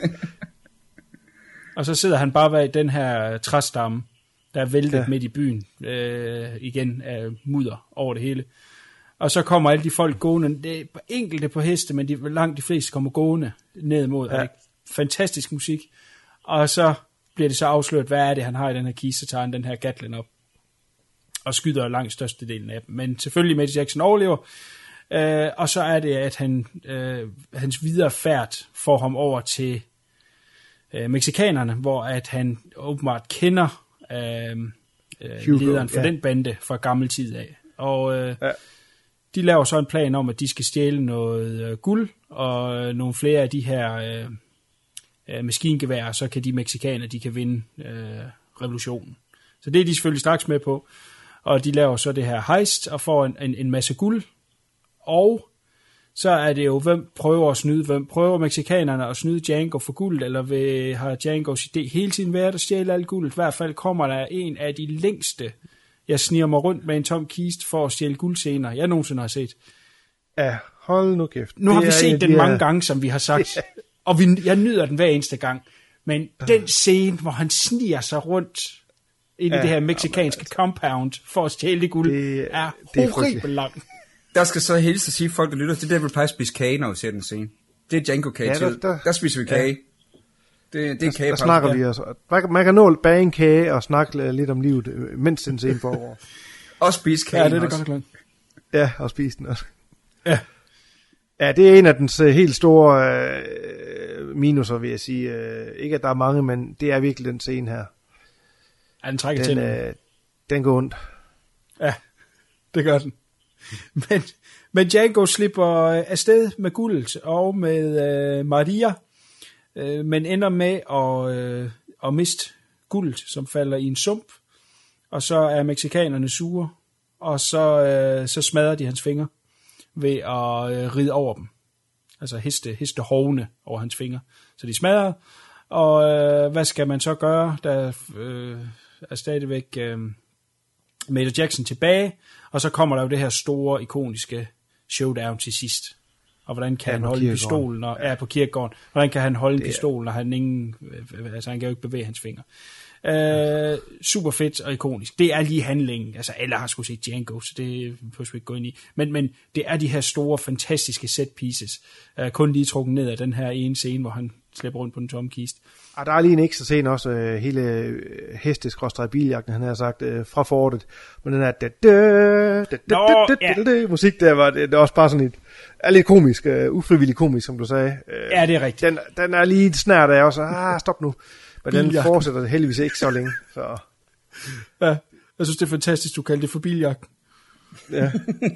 Speaker 8: Og så sidder han bare ved den her træstamme, der er væltet ja. midt i byen, øh, igen af mudder over det hele. Og så kommer alle de folk gående, det er enkelte på heste, men de, langt de fleste kommer gående ned mod. Ja. Fantastisk musik. Og så bliver det så afsløret, hvad er det, han har i den her kiste, så tager han den her Gatling op og skyder langt størstedelen af dem. Men selvfølgelig Major Jackson overlever. Øh, og så er det, at han, øh, hans videre færd får ham over til øh, mexikanerne, hvor at han åbenbart kender øh, øh, lederen for ja. den bande fra gammel tid af. Og øh, ja. de laver så en plan om, at de skal stjæle noget øh, guld, og øh, nogle flere af de her øh, øh, maskingeværer, så kan de mexikanere, de kan vinde øh, revolutionen. Så det er de selvfølgelig straks med på. og de laver så det her heist, og får en, en, en masse guld, og så er det jo, hvem prøver at snyde, hvem prøver mexikanerne at snyde Django for guld, eller vil, har Djangos idé hele tiden været at stjæle alt guldet. I hvert fald kommer der en af de længste, jeg sniger mig rundt med en tom kiste for at stjæle guldscener, jeg nogensinde har set.
Speaker 10: Ja, hold nu kæft.
Speaker 8: Nu
Speaker 10: det
Speaker 8: har vi set den
Speaker 10: de
Speaker 8: mange
Speaker 10: er...
Speaker 8: gange, som vi har sagt, og vi, jeg nyder den hver eneste gang, men den scene, hvor han sniger sig rundt ind i ja, det her mexikanske altså, compound for at stjæle guld, det, er horribelt lang.
Speaker 9: Der skal så helst at sige, folk der lytter, det er der, vil faktisk spise kage, når vi ser den scene. Det er Django-kage ja, til. Der, der, der spiser vi kage. Ja. Det, det er kage.
Speaker 10: Der, der snakker ja. vi altså. Man kan nå bage en kage og snakke lidt om livet, mens den scene foregår.
Speaker 9: Og spise kage.
Speaker 8: Ja, det er det godt nok.
Speaker 10: Ja, og spise den også.
Speaker 8: Ja.
Speaker 10: Ja, det er en af dens helt store øh, minuser, vil jeg sige. Øh, ikke, at der er mange, men det er virkelig den scene her.
Speaker 8: Ja, den trækker den, til.
Speaker 10: Øh, den går ondt.
Speaker 8: Ja, det gør den. Men, men Django slipper afsted med guldet og med øh, Maria, øh, men ender med at, øh, at miste guldet, som falder i en sump, og så er mexikanerne sure, og så, øh, så smadrer de hans fingre ved at øh, ride over dem. Altså heste, heste hovne over hans fingre. Så de smadrer, og øh, hvad skal man så gøre? Der øh, er stadigvæk øh, Major Jackson tilbage, og så kommer der jo det her store, ikoniske showdown til sidst. Og hvordan kan ja, han holde pistolen, når, ja. er på kirkegården. Hvordan kan han holde en pistol, når han ingen, altså han kan jo ikke bevæge hans fingre. Uh, super fedt og ikonisk. Det er lige handlingen. Altså alle har sgu set Django, så det behøver vi ikke gå ind i. Men, men det er de her store, fantastiske set pieces. Uh, kun lige trukket ned af den her ene scene, hvor han slipper rundt på den tomme kiste.
Speaker 10: Og der er lige en ekstra scene også, uh, hele uh, hesteskråstrej biljagten, han har sagt, uh, fra fortet. Men den her da, da, da, da,
Speaker 8: Nå,
Speaker 10: da, da, da, da, musik, der var det, det også bare sådan lidt, er lidt komisk, uh, ufrivillig komisk, som du sagde. Uh,
Speaker 8: ja, det er rigtigt.
Speaker 10: Den, den er lige snart af også, ah, stop nu. Men den fortsætter det heldigvis ikke så længe. Så.
Speaker 8: Ja, jeg synes, det er fantastisk, du kalder det for biljagten.
Speaker 10: Ja.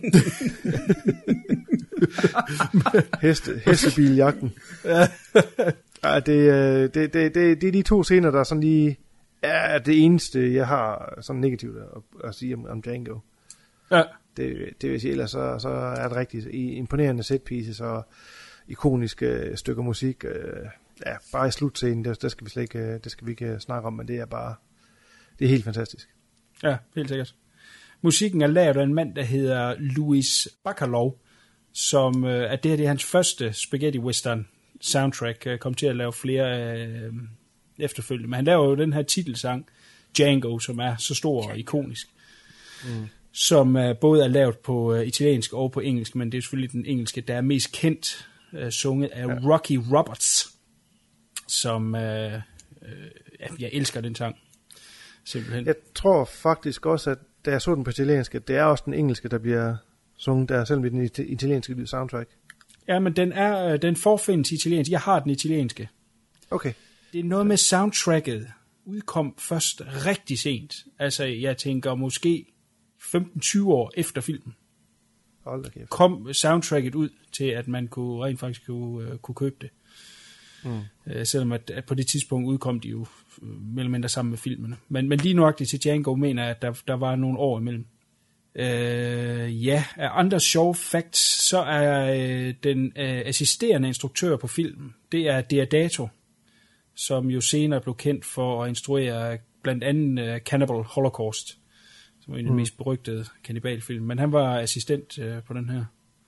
Speaker 10: Heste, hestebiljagten. Ja. Ja, det, det, det, det, det er de to scener, der er sådan lige er det eneste, jeg har sådan negativt at, at sige om, om Django.
Speaker 8: Ja.
Speaker 10: Det, det vil sige, ellers så, så er det rigtig imponerende set pieces og ikoniske stykker musik. Ja, bare i slutscenen, der, der skal vi slet ikke, det skal vi ikke snakke om, men det er bare, det er helt fantastisk.
Speaker 8: Ja, helt sikkert. Musikken er lavet af en mand, der hedder Louis Bacalov, som øh, at det her det er hans første spaghetti western soundtrack, øh, kom til at lave flere øh, efterfølgende. Men han laver jo den her titelsang, Django, som er så stor og ikonisk, mm. som øh, både er lavet på øh, italiensk og på engelsk, men det er selvfølgelig den engelske, der er mest kendt, øh, sunget af ja. Rocky Roberts, som øh, øh, jeg elsker den sang. Simpelthen.
Speaker 10: Jeg tror faktisk også, at da jeg så den på italienske, det er også den engelske, der bliver sunget der, selvom det er den italienske soundtrack.
Speaker 8: Ja, men den er den forfindes italiensk. Jeg har den italienske.
Speaker 10: Okay.
Speaker 8: Det er noget med soundtracket udkom først rigtig sent. Altså, jeg tænker måske femten tyve år efter filmen.
Speaker 10: Hold da kæft.
Speaker 8: Kom soundtracket ud til, at man kunne rent faktisk kunne, uh, kunne købe det. Mm. Uh, selvom at, at på det tidspunkt udkom de jo uh, mere eller mindre sammen med filmene. Men, men lige nøjagtigt til Django mener jeg, at der, der var nogle år imellem. Uh, ja, af andre sjove facts, så er uh, den uh, assisterende instruktør på filmen, det er Deodato, som jo senere blev kendt for at instruere blandt andet uh, Cannibal Holocaust, som var en af de mm. mest berygtede kannibalfilm. Men han var assistent uh, på den her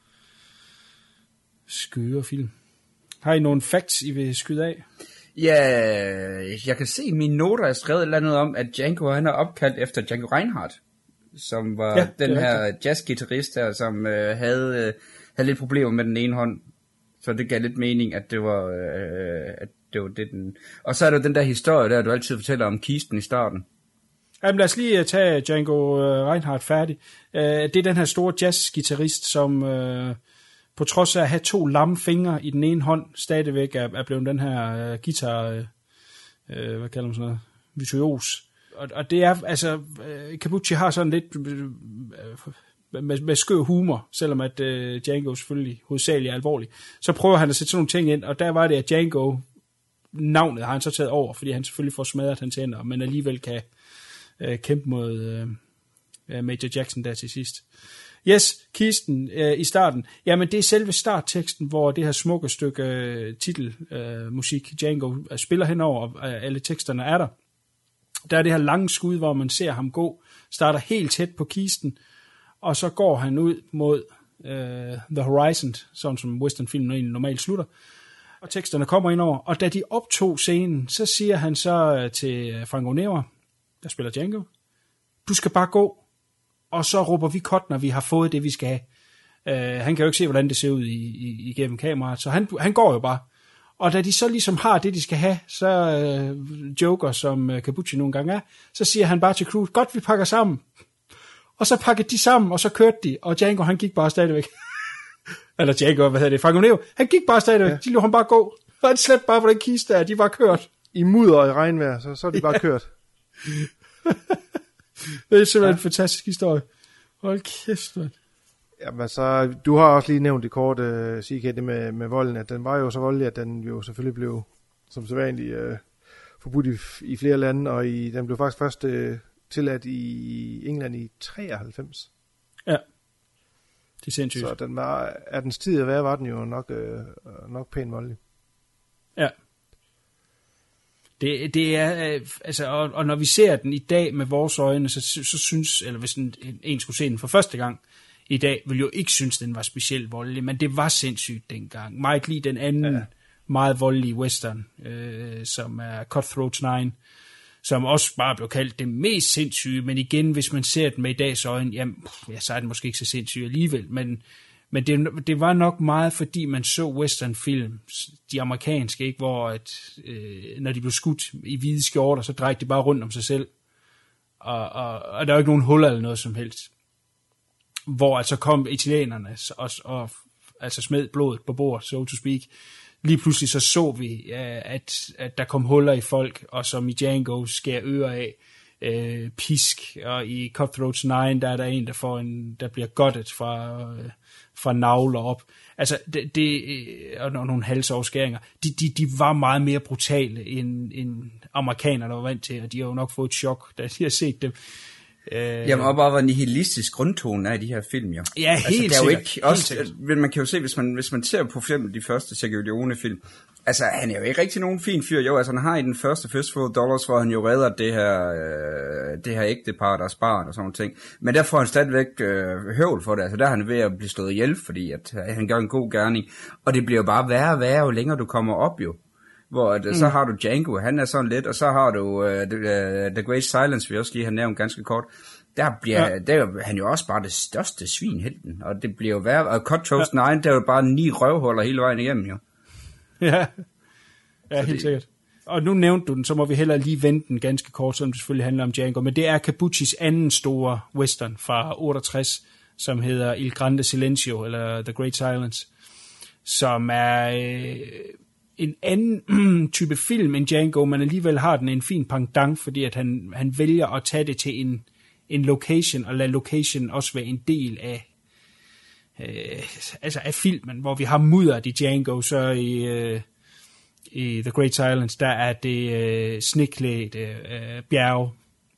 Speaker 8: skøre film. Har I nogle facts, I vil skyde af?
Speaker 9: Ja, jeg kan se i mine noter, jeg skrev et eller andet om, at Django han er opkaldt efter Django Reinhardt, som var ja, den her jazzgitarrist her, som øh, havde, øh, havde lidt problemer med den ene hånd. Så det gav lidt mening, at det var, øh, at det var det den... Og så er der den der historie der, du altid fortæller om kisten i starten.
Speaker 8: Jamen lad os lige tage Django Reinhardt færdig. Det er den her store jazzgitarrist, som øh, på trods af at have to lamme fingre i den ene hånd, stadigvæk er, er blevet den her øh, guitar, øh, hvad kalder man sådan noget, virtuos. Og, og det er, altså, øh, Capucci har sådan lidt øh, med, med skør humor, selvom at øh, Django selvfølgelig hovedsageligt er alvorlig. Så prøver han at sætte sådan nogle ting ind, og der var det, at Django, navnet har han så taget over, fordi han selvfølgelig får smadret hans hænder, men alligevel kan øh, kæmpe mod, øh, uh, Major Jackson der til sidst. Yes, kisten uh, i starten. Jamen, det er selve startteksten, hvor det her smukke stykke uh, titelmusik, uh, Django, uh, spiller henover, og uh, alle teksterne er der. Der er det her lange skud, hvor man ser ham gå, starter helt tæt på kisten, og så går han ud mod uh, The Horizon, sådan som westernfilmen egentlig normalt slutter, og teksterne kommer ind over, og da de optog scenen, så siger han så til Frank O'Neill, der spiller Django, du skal bare gå, og så råber vi cut, når vi har fået det, vi skal have. Uh, han kan jo ikke se, hvordan det ser ud i, i, igennem kameraet, så han, han går jo bare. Og da de så ligesom har det, de skal have, så uh, Joker, som uh, Kabuki nogle gange er, så siger han bare til crewet, godt, vi pakker sammen. Og så pakkede de sammen, og så kørte de, og Django, han gik bare stadigvæk. Eller Django, hvad hedder det, Frank O'Neill, han gik bare stadigvæk, ja. De lå ham bare gå. Og han slet bare på den kiste der, de var kørt.
Speaker 10: I mudder og i regnvejr, så, så er de bare ja. kørt.
Speaker 8: Det er simpelthen ja. en fantastisk historie. Hold kæft, man.
Speaker 10: Jamen så, du har også lige nævnt det kort, uh, C K, det med, med volden, at den var jo så voldelig, at den jo selvfølgelig blev, som sædvanligt, uh, forbudt i, i flere lande, og i, den blev faktisk først uh, tilladt i England i treoghalvfems.
Speaker 8: Ja, det er sindssygt.
Speaker 10: Så den var, af dens tid at være, var den jo nok, uh, nok pænt voldelig.
Speaker 8: Ja. Det, det er, øh, altså, og, og når vi ser den i dag med vores øjne, så, så synes, eller hvis en, en skulle se den for første gang i dag, ville jo ikke synes, den var specielt voldelig, men det var sindssygt dengang. Meget lige den anden ja. meget voldelige western, øh, som er Cutthroat Nine, som også bare blev kaldt det mest sindssyge, men igen, hvis man ser den med i dags øjne, jamen, ja, så er den måske ikke så sindssyg alligevel, men Men det, det var nok meget, fordi man så westernfilm, de amerikanske, ikke, hvor at, øh, når de blev skudt i hvide skjorter, så drejede de bare rundt om sig selv. Og, og, og der var ikke nogen huller eller noget som helst. Hvor altså kom italienerne og, og altså smed blodet på bordet, so to speak. Lige pludselig så så vi, at, at der kom huller i folk, og som i Django skærer ører af. Øh, pisk, og i Cutthroat Nine, der er der en, der får en, der bliver guttet fra, øh, fra navler op. Altså, det, det og nogle halsoverskæringer, de, de, de var meget mere brutale, end, end amerikanerne var vant til, og de har jo nok fået et chok, da de har set dem. Øh,
Speaker 9: Jamen, og bare var nihilistisk grundtone af de her film, jo.
Speaker 8: Ja, helt altså,
Speaker 9: der er jo
Speaker 8: sikkert.
Speaker 9: Ikke, også, man kan jo se, hvis man, hvis man ser på film, de første Sergio Leone-film, altså, han er jo ikke rigtig nogen fin fyr. Jo, altså, han har i den første Fistful of Dollars, hvor han jo redder det her, øh, det her ægtepar, deres barn og sådan nogle ting. Men der får han stadigvæk øh, høvl for det. Altså, der er han ved at blive slået ihjel, fordi at, at han gør en god gerning. Og det bliver jo bare værre og værre, jo længere du kommer op, jo. Hvor at, mm. så har du Django, han er sådan lidt, og så har du uh, The, uh, The Great Silence, vi også lige har nævnt ganske kort. Der bliver ja. der er han jo også bare det største svin, helten. Og det bliver jo værre. Og Cutthroat ja. Nine, der er jo bare ni røvhuller hele vejen igennem, jo.
Speaker 8: Ja, ja helt det... sikkert. Og nu nævnte du den, så må vi heller lige vente den ganske kort, selvom det selvfølgelig handler om Django. Men det er Kabuchis anden store western fra otteogtres, som hedder Il Grande Silencio, eller The Great Silence, som er øh, en anden type film end Django, men alligevel har den en fin pendant, fordi at han, han vælger at tage det til en, en location, og lade location også være en del af Øh, altså af filmen, hvor vi har mudderet i Django, så i, øh, i The Great Silence, der er det øh, sneklædte øh, bjerge,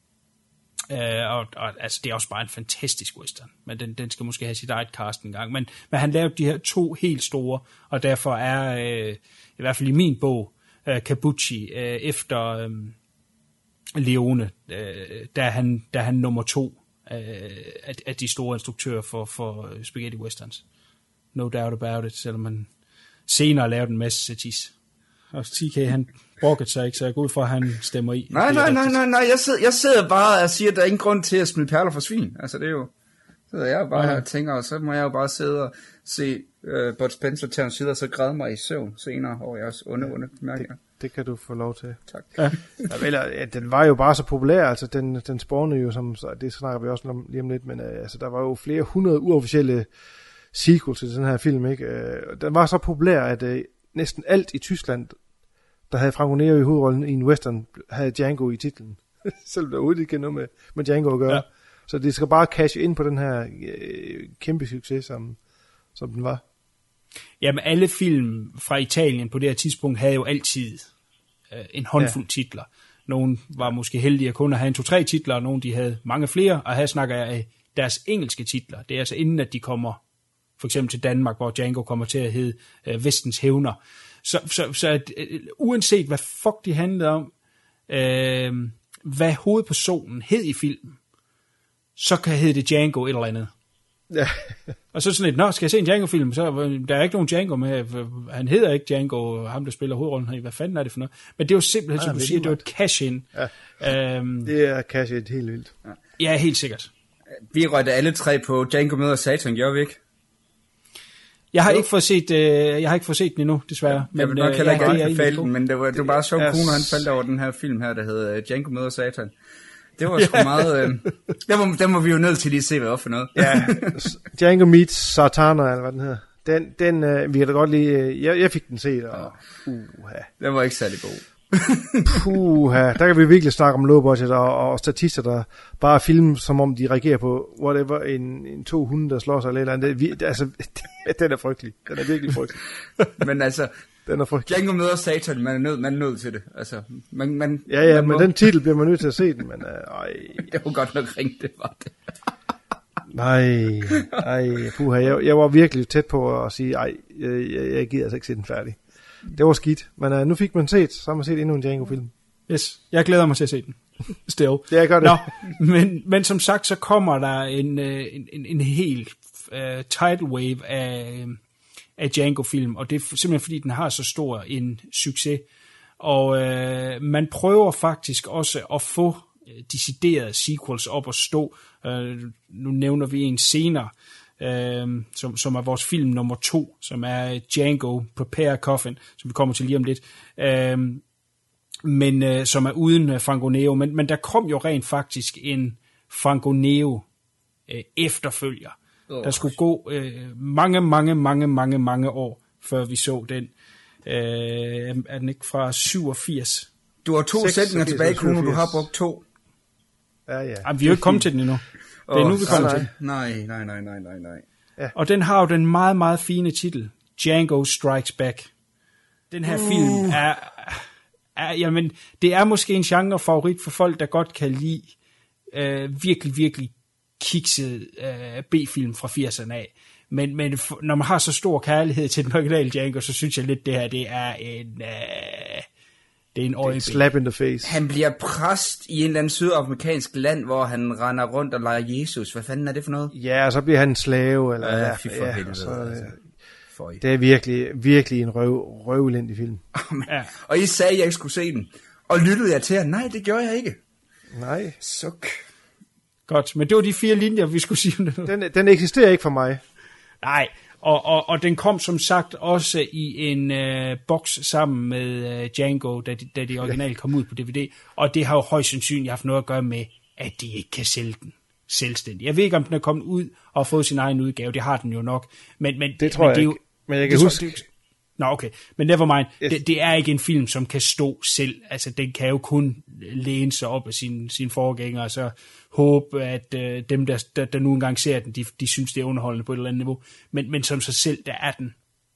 Speaker 8: øh, og, og altså det er også bare en fantastisk western, men den, den skal måske have sit eget cast en gang, men, men han lavede de her to helt store, og derfor er øh, i hvert fald i min bog øh, Kabuki øh, efter øh, Leone, øh, der, er han, der er han nummer to Af, af de store instruktører for, for spaghetti westerns. No doubt about it, selvom man senere lavede en masse satis. Og T K, han brokkede sig ikke, så jeg går ud fra, at han stemmer i.
Speaker 9: Nej, nej, nej, nej, nej, jeg sidder, jeg sidder bare og siger, at der er ingen grund til at smide perler for svin. Altså, det er jo... Så jeg bare ja. tænker, og så må jeg jo bare sidde og se uh, Bud Spencer til en side, og så græde mig i søvn senere over jeres onde, onde bemærkninger.
Speaker 10: Det, det kan du få lov til.
Speaker 9: Tak.
Speaker 10: Ja. Ja, den var jo bare så populær, altså den, den spawnede jo, som det snakker vi også om lige om lidt, men uh, altså, der var jo flere hundrede uofficielle sequels til den her film, ikke? Uh, den var så populær, at uh, næsten alt i Tyskland, der havde Frank O'Neill i hovedrollen i en western, havde Django i titlen. Selvom der overhovedet ikke noget med, med Django at gøre. Ja. Så det skal bare cashe ind på den her øh, kæmpe succes, som, som den var.
Speaker 8: Jamen alle film fra Italien på det her tidspunkt havde jo altid øh, en håndfuld ja. titler. Nogle var måske heldige at kun have en to-tre titler, og nogle de havde mange flere, og her snakker jeg af deres engelske titler. Det er altså inden, at de kommer for eksempel til Danmark, hvor Django kommer til at hedde øh, Vestens Hævner. Så, så, så at, øh, uanset hvad fuck de handlede om, øh, hvad hovedpersonen hed i filmen, så kan hedde det Django et eller andet. Ja. Og så sådan lidt, nå, skal jeg se en Django-film? Så der er ikke nogen Django med. Han hedder ikke Django, ham der spiller hovedrollen her. Hvad fanden er det for noget? Men det er jo simpelthen, ja, som du siger, det er jo et cash-in.
Speaker 10: Ja. Um, det er cash-in helt vildt.
Speaker 8: Ja. Ja, helt sikkert.
Speaker 9: Vi røgte alle tre på Django møder Satan, gjorde vi ikke?
Speaker 8: Jeg har jo. ikke fået set, øh, jeg har ikke fået set den endnu, desværre.
Speaker 9: Ja, jeg vil nok heller ikke anbefale den, men det var, det var bare sjovt, Kuno han faldt over den her film her, der hedder Django møder Satan. Det var sgu meget... Øh, den, må, den må vi jo nødt til lige at se, hvad det for noget.
Speaker 10: Ja, Django meets Satana, eller hvad den hedder. Den, den øh, vi kan da godt lige... Øh, jeg, jeg fik den set, og... Uha.
Speaker 9: Den var ikke særlig god.
Speaker 10: Puha, der kan vi virkelig snakke om low budget og, og statister, der bare filmer, som om de reagerer på whatever, en, en to hunde, der slår sig eller eller andet. Det, altså, den er frygtelig. Den er virkelig frygtelig.
Speaker 9: Men altså...
Speaker 10: Den er frygtelig.
Speaker 9: Django møder Satan, man er nødt man er nødt til det. Altså, man, man,
Speaker 10: ja, ja,
Speaker 9: man
Speaker 10: men
Speaker 9: må...
Speaker 10: den titel bliver man nødt til at se den, men øh, ej.
Speaker 9: Det var godt nok ringe, det var det.
Speaker 10: Nej, ej, puha, jeg, jeg var virkelig tæt på at sige, ej, jeg, jeg, jeg gider altså ikke se den færdig. Det var skidt, men uh, nu fik man set, så har man set endnu en Django-film.
Speaker 8: Yes, jeg glæder mig til at se den. Still.
Speaker 10: Ja, jeg gør det.
Speaker 8: Nå, men, men som sagt, så kommer der en, en, en, en hel uh, tidal wave af... af Django-film, og det er simpelthen fordi, den har så stor en succes. Og øh, man prøver faktisk også at få øh, deciderede sequels op at stå. Øh, nu nævner vi en senere, øh, som, som er vores film nummer to, som er Django Prepare Coffin, som vi kommer til lige om lidt. Øh, men øh, som er uden Franco Nero. Men, men der kom jo rent faktisk en Franco Nero øh, efterfølger. Der skulle gå øh, mange, mange, mange, mange, mange år, før vi så den. Øh, er den ikke fra syvogfirs?
Speaker 9: Du har to sætninger tilbage, Kuno, du har brugt to.
Speaker 10: Ja, ja.
Speaker 8: Jamen, vi er jo ikke kommet til den endnu. Det er oh, nu, vi kommer til.
Speaker 9: Nej, nej, nej, nej, nej, nej.
Speaker 8: Ja. Og den har jo den meget, meget fine titel, Django Strikes Back. Den her uh. film er, er, jamen, det er måske en genre-favorit for folk, der godt kan lide øh, virkelig, virkelig kikset øh, B-film fra firserne af. Men, men når man har så stor kærlighed til den originale Django, så synes jeg lidt, det her det er en... Øh, det er en øjeblik.
Speaker 10: Slap in the face.
Speaker 9: Han bliver præst i en eller anden sydamerikansk land, hvor han render rundt og leger Jesus. Hvad fanden er det for noget?
Speaker 10: Ja, og så bliver han en slave. Eller,
Speaker 9: ja, fy for
Speaker 10: ja,
Speaker 9: helvede.
Speaker 10: Så,
Speaker 9: altså.
Speaker 10: Det er virkelig, virkelig en røv, røvelendig film.
Speaker 9: Ja. Og I sagde, at jeg ikke skulle se den. Og lyttede jeg til jer? Nej, det gjorde jeg ikke.
Speaker 10: Nej.
Speaker 9: Suk.
Speaker 8: Godt, men det var de fire linjer, vi skulle sige.
Speaker 10: Den, den eksisterer ikke for mig.
Speaker 8: Nej, og, og, og den kom som sagt også i en øh, boks sammen med øh, Django, da de, da de originalt kom ud på D V D. Og det har jo højst sandsynligt haft noget at gøre med, at de ikke kan sælge den selvstændigt. Jeg ved ikke, om den er kommet ud og fået sin egen udgave. Det har den jo nok. Men, men,
Speaker 10: det tror
Speaker 8: men
Speaker 10: jeg
Speaker 8: det er
Speaker 10: ikke.
Speaker 8: Jo,
Speaker 10: men jeg kan
Speaker 8: det,
Speaker 10: huske...
Speaker 8: Det, Nå, okay. Men never mind.
Speaker 10: Yes.
Speaker 8: Det, det er ikke en film, som kan stå selv. Altså, den kan jo kun læne sig op af sine sin forgængere, og så håbe, at øh, dem, der, der, der nu engang ser den, de, de synes, det er underholdende på et eller andet niveau. Men, men som sig selv, der er den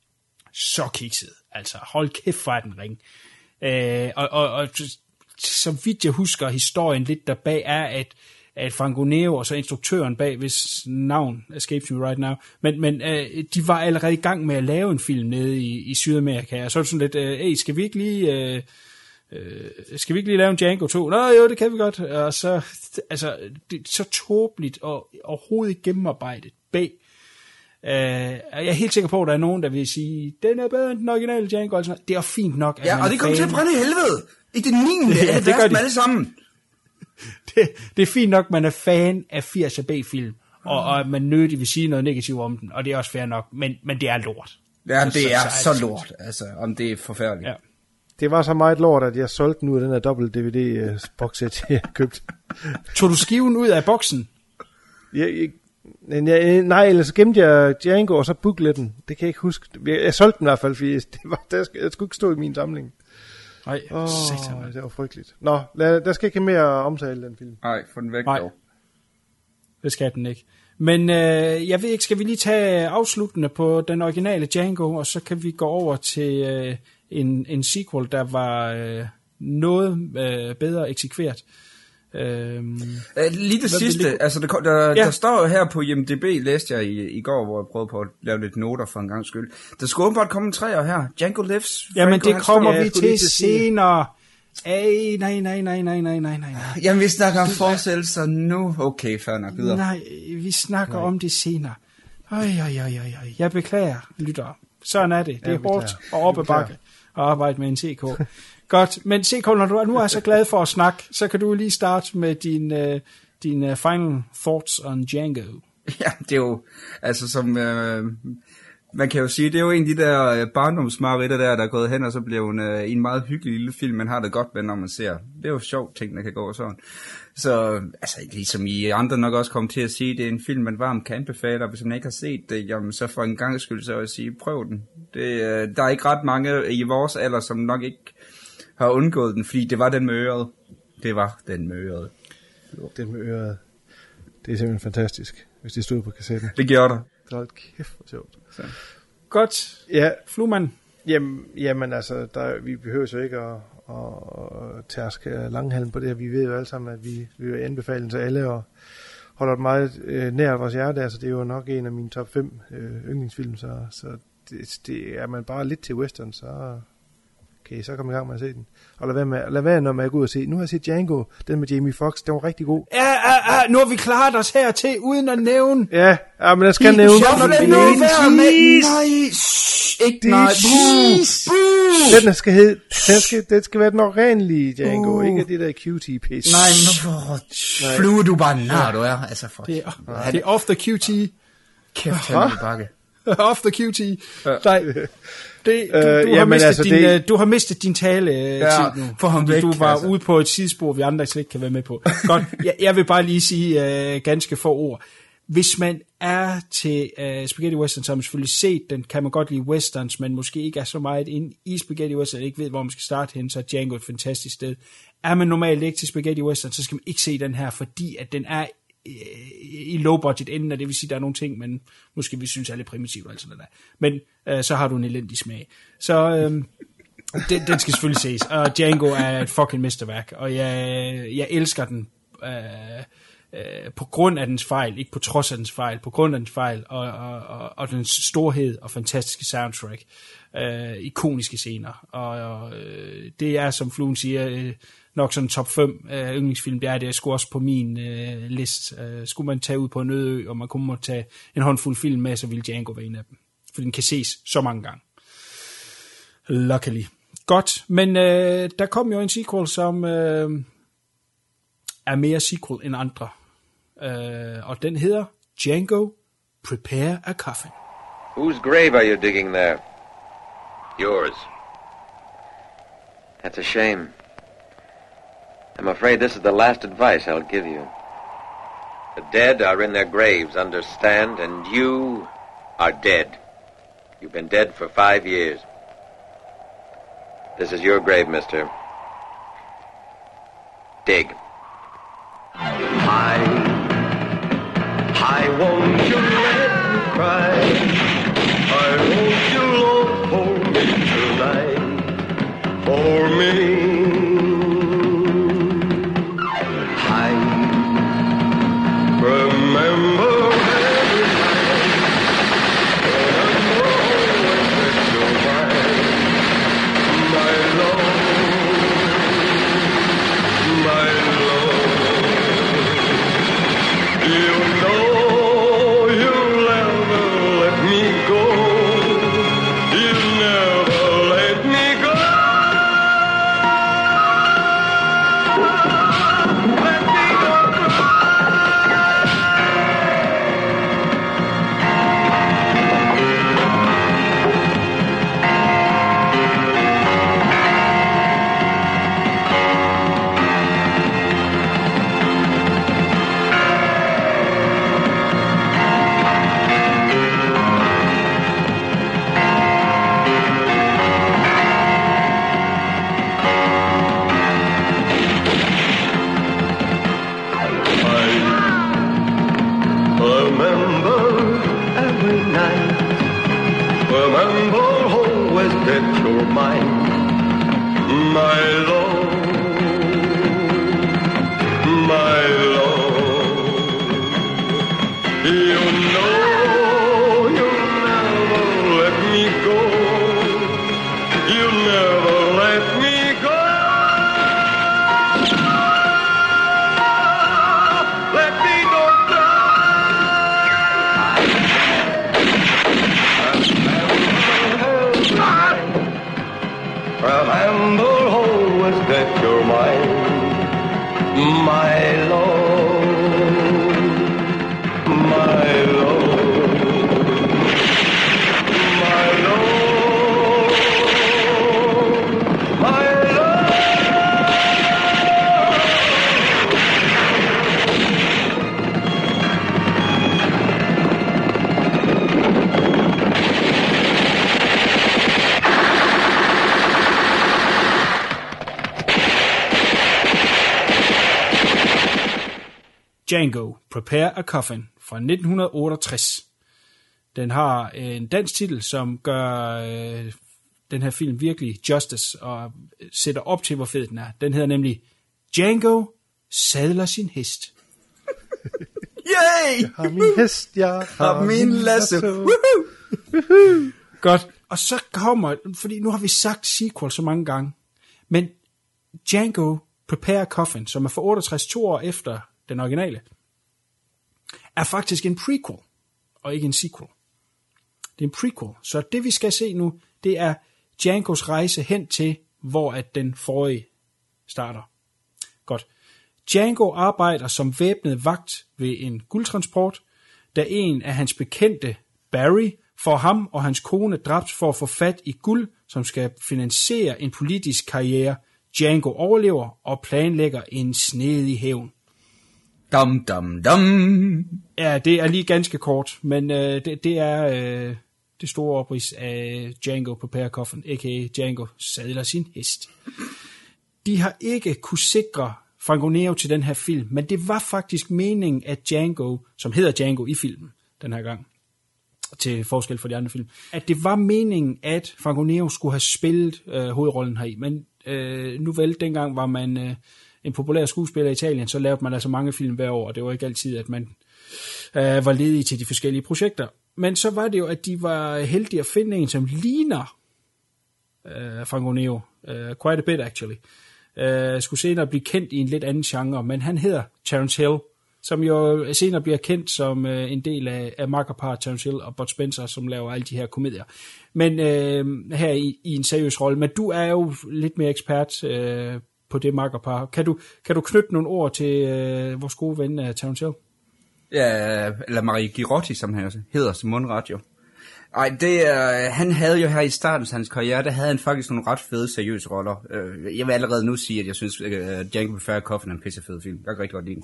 Speaker 8: så kikset. Altså, hold kæft, for den ring. Øh, og, og, og så vidt jeg husker historien lidt derbag, er, at at Franco Nero og så instruktøren bag, hvis navn escapes me right now, men, men øh, de var allerede i gang med at lave en film nede i, i Sydamerika, og så er det sådan lidt, øh, hey, skal vi ikke lige, øh, øh, skal vi ikke lige lave en Django to? Nå jo, det kan vi godt, og så, altså, det er så tåbeligt og overhovedet ikke gennemarbejdet bag. Øh, jeg er helt sikker på, at der er nogen, der vil sige, den er bedre end den originale Django, altså, det er fint nok.
Speaker 9: Ja, og det kommer til at brænde i helvede, i det niende, ja, det, det gør de alle sammen.
Speaker 8: Det, det er fint nok, man er fan af firser B-film, og, og man nødig vil sige noget negativt om den, og det er også fair nok, men, men det er lort.
Speaker 9: Ja, det så, er så, så lort, altså, om det er forfærdeligt. Ja.
Speaker 10: Det var så meget lort, at jeg solgte den ud af den her dobbelt D V D-boxset, jeg købte.
Speaker 8: Tog du skiven ud af boksen?
Speaker 10: Jeg, jeg, jeg, nej, ellers gemte jeg Django, og så bookleten. Det kan jeg ikke huske. Jeg, jeg solgte den i hvert fald, fordi det var, der, jeg skulle ikke stå i min samling.
Speaker 8: Nej,
Speaker 10: oh, det var frygteligt. Nå, lad, der skal ikke mere omtale den film.
Speaker 9: Nej, få den væk
Speaker 8: Nej.
Speaker 9: dog.
Speaker 8: Det skal den ikke. Men øh, jeg ved ikke, skal vi lige tage afsluttende på den originale Django, og så kan vi gå over til øh, en, en sequel, der var øh, noget øh, bedre eksekveret. Øhm,
Speaker 9: Lige det sidste, det altså der, der, ja. der står jo her på I M D B, læste jeg i, i går, hvor jeg prøvede på at lave lidt noter for en gang skyld. Der skulle åbenbart komme en træer her. Django Lives.
Speaker 8: Jamen det kommer ja, vi til senere. Ej, nej, nej, nej, nej, nej, nej, nej.
Speaker 9: Jamen vi snakker om fortsættelser nu. Okay, fair nok, videre.
Speaker 8: Nej, vi snakker nej. om det senere. Øj, øj, øj, øj. Jeg beklager, lytter. Sådan er det. Det er hårdt og op ad bakke at arbejde med en C K. Godt, men C K, når du nu er så glad for at snakke, så kan du lige starte med din, uh, din uh, final thoughts on Django.
Speaker 9: Ja, det er jo, altså som, uh, man kan jo sige, det er jo en af de der uh, barndomsmareritter der, der er gået hen, og så bliver en, uh, en meget hyggelig lille film, man har det godt med, når man ser. Det er jo sjovt ting, der kan gå sådan. Så, altså ligesom I andre nok også kommer til at sige, det er en film, man varmt kan anbefale, og hvis man ikke har set det, jamen så for en gang skyld, så vil jeg sige, prøv den. Det, uh, der er ikke ret mange i vores alder, som nok ikke har undgået den, fordi det var den med øret. Det var den med øret.
Speaker 10: Den med øret. Det er simpelthen fantastisk, hvis det stod på kassetten.
Speaker 9: Det gjorde der.
Speaker 10: Hold kæft, hvor sjovt. Så.
Speaker 8: Godt.
Speaker 10: Ja.
Speaker 8: Fluemand.
Speaker 10: Jamen, jamen altså, der, vi behøver jo ikke at, at, at tærske langhalm på det her. Vi ved jo alle sammen, at vi, vi vil anbefale den til alle, og holder det meget øh, nær vores hjerte. Altså, det er jo nok en af mine top fem øh, yndlingsfilm, så, så det, det er man bare lidt til western, så okay, så kom i gang med at se den. Og lad være, med, lad være når man går ud og se. Nu har jeg set Django, den med Jamie Foxx, den var rigtig god.
Speaker 8: Ja, ja, ja, nu har vi klaret os hertil, uden at nævne.
Speaker 10: Ja, ja men der skal nævne.
Speaker 8: Ikke nej.
Speaker 10: Den skal hedde, den skal, den skal være den oprindelige Django, uh. ikke det der cutie-pis.
Speaker 9: Nej, nu flyver du bare nar, du er. Altså for.
Speaker 8: Det er, det er off the Q T.
Speaker 9: Kæft, han er bakke.
Speaker 8: Off the Q T. Nej. Det, du, du, øh, har mistet altså, din, det... du har mistet din tale ja, tid nu,
Speaker 9: for ham væk,
Speaker 8: du var
Speaker 9: altså.
Speaker 8: ude på et sidespor, vi andre slet ikke kan være med på. Godt, jeg, jeg vil bare lige sige uh, ganske få ord. Hvis man er til uh, Spaghetti Western, så har man selvfølgelig set den, kan man godt lide westerns, men måske ikke er så meget inde i Spaghetti Western, ikke ved, hvor man skal starte hen, så er Django et fantastisk sted. Er man normalt ikke til Spaghetti Western, så skal man ikke se den her, fordi at den er i low budget enden, og det vil sige, der er nogle ting, man måske vi synes er lidt primitivt, altså der. Men øh, så har du en elendig smag. Så øh, den, den skal selvfølgelig ses, og Django er et fucking mesterværk, og jeg, jeg elsker den øh, øh, på grund af dens fejl, ikke på trods af dens fejl, på grund af dens fejl, og, og, og, og dens storhed og fantastiske soundtrack, øh, ikoniske scener, og, og øh, det er, som Fluen siger, øh, nok sådan top fem øh, yndlingsfilm, det er det, jeg skulle også på min øh, liste. Øh, skulle man tage ud på en øde ø, og man kunne må tage en håndfuld film med, så ville Django være en af dem. For den kan ses så mange gange. Luckily. Godt, men øh, der kom jo en sequel, som øh, er mere sequel end andre. Øh, og den hedder Django, Prepare a Coffin.
Speaker 13: Whose grave are you digging there?
Speaker 2: Yours.
Speaker 13: That's a shame. I'm afraid this is the last advice I'll give you.
Speaker 2: The dead are in their graves, understand, and you are dead. You've been dead for five years. This is your grave, mister. Dig.
Speaker 1: I, I won't you let me cry. I hope you'll hold me tonight for me. my love, my love. You know you'll never let me go. You never let me go. Let me go down. Remember always that you're mine, my love, my love, my love, my love.
Speaker 8: Django, Prepare a Coffin fra nitten otteogtres. Den har en dansk titel, som gør øh, den her film virkelig justice og sætter op til, hvor fed den er. Den hedder nemlig Django sadler sin hest.
Speaker 9: Yay!
Speaker 10: Jeg har min hest, jeg har,
Speaker 9: har min lasso.
Speaker 10: Woohoo!
Speaker 8: Godt. Og så kommer, fordi nu har vi sagt sequel så mange gange, men Django, Prepare a Coffin, som er fra otteogtres, to år efter den originale, er faktisk en prequel, og ikke en sequel. Det er en prequel. Så det vi skal se nu, det er Djangos rejse hen til, hvor at den forrige starter. Godt. Django arbejder som væbnet vagt ved en guldtransport, da en af hans bekendte, Barry, får ham og hans kone dræbt for at få fat i guld, som skal finansiere en politisk karriere. Django overlever og planlægger en snedig hævn.
Speaker 9: Dum, dum, dum.
Speaker 8: Ja, det er lige ganske kort, men øh, det, det er øh, det store oprids af Django Prepare a Coffin, a k a. Django sadler sin hest. De har ikke kunne sikre Franco Nero til den her film, men det var faktisk meningen, at Django, som hedder Django i filmen den her gang, til forskel fra de andre film, at det var meningen, at Franco Nero skulle have spillet øh, hovedrollen heri, men øh, nu vel, dengang var man øh, en populær skuespiller i Italien, så lavede man altså mange film hver år, og det var ikke altid, at man øh, var ledig til de forskellige projekter. Men så var det jo, at de var heldige at finde en, som ligner øh, Franco Nero, øh, quite a bit actually, øh, skulle senere blive kendt i en lidt anden genre, men han hedder Terence Hill, som jo senere bliver kendt som øh, en del af, af makkerparret Terence Hill og Bud Spencer, som laver alle de her komedier. Men øh, her i, i en seriøs rolle. Men du er jo lidt mere ekspert øh, på det makkerpar. Kan du, kan du knytte nogle ord til øh, vores gode ven uh, Terence Hill?
Speaker 9: Ja, eller Marie Girotti, som han hedder som mundret jo. Ej, det er, han havde jo her i starten af hans karriere, der havde han faktisk nogle ret fede, seriøse roller. Jeg vil allerede nu sige, at jeg synes, at Django Prepare a Coffin er en pissefed film. Jeg kan rigtig godt lide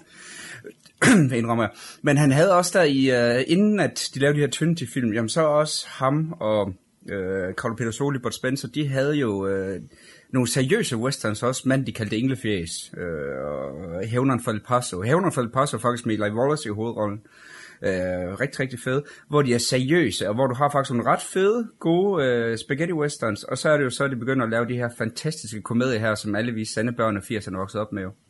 Speaker 9: den. Indrømmer jeg. Men han havde også der i, inden at de lavede de her Trinity-film, jamen så også ham og uh, Carlo Pedersoli, Bud Spencer, de havde jo uh, nogle seriøse westerns også, mand de kaldte Englefjæs, uh, og Hævneren for El Paso. Hævneren for El Paso er faktisk med Eli Wallace i hovedrollen. Uh, rigtig, rigtig fede, hvor de er seriøse, og hvor du har faktisk nogle ret fede, gode uh, spaghetti westerns, og så er det jo så, at de begynder at lave de her fantastiske komedier her, som alle vi sande børn af firserne voksede op med jo.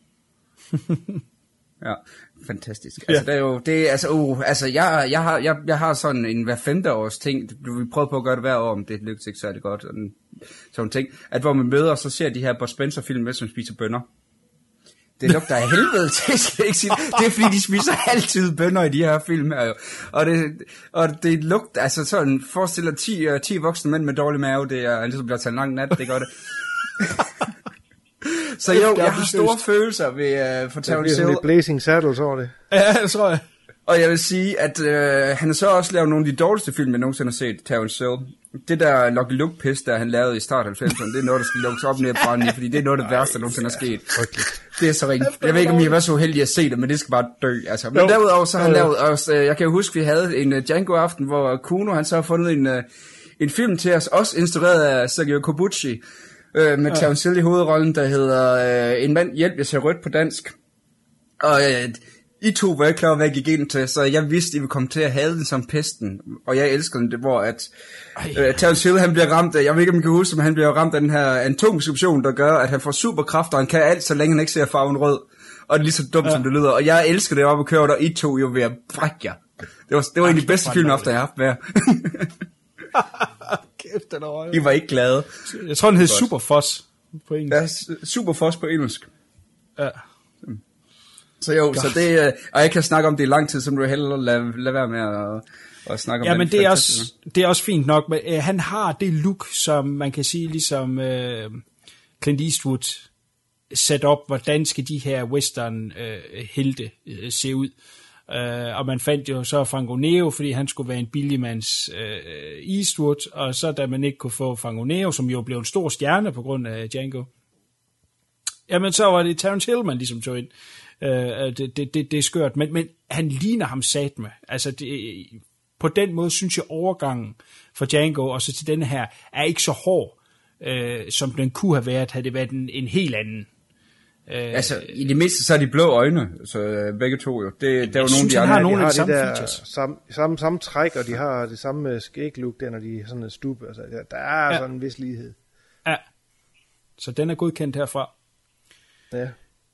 Speaker 9: Ja, fantastisk. Altså, ja. Det er jo, det er, altså, uh, altså, jeg, jeg, har, jeg, jeg har sådan en hver femte års ting, vi prøver på at gøre det hver år, men det lykkes ikke særlig godt, og den, sådan ting, at hvor man møder, så ser de her Bud Spencer-film med, som spiser bønner. Det lugter af helvede til, skal jeg ikke sige. Det er fordi, de spiser altid bønner i de her film her jo. Og det, og det lugter, altså sådan, forestiller ti, ti voksne mænd med dårlig mave, det er ligesom bliver taget en lang nat, det gør det. Så jo, jeg har store følelser ved uh, for Terence Hill. Det
Speaker 10: bliver sådan lidt Blazing Saddles over det.
Speaker 8: Ja, det tror jeg.
Speaker 9: Og jeg vil sige, at øh, han har så også lavet nogle af de dårligste film, jeg nogensinde har set, Terence Hill. Det der Lucky Luke-pis, der han lavede i start af halvfemserne, det er noget, der skal lukkes op ned og brænde i, fordi det er noget af det værste, der nogensinde er sket. Det er så rigtigt. Jeg ved ikke, om I var så heldige at se det, men det skal bare dø. Altså. Men derudover så har han lavet også, øh, jeg kan jo huske, vi havde en uh, Django-aften, hvor Kuno, han så har fundet en, uh, en film til os, også instrueret af Sergio Corbucci, øh, med Terence Hill i hovedrollen, der hedder øh, En mand hjælp, jeg ser rødt på dansk. Og øh, I to var ikke klar, hvad jeg gik ind til, så jeg vidste, I ville komme til at have den som pesten. Og jeg elsker den, det, hvor at uh, Terence Hill, han bliver ramt af, jeg ved ikke, om I kan huske, men han bliver ramt af den her atomexplosion, der gør, at han får superkræfter, og han kan alt, så længe han ikke ser farven rød. Og det er lige så dumt, ja. som det lyder. Og jeg elsker det op at køre, der I to jo ved at brække jer. Det var, det var en af de bedste film, efter jeg har haft med.
Speaker 8: Kæft, den er
Speaker 9: I var ikke glade.
Speaker 8: Jeg tror, den hed Superfoss på engelsk.
Speaker 9: Ja, Superfoss på engelsk.
Speaker 8: Ja.
Speaker 9: Så jo, God. så det, og jeg kan snakke om det i lang tid, så må du hellere lade, lade være med at, at snakke om det.
Speaker 8: Ja, men det er, også, det er også fint nok, men øh, han har det look, som man kan sige, ligesom øh, Clint Eastwood sat op, hvordan skal de her western øh, helte øh, se ud. Uh, og man fandt jo så Fango Neo, fordi han skulle være en billigmands uh, Eastwood, og så da man ikke kunne få Fango Neo, som jo blev en stor stjerne på grund af Django, jamen så var det Terence Hill, man ligesom tog ind. Uh, det, det, det, det er skørt, men, men han ligner ham satme. Altså det, på den måde synes jeg overgangen for Django og så til denne her er ikke så hård, uh, som den kunne have været, havde det været en, en helt anden.
Speaker 9: Øh, altså, i det mindste, så er de blå øjne, så øh, begge to jo. Det, der er jo nogle,
Speaker 10: de
Speaker 9: de
Speaker 10: har,
Speaker 9: nogle
Speaker 10: de har
Speaker 9: de
Speaker 10: samme features. Samme, samme, samme træk, og de har det samme skæglook, der når de er sådan en stube. Altså, der, der er ja. sådan en vis lighed.
Speaker 8: Ja, så den er godkendt herfra.
Speaker 10: Ja.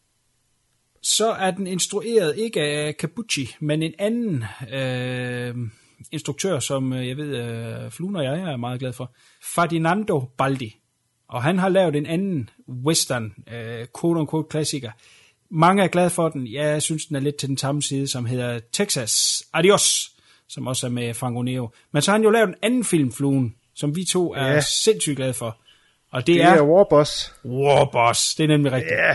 Speaker 8: Så er den instrueret ikke af Kabuchi, men en anden øh, instruktør, som jeg ved, øh, Fluen og jeg er meget glad for. Ferdinando Baldi. Og han har lavet en anden western, øh, quote-unquote klassiker. Mange er glade for den. Jeg synes, den er lidt til den samme side, som hedder Texas Adios, som også er med Fango Neo. Men så har han jo lavet en anden film, Fluen, som vi to er ja. sindssygt glade for. Og det, det er...
Speaker 10: er Warboss.
Speaker 8: Warboss, det er nemlig rigtigt.
Speaker 10: Ja.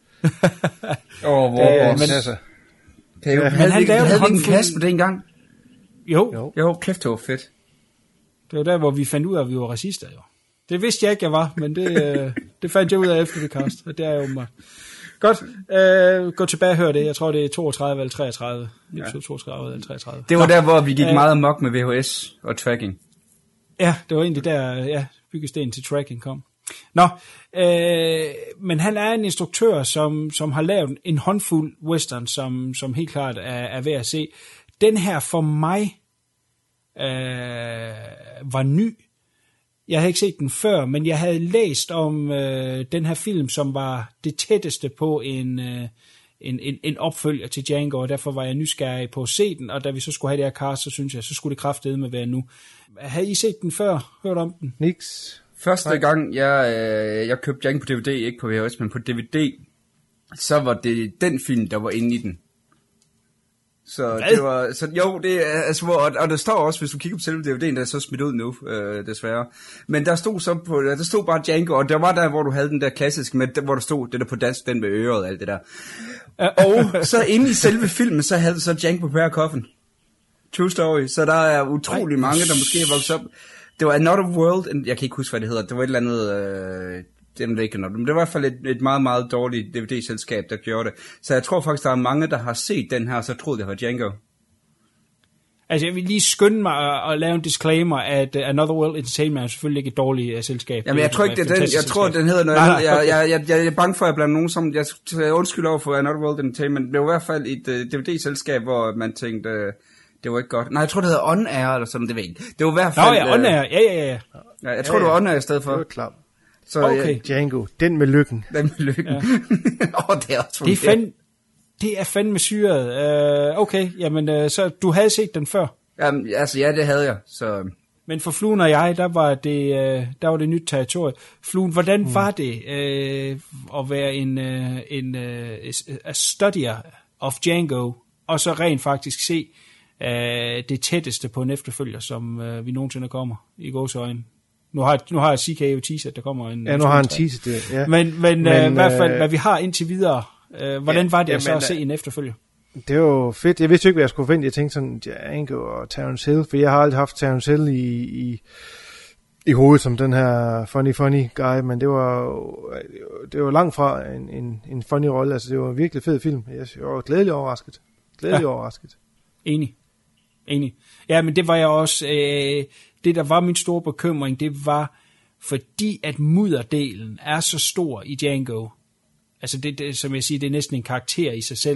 Speaker 9: Åh, oh, Warboss. Men,
Speaker 10: altså.
Speaker 9: Det er jo, ja, han havde ikke en kast på det engang.
Speaker 8: Jo.
Speaker 9: Jo, jo kæft, det var fedt.
Speaker 8: Det var der, hvor vi fandt ud af, at vi var racister, jo. Det vidste jeg ikke, jeg var, men det, øh, det fandt jeg ud af efter det cast, og det er jo åbenbart. Godt, øh, gå tilbage og hør det. Jeg tror, det er toogtredive eller treogtredive. Ja. Episode toogtredive eller treogtredive.
Speaker 9: Det var Nå, der, hvor vi gik øh, meget amok med V H S og tracking.
Speaker 8: Ja, det var egentlig der, ja, byggesten til tracking kom. Nå, øh, men han er en instruktør, som, som har lavet en håndfuld western, som, som helt klart er, er værd at se. Den her for mig øh, var ny. Jeg havde ikke set den før, men jeg havde læst om øh, den her film, som var det tætteste på en, øh, en, en, en opfølger til Django, og derfor var jeg nysgerrig på at se den, og da vi så skulle have det her cast, så synes jeg, så skulle det kraftedeme være nu. Havde I set den før? Hørt om den?
Speaker 10: Niks.
Speaker 9: Første Nej. gang, jeg, øh, jeg købte Django på D V D, ikke på V H S, men på D V D, så var det den film, der var inde i den. Så Hvad? det var, så jo, det er, altså, hvor, og, og der står også, hvis du kigger på selve D V D'en, der er så smidt ud nu, øh, desværre. Men der stod så på, der stod bare Django, og der var der, hvor du havde den der klassiske, med, der, hvor der stod det der på dansk, den med øret og alt det der. Og så inde i selve filmen, så havde du så Django på Coffin. True story. Så der er utrolig Ej, mange, der måske er vokset op. Det var Another World, jeg kan ikke huske, hvad det hedder, det var et eller andet... Øh, det, ikke noget. Men det var i hvert fald et, et meget, meget dårligt D V D-selskab, der gjorde det. Så jeg tror faktisk, der er mange, der har set den her, så troede, det var Django.
Speaker 8: Altså, jeg vil lige skynde mig at, at lave en disclaimer, at uh, Another World Entertainment er selvfølgelig ikke et dårligt uh, selskab.
Speaker 9: Jamen, jeg tror ikke, det er den. Jeg tror, den hedder noget. Nej, nej, okay. jeg, jeg, jeg, jeg er bange for, at jeg blander nogen som... Jeg, jeg undskylder over for Another World Entertainment. Det var i hvert fald et uh, D V D-selskab, hvor man tænkte... Uh, det var ikke godt. Nej, jeg tror, det hedder On Air, eller sådan, det ved jeg ikke. Det var i hvert fald...
Speaker 8: Nå ja, On Air. Ja, ja, ja.
Speaker 9: ja jeg tror, ja, ja. det var On Air i stedet for.
Speaker 10: Det var klart.
Speaker 9: Så
Speaker 8: okay.
Speaker 10: ja, Django, den med lykken.
Speaker 9: Den med lykken. Ja. oh, det er også
Speaker 8: det er fandme, det er fandme syret. Uh, okay, jamen, uh, så du havde set den før?
Speaker 9: Jamen, altså ja, det havde jeg. Så...
Speaker 8: Men for Fluen og jeg, der var det, uh, der var det nyt territorium. Fluen, hvordan mm. var det uh, at være en, uh, en uh, a studier of Django, og så rent faktisk se uh, det tætteste på en efterfølger, som uh, vi nogensinde kommer i gåseøjne? Nu har, nu har C K jo teaser, der kommer en...
Speaker 10: Ja, nu har han teaser det, ja.
Speaker 8: Men, men, men øh, i hvert fald, hvad vi har indtil videre, øh, hvordan ja, var det ja, så men, at se en efterfølger?
Speaker 10: Det var jo fedt. Jeg vidste jo ikke, hvad jeg skulle forvente. Jeg tænkte sådan, Django og Terence Hill, for jeg har aldrig haft Terence Hill i, i, i hovedet som den her funny, funny guy, men det var det var langt fra en, en, en funny rolle. Altså, det var en virkelig fed film. Jeg var glædelig overrasket. Glædelig ja. overrasket.
Speaker 8: Enig. Enig. Ja, men det var jeg også... Øh, det, der var min store bekymring, det var, fordi at mudderdelen er så stor i Django. Altså, det, det, som jeg siger, det er næsten en karakter i sig selv.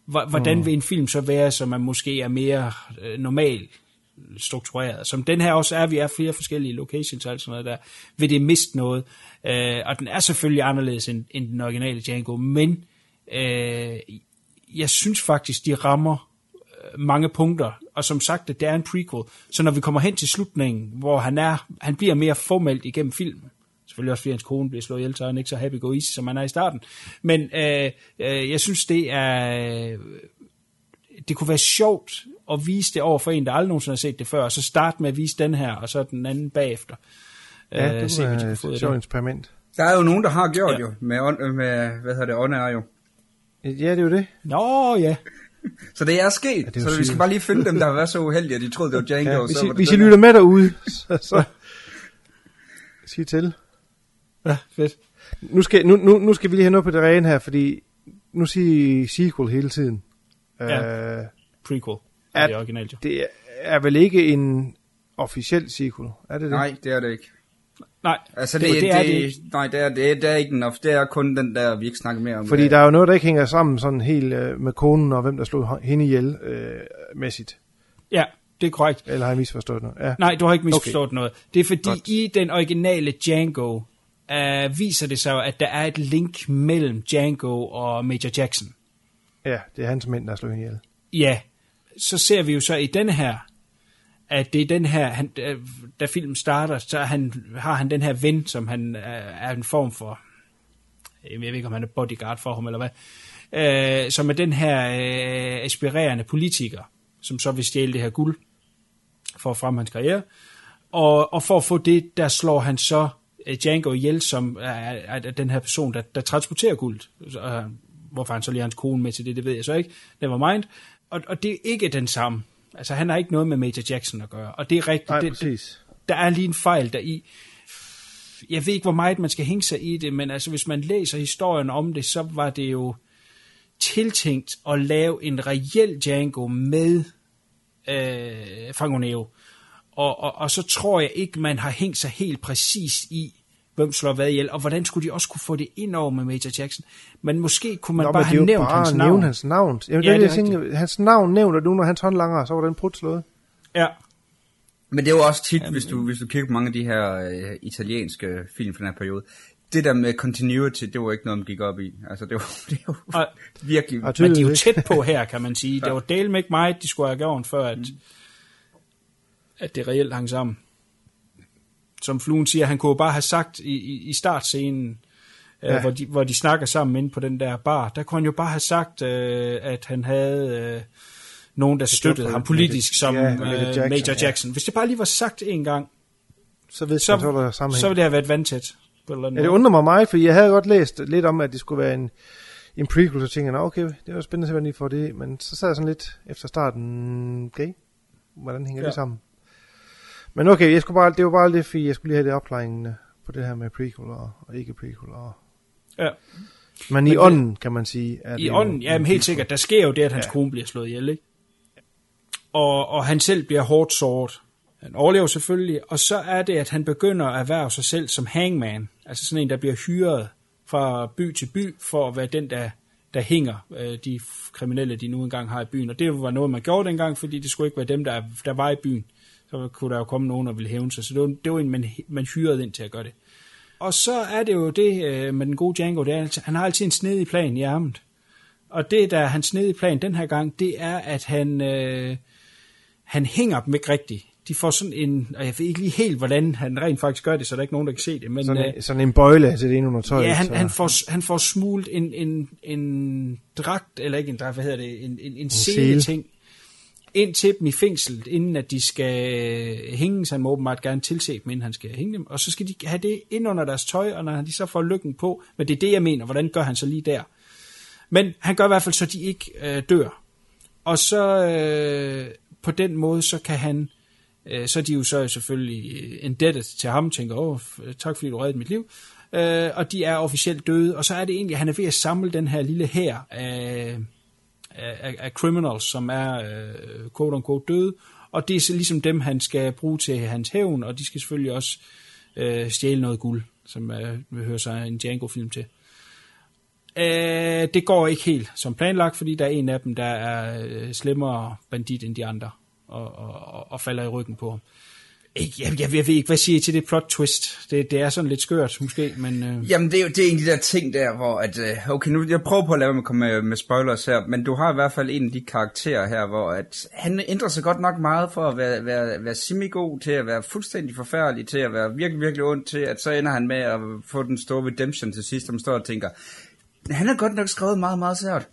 Speaker 8: hvordan
Speaker 10: Mm.
Speaker 8: vil en film så være, som man måske er mere øh, normal struktureret. Som den her også er, vi er flere forskellige locations og alt sådan noget der. Vil det miste noget? Øh, og den er selvfølgelig anderledes end, end den originale Django, men øh, jeg synes faktisk, de rammer mange punkter, og som sagt, det er en prequel, så når vi kommer hen til slutningen, hvor han er, han bliver mere formelt igennem filmen, selvfølgelig også fordi hans kone bliver slået ihjel, så er han ikke så happy go easy, som han er i starten, men øh, øh, jeg synes, det er det kunne være sjovt at vise det over for en, der aldrig nogensinde har set det før, og så starte med at vise den her, og så den anden bagefter.
Speaker 10: Ja, det
Speaker 8: se,
Speaker 10: er
Speaker 8: de
Speaker 10: et sjovt eksperiment.
Speaker 9: Der er jo nogen, der har gjort
Speaker 8: Ja.
Speaker 9: jo, med, on, med hvad hedder det, on-air jo.
Speaker 10: Ja, det er jo det.
Speaker 8: Nå, ja.
Speaker 9: Så det er sket,
Speaker 10: Ja, det er jo
Speaker 9: så vi
Speaker 10: sygt.
Speaker 9: skal bare lige finde dem, der har været så uheldige, at de troede, det var Django.
Speaker 10: Ja,
Speaker 9: og
Speaker 10: hvis
Speaker 9: så
Speaker 10: I,
Speaker 9: var det
Speaker 10: hvis I
Speaker 9: den her.
Speaker 10: lytter med derude, så, så sig til.
Speaker 8: Ja, fedt.
Speaker 10: Nu skal, nu, nu, nu skal vi lige have noget på det rene her, fordi nu siger I sequel hele tiden.
Speaker 8: Ja.
Speaker 10: Øh,
Speaker 8: Prequel.
Speaker 10: er,
Speaker 8: Det er originalt jo.
Speaker 10: det er vel ikke en officiel sequel, er det det?
Speaker 9: Nej, det er det ikke.
Speaker 8: Nej,
Speaker 9: Altså,
Speaker 8: det,
Speaker 9: det,
Speaker 8: det,
Speaker 9: det,
Speaker 8: er
Speaker 9: det,
Speaker 8: det ikke.
Speaker 9: nej, det er, det, er, det er ikke enough. Det er kun den der, vi ikke snakker mere om.
Speaker 10: Fordi
Speaker 9: det.
Speaker 10: der er jo noget, der ikke hænger sammen sådan helt øh, med konen og hvem der slog hende ihjel øh, mæssigt.
Speaker 8: Ja, det er korrekt.
Speaker 10: Eller har jeg misforstået noget? Ja.
Speaker 8: Nej, du har ikke misforstået okay. noget. Det er fordi,
Speaker 10: Godt.
Speaker 8: i den originale Django uh, viser det sig, at der er et link mellem Django og Major Jackson.
Speaker 10: Ja, det er hans mænd, der slog hende ihjel.
Speaker 8: Ja, så ser vi jo så i denne her, at det er den her, han, da filmen starter, så han, har han den her ven, som han er en form for, jeg ved ikke, om han er bodyguard for ham, eller hvad, øh, som er den her øh, aspirerende politiker, som så vil stjæle det her guld, for at fremme hans karriere, og, og for at få det, der slår han så øh, Django ihjel, som er, er, er den her person, der, der transporterer guld. Øh, hvorfor han så lige har hans kone med til det, det ved jeg så ikke. Never mind. Og, og det er ikke den samme. Altså, han har ikke noget med Major Jackson at gøre, og det er rigtigt.
Speaker 10: Nej,
Speaker 8: det,
Speaker 10: præcis.
Speaker 8: der er lige en fejl deri. Jeg ved ikke, hvor meget man skal hænge sig i det, men altså, hvis man læser historien om det, så var det jo tiltænkt at lave en reel Django med øh, Franco Nero. Og, og, og så tror jeg ikke, man har hængt sig helt præcis i, hvem slår hvad ihjel, og hvordan skulle de også kunne få det ind over med Major Jackson. Men måske kunne man
Speaker 10: Nå,
Speaker 8: bare have nævnt
Speaker 10: bare
Speaker 8: hans
Speaker 10: nævne
Speaker 8: navn.
Speaker 10: hans navn. Jamen,
Speaker 8: Ja,
Speaker 10: ja,
Speaker 8: det er
Speaker 10: jeg tænkte, hans navn nævnt, og nu når hans håndlanger, så var den prut slået.
Speaker 8: Ja.
Speaker 9: Men det er jo også tit, Jamen, hvis, du, hvis du kigger på mange af de her øh, italienske film fra den her periode, det der med continuity, det var ikke noget, man gik op i. Altså, det var, det var
Speaker 8: og,
Speaker 9: virkelig...
Speaker 8: Men de er jo tæt på her, kan man sige. Det var dele ikke meget, de skulle have gjort, før at, mm. at det reelt hang sammen. Som Fluen siger, han kunne bare have sagt i, i, i startscenen, ja. øh, hvor, de, hvor de snakker sammen inde på den der bar, der kunne han jo bare have sagt, øh, at han havde øh, nogen, der støttede ham politisk, som
Speaker 10: ja,
Speaker 8: øh,
Speaker 10: Jackson,
Speaker 8: Major Jackson. Ja. Hvis det bare lige var sagt en gang,
Speaker 10: så, ved
Speaker 8: så,
Speaker 10: man, så, var der sammenhæng.
Speaker 8: så ville det have været vandtæt. På ja,
Speaker 10: det undrer mig meget, for jeg havde godt læst lidt om, at det skulle være en, en prequel, så tænkte jeg, okay, det var spændende at se, hvordan de får det, men så sad jeg sådan lidt efter starten, okay, hvordan hænger ja. det sammen? Men okay, jeg skulle bare, det var bare lidt, fordi jeg skulle lige have det opklaringen på det her med prequel og, og ikke prequel. Og...
Speaker 8: Ja.
Speaker 10: Men, men i ånden, kan man sige. Er
Speaker 8: I
Speaker 10: det
Speaker 8: ånden, ja, helt sikkert. Der sker jo det, at hans ja. kone bliver slået ihjel, ikke? Og, og han selv bliver hårdt såret. Han overlever selvfølgelig, og så er det, at han begynder at erhverve sig selv som hangman. Altså sådan en, der bliver hyret fra by til by, for at være den, der, der hænger øh, de kriminelle, de nu engang har i byen. Og det var noget, man gjorde dengang, fordi det skulle ikke være dem, der, der var i byen. Så kunne der jo komme nogen, der ville hævne sig. Så det var, det var en, man, man hyrede ind til at gøre det. Og så er det jo det øh, med den gode Django, det er, han har altid en snedig plan i ærmet. Og det, der er hans snedige plan den her gang, det er, at han, øh, han hænger dem ikke rigtigt. De får sådan en, og jeg ved ikke lige helt, hvordan han rent faktisk gør det, så der er ikke nogen, der kan se det. Men,
Speaker 10: sådan, øh, sådan en bøjle til det ind under tøjet.
Speaker 8: Ja, han, han, får, han får smult en, en, en dragt, eller ikke en dragt, hvad hedder det, en, en, en sele-ting, ind til dem i fængslet, inden at de skal hænge, så han må åbenbart gerne tilse dem, inden han skal hænge dem. Og så skal de have det ind under deres tøj, og når de så får lykken på, men det er det, jeg mener, hvordan gør han så lige der? Men han gør i hvert fald, så de ikke øh, dør. Og så øh, på den måde, så kan han, øh, så er de jo så selvfølgelig indebted til ham, tænker, åh, tak fordi du reddede mit liv. Øh, og de er officielt døde, og så er det egentlig, at han er ved at samle den her lille hær af, af, af criminals, som er øh, quote unquote døde, og det er så ligesom dem, han skal bruge til hans hævn, og de skal selvfølgelig også øh, stjæle noget guld, som øh, vil høre sig en Django-film til. Øh, det går ikke helt som planlagt, fordi der er en af dem, der er øh, slemmere bandit end de andre, og, og, og falder i ryggen på ham. Jeg, jeg, jeg ved ikke, hvad siger I til det plot twist? Det, det er sådan lidt skørt, måske, men... Øh...
Speaker 9: Jamen, det er jo det er en af de der ting der, hvor at... Øh, okay, nu jeg prøver på at lade mig at komme med, med spoilers her, men du har i hvert fald en af de karakterer her, hvor at han ændrer sig godt nok meget for at være, være, være semi-god, til at være fuldstændig forfærdelig, til at være virkelig, virkelig ond, til at så ender han med at få den store redemption til sidst, og man står og tænker... Han har godt nok skrevet meget, meget sært.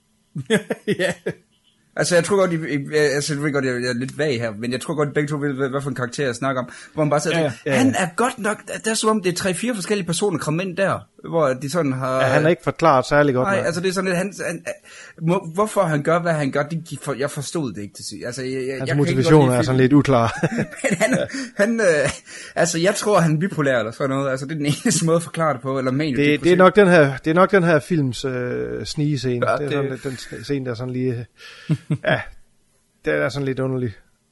Speaker 8: Ja.
Speaker 9: Altså, jeg tror godt, I, altså, jeg ved godt, jeg er lidt vag her, men jeg tror godt, begge to ved, hvad for en karakter jeg snakker om, hvor man bare siger, ja, ja, ja. Han er godt nok, det er som om, det er tre-fire forskellige personer kommet ind der, hvor de sådan har...
Speaker 10: Ja, han er ikke forklaret særlig godt.
Speaker 9: Nej, nok. Altså, det er sådan lidt, han, han, må, hvorfor han gør, hvad han gør, det, for, jeg forstod det ikke til sig. Altså, jeg, jeg,
Speaker 10: Hans
Speaker 9: jeg
Speaker 10: motivation er sådan lidt uklar.
Speaker 9: Men han, han øh, altså, jeg tror, han er bipolær eller sådan noget, altså, det er den eneste måde at forklare det på, eller mener
Speaker 10: det, det, er nok den her, det er nok den her films øh, snigescene,
Speaker 9: ja,
Speaker 10: det er
Speaker 9: det...
Speaker 10: sådan, den scene, der er sådan lige, ja, det er sådan lidt underlig.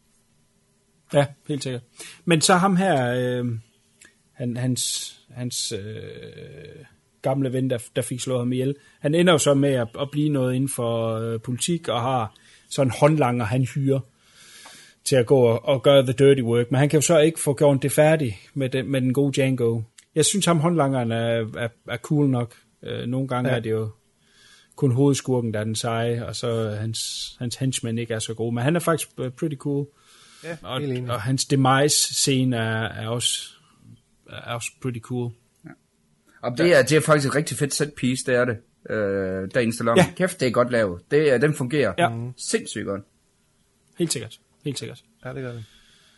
Speaker 8: Ja, helt sikkert. Men så ham her, øh, han, hans, hans øh, gamle ven, der, der fik slået ham ihjel, han ender jo så med at, at blive noget inden for øh, politik, og har sådan en håndlanger, han hyrer til at gå og, og gøre the dirty work, men han kan jo så ikke få gjort det færdigt med den, med den gode Django. Jeg synes, ham håndlangeren er, er, er cool nok. Øh, nogle gange ja. Er det jo kun hovedskurken, der er den seje, og så hans, hans henchmen ikke er så gode, men han er faktisk pretty cool.
Speaker 10: Ja,
Speaker 8: og, og hans demise-scene er, er, også, er også pretty cool.
Speaker 9: Ja. Og det er, det er faktisk et rigtig fedt set piece, det er det. Øh, der eneste lomme. Ja. Kæft, det er godt lavet. Det, den fungerer ja. Sindssygt godt.
Speaker 8: Helt sikkert. Helt sikkert.
Speaker 10: Ja, det gør det.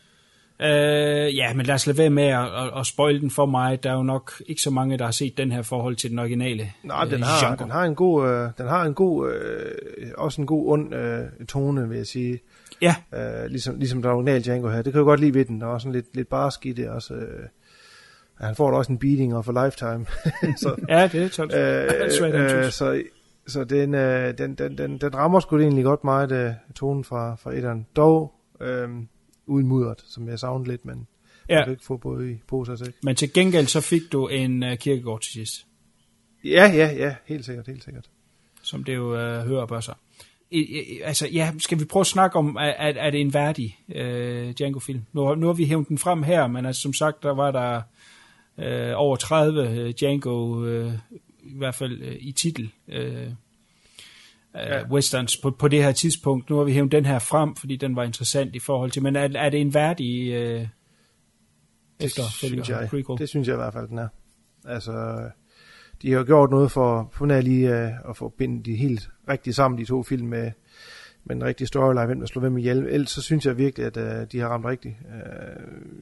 Speaker 8: Øh, ja, men lad os lade være med at, at, at spoil den for mig. Der er jo nok ikke så mange, der har set den her forhold til den originale.
Speaker 10: Nej, den har, den har en god, øh, den har en god, øh, også en god ond øh, tone, vil jeg sige.
Speaker 8: Ja.
Speaker 10: Øh, ligesom, ligesom der originale Django her. Det kan jeg godt lide ved den. Der er også sådan lidt, lidt barsk i det også. Øh, han får da også en beating of a lifetime. så,
Speaker 8: ja, det er tørt.
Speaker 10: Øh, øh, så så den, øh, den, den, den, den rammer sgu egentlig godt meget øh, tonen fra, fra etteren. Dog... Øh, uden mudderet, som jeg savnede lidt, men ja. Man kan ikke få både i pose og sæk.
Speaker 8: Men til gengæld så fik du en uh, kirkegård til sidst.
Speaker 10: Ja, ja, ja, helt sikkert, helt sikkert.
Speaker 8: Som det jo uh, hører og bør sig. I, I, altså, ja, skal vi prøve at snakke om, at, at det er en værdig uh, Django-film? Nu, nu har vi hævet den frem her, men altså, som sagt, der var der uh, over tredive uh, Django, uh, i hvert fald uh, i titel, uh, Ja. westerns på, på det her tidspunkt. Nu har vi hævet den her frem, fordi den var interessant i forhold til, men er, er det en værdig øh, efterfølger?
Speaker 10: Det, det synes jeg i hvert fald, den er. Altså, de har gjort noget for, for nær lige uh, at få bindet de helt rigtigt sammen, de to film, med, med en rigtig storyline, hvem der slår hvem ihjel. Ellers så synes jeg virkelig, at uh, de har ramt rigtigt. Uh,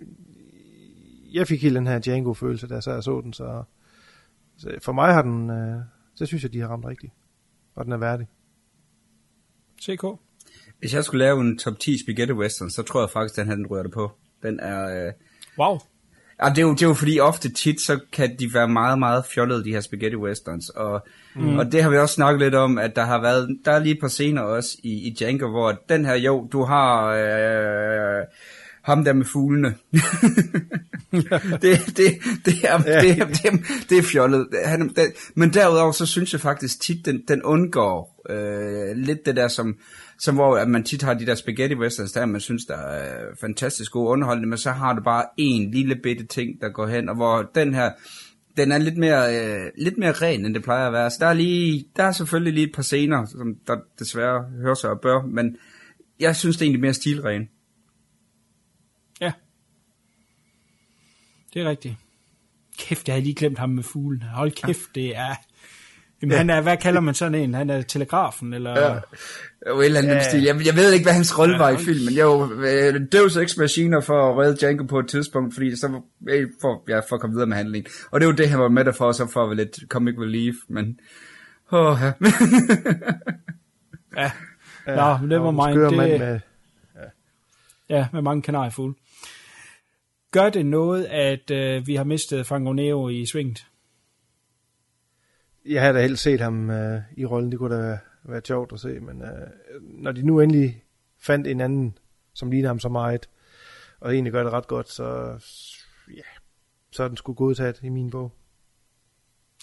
Speaker 10: jeg fik helt den her Django-følelse, da jeg så, så den, så, så for mig har den, uh, så synes jeg, de har ramt rigtigt. Og den er værdig.
Speaker 8: C K?
Speaker 9: Hvis jeg skulle lave en top ti spaghetti western, så tror jeg faktisk, den her den rører det på. Den er... Øh...
Speaker 8: Wow.
Speaker 9: Ja, det er, jo, det er jo fordi ofte tit, så kan de være meget, meget fjollede, de her spaghetti westerns. Og, mm. og det har vi også snakket lidt om, at der har været... Der er lige et par scener også i, i Django, hvor den her, jo, du har... Øh, ham der med fuglene. det, det, det, er, det, er, det, er, det er fjollet. Han, det, men derudover, så synes jeg faktisk tit, den, den undgår øh, lidt det der, som, som hvor at man tit har de der spaghetti westerns, der man synes, der er fantastisk god underholdende, men så har du bare en lille bitte ting, der går hen, og hvor den her, den er lidt mere, øh, lidt mere ren, end det plejer at være. Så der er, lige, der er selvfølgelig lige et par scener, som der desværre hører sig og bør, men jeg synes, det er egentlig mere stilren.
Speaker 8: Ja. Det er rigtigt. Kæft, jeg har lige glemt ham med fuglen. Hold kæft, det er... Jamen, ja. Han er, hvad kalder man sådan en? Han er telegrafen, eller...
Speaker 9: Ja. Jo, eller andet ja. Stil. Jeg, jeg ved ikke, hvad hans rolle ja, var i filmen. Jo, Deus Ex Machina for at redde Django på et tidspunkt, fordi så for, ja, for at komme videre med handlingen. Og det er jo det, han var med der for, så for at være lidt comic relief, men... Åh, ja.
Speaker 8: ja. Nå, men det var mig. Det... Med... Ja. ja, med mange kanariefugle. Gør det noget, at øh, vi har mistet Franco Nero i svinget?
Speaker 10: Jeg havde da helst set ham øh, i rollen. Det kunne da være, være sjovt at se. Men øh, når de nu endelig fandt en anden, som ligner ham så meget, og egentlig gør det ret godt, så, ja, så er den sgu godtaget i min bog.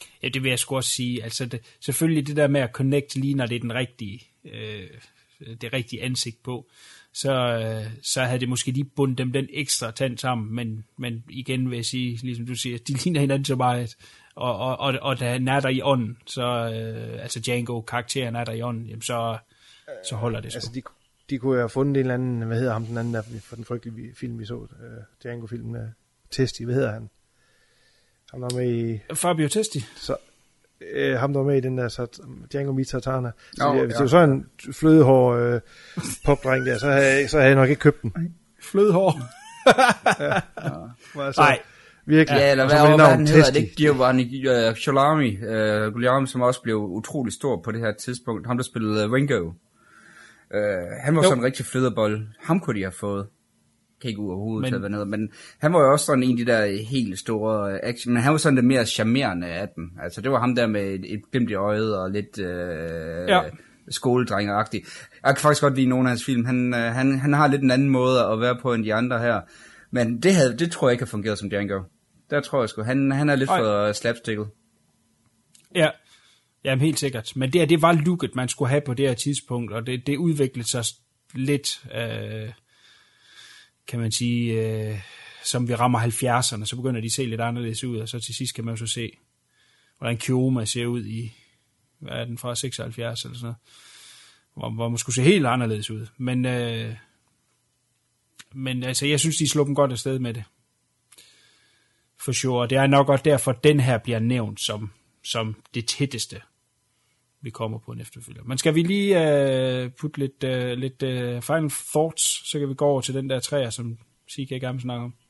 Speaker 8: Ja, det vil jeg sgu også sige. Altså, det, selvfølgelig det der med at connect lige, når det er den rigtige, øh, det rigtige ansigt på, så, øh, så havde det måske lige bundet dem den ekstra tand sammen, men, men igen vil jeg sige, ligesom du siger, de ligner hinanden så meget, og, og, og, og der er der i ånden, så, øh, altså Django-karakteren er der i ånden, jamen så, så holder det sgu.
Speaker 10: Altså, de, de kunne have fundet en eller anden, hvad hedder ham, den anden der, for den frygtelige film, vi så, uh, Django-filmen, uh, Testi, hvad hedder han? Ham der med i...
Speaker 8: Fabio Testi.
Speaker 10: Så, øh, ham der med i den der så, Django Meets Sartana. Så
Speaker 9: oh,
Speaker 10: ja, hvis det var sådan en flødehår øh, popdreng der, så havde, så havde jeg nok ikke købt den.
Speaker 8: Flødehår?
Speaker 10: ja. Altså,
Speaker 8: nej.
Speaker 10: Virkelig.
Speaker 9: Ja, eller hvad, hvad den hedder, det ikke Giovanni uh, Giuliani, uh, Giuliani, som også blev utrolig stor på det her tidspunkt. Ham der spillede uh, Ringo. Uh, han var jo. sådan en rigtig flødebold. Ham kunne de have fået. Kan ikke ud overhovedet tage ned, men han var jo også sådan en af de der helt store action, men han var sådan det mere charmerende af dem. Altså det var ham der med et, et glimt i øjet og lidt øh, ja. skoledrengeragtigt. Jeg kan faktisk godt lide nogle af hans film. Han, øh, han, han har lidt en anden måde at være på end de andre her, men det, havde, det tror jeg ikke har fungeret som Django. Der tror jeg sgu, han, han er lidt Ej. for slapsticket.
Speaker 8: Ja, jamen helt sikkert. Men det, det var looket, man skulle have på det her tidspunkt, og det, det udviklede sig lidt... Øh kan man sige, øh, som vi rammer halvfjerdserne, så begynder de at se lidt anderledes ud, og så til sidst kan man jo så se, hvordan Kioma ser ud i, hvad er den fra, seksoghalvfjerds eller sådan noget, hvor, hvor man skulle se helt anderledes ud. Men, øh, men altså, jeg synes, de slår dem godt afsted med det. For sure. Det er nok godt derfor, at den her bliver nævnt som, som det tætteste, vi kommer på en efterfølger. Men skal vi lige uh, putte lidt, uh, lidt uh, final thoughts, så kan vi gå over til den der træer, som C K gerne snakker om.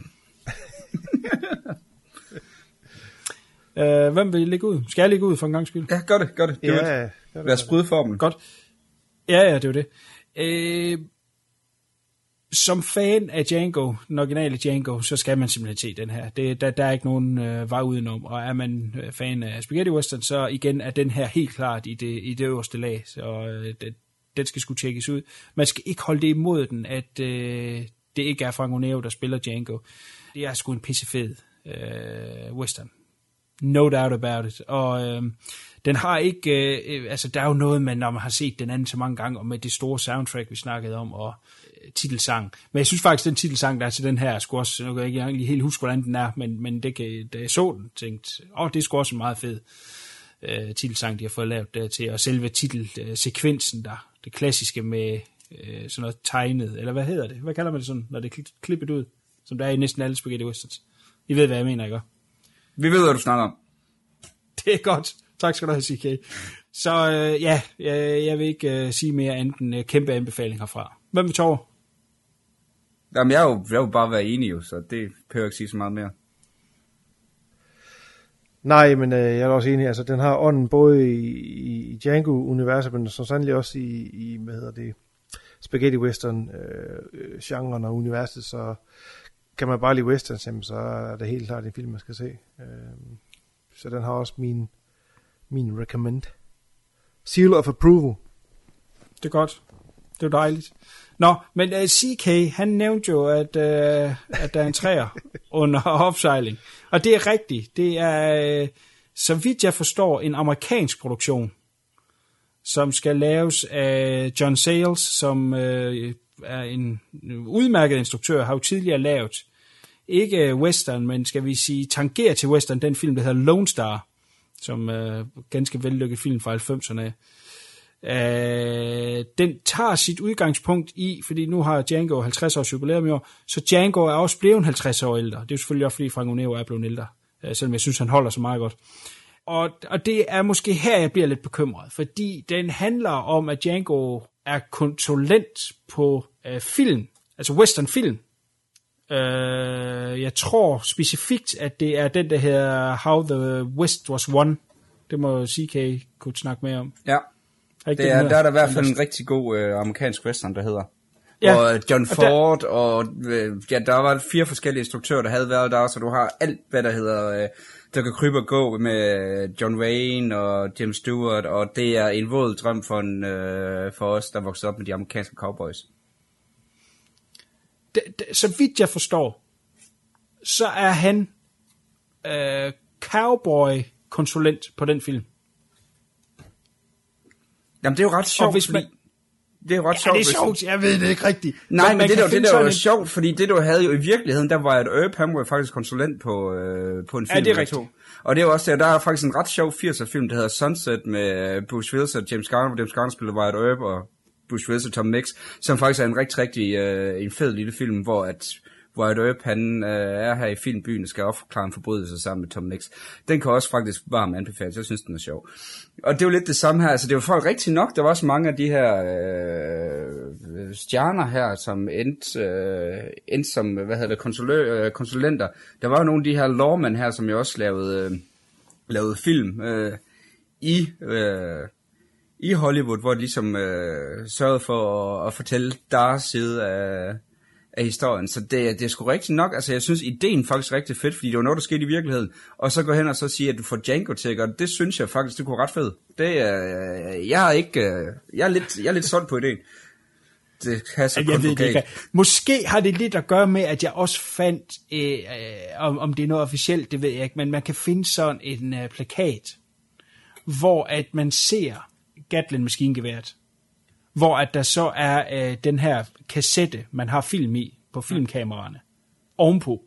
Speaker 8: uh, hvem vil lægge ud? Skal jeg lægge ud for en gang skyld?
Speaker 9: Ja, gør det, gør det. det
Speaker 10: ja, ja, det.
Speaker 9: Lad os bryde formen.
Speaker 8: Godt. Ja, ja, det er jo det. Uh, som fan af Django, den originale Django, så skal man simpelthen se den her. Det, der, der er ikke nogen øh, vej udenom, og er man fan af spaghetti western, så igen er den her helt klart i det, i det øverste lag, så øh, det, den skal sgu tjekkes ud. Man skal ikke holde det imod den, at øh, det ikke er Franco Nero, der spiller Django. Det er sgu en pissefed øh, western. No doubt about it. Og øh, den har ikke, øh, altså der er jo noget med, når man har set den anden så mange gange, og med det store soundtrack, vi snakkede om, og titelsang. Men jeg synes faktisk, den titelsang, der er til den her, skulle også, nu kan jeg ikke egentlig helt huske, hvordan den er, men, men det kan, da jeg så den, tænkte, åh, det er sgu også en meget fed uh, titelsang, de har fået lavet der til, og selve titelsekvensen der, det klassiske med uh, sådan noget tegnet, eller hvad hedder det? Hvad kalder man det sådan, når det er klippet ud, som der er i næsten alle spaghetti westerns? I ved, hvad jeg mener, ikke?
Speaker 9: Vi ved, hvad du snakker om.
Speaker 8: Det er godt. Tak skal du have, C K. Så uh, ja, jeg, jeg vil ikke uh, sige mere end en uh, kæmpe anbefaling herfra. Hvem vil tage over?
Speaker 9: Jamen, jeg er jo, jeg er jo bare være enig, jo, så det behøver jeg ikke sige så meget mere.
Speaker 10: Nej, men øh, jeg er også enig. Altså, den har ånden både i, i Django-universet, men så sandelig også i, i hvad hedder det, spaghetti western øh, genren og universet, så kan man bare lide westerns, jamen, så er det helt klart en film, man skal se. Øh, så den har også min, min recommend. Seal of approval.
Speaker 8: Det er godt. Det er dejligt. Nå, men uh, C K, han nævnte jo, at, uh, at der er en træer under opsejling. Og det er rigtigt. Det er, uh, så vidt jeg forstår, en amerikansk produktion, som skal laves af John Sayles, som uh, er en udmærket instruktør, har jo tidligere lavet, ikke western, men skal vi sige, tangerer til western, den film, der hedder Lone Star, som er uh, ganske vellykket film fra halvfemserne. Uh, den tager sit udgangspunkt i, fordi nu har Django halvtreds års jubilæum i år, så Django er også blevet halvtreds år ældre. Det er jo selvfølgelig også fordi Franco Nero er blevet ældre, uh, selvom jeg synes han holder så meget godt. Og, og det er måske her jeg bliver lidt bekymret, fordi den handler om at Django er konsulent på uh, film, altså western film. Uh, jeg tror specifikt at det er den der hedder How the West Was Won. Det må C K kunne snakke mere om.
Speaker 9: Ja. Det er, der er der i hvert fald en rigtig god øh, amerikansk western, der hedder. Ja, og John Ford, der... og øh, ja, der var fire forskellige instruktører, der havde været der, så du har alt, hvad der hedder, øh, der kan krybe og gå med John Wayne og Jim Stewart, og det er en våd drøm for, en, øh, for os, der voksede op med de amerikanske cowboys.
Speaker 8: Det, det, så vidt jeg forstår, så er han øh, cowboy konsulent på den film.
Speaker 9: Jamen, det er jo ret sjovt,
Speaker 8: hvis man...
Speaker 9: fordi... Det er jo ret
Speaker 8: ja,
Speaker 9: sjovt.
Speaker 8: det er sjovt, jeg ved det ikke rigtigt.
Speaker 9: Nej, men, men det, der, det der var
Speaker 8: en...
Speaker 9: sjovt, fordi det du havde jo i virkeligheden, der var et Earp, han var jo faktisk konsulent på, øh, på en film.
Speaker 8: Ja, det er rigtigt.
Speaker 9: Og det er også der, der er faktisk en ret sjov firser film, der hedder Sunset med Bruce Willis og James Garner, hvor James Garner spiller Wyatt Earp og Bruce Willis og Tom Mix, som faktisk er en rigtig, rigtig øh, en fed lille film, hvor at Wyatt Earp, han øh, er her i filmbyen og skal opklare en forbrydelse sammen med Tom Mix. Den kan også faktisk varmt anbefales, jeg synes, den er sjov. Og det er jo lidt det samme her, altså det var folk rigtig nok, der var også mange af de her øh, stjerner her, som endte, øh, endte som, hvad hedder det, konsulø, øh, konsulenter. Der var jo nogle af de her lawmen her, som jo også lavede, øh, lavede film øh, i... Øh, i Hollywood, hvor de ligesom øh, sørgede for at, at fortælle deres side af, af historien. Så det, det er sgu rigtigt nok. Altså, jeg synes, ideen faktisk er rigtig fedt, fordi det var noget, der skete i virkeligheden. Og så gå hen og så sige, at du får Django til, og det synes jeg faktisk, det kunne ret fedt. Det er, øh, jeg er ikke, øh, jeg er lidt, jeg er lidt solgt på ideen. Det kan så
Speaker 8: jeg ved det ikke. Måske har det lidt at gøre med, at jeg også fandt, øh, øh, om, om det er noget officielt, det ved jeg ikke, men man kan finde sådan en øh, plakat, hvor at man ser Gatling maskingeværet, hvor at der så er øh, den her kassette, man har film i på filmkameraerne, ovenpå.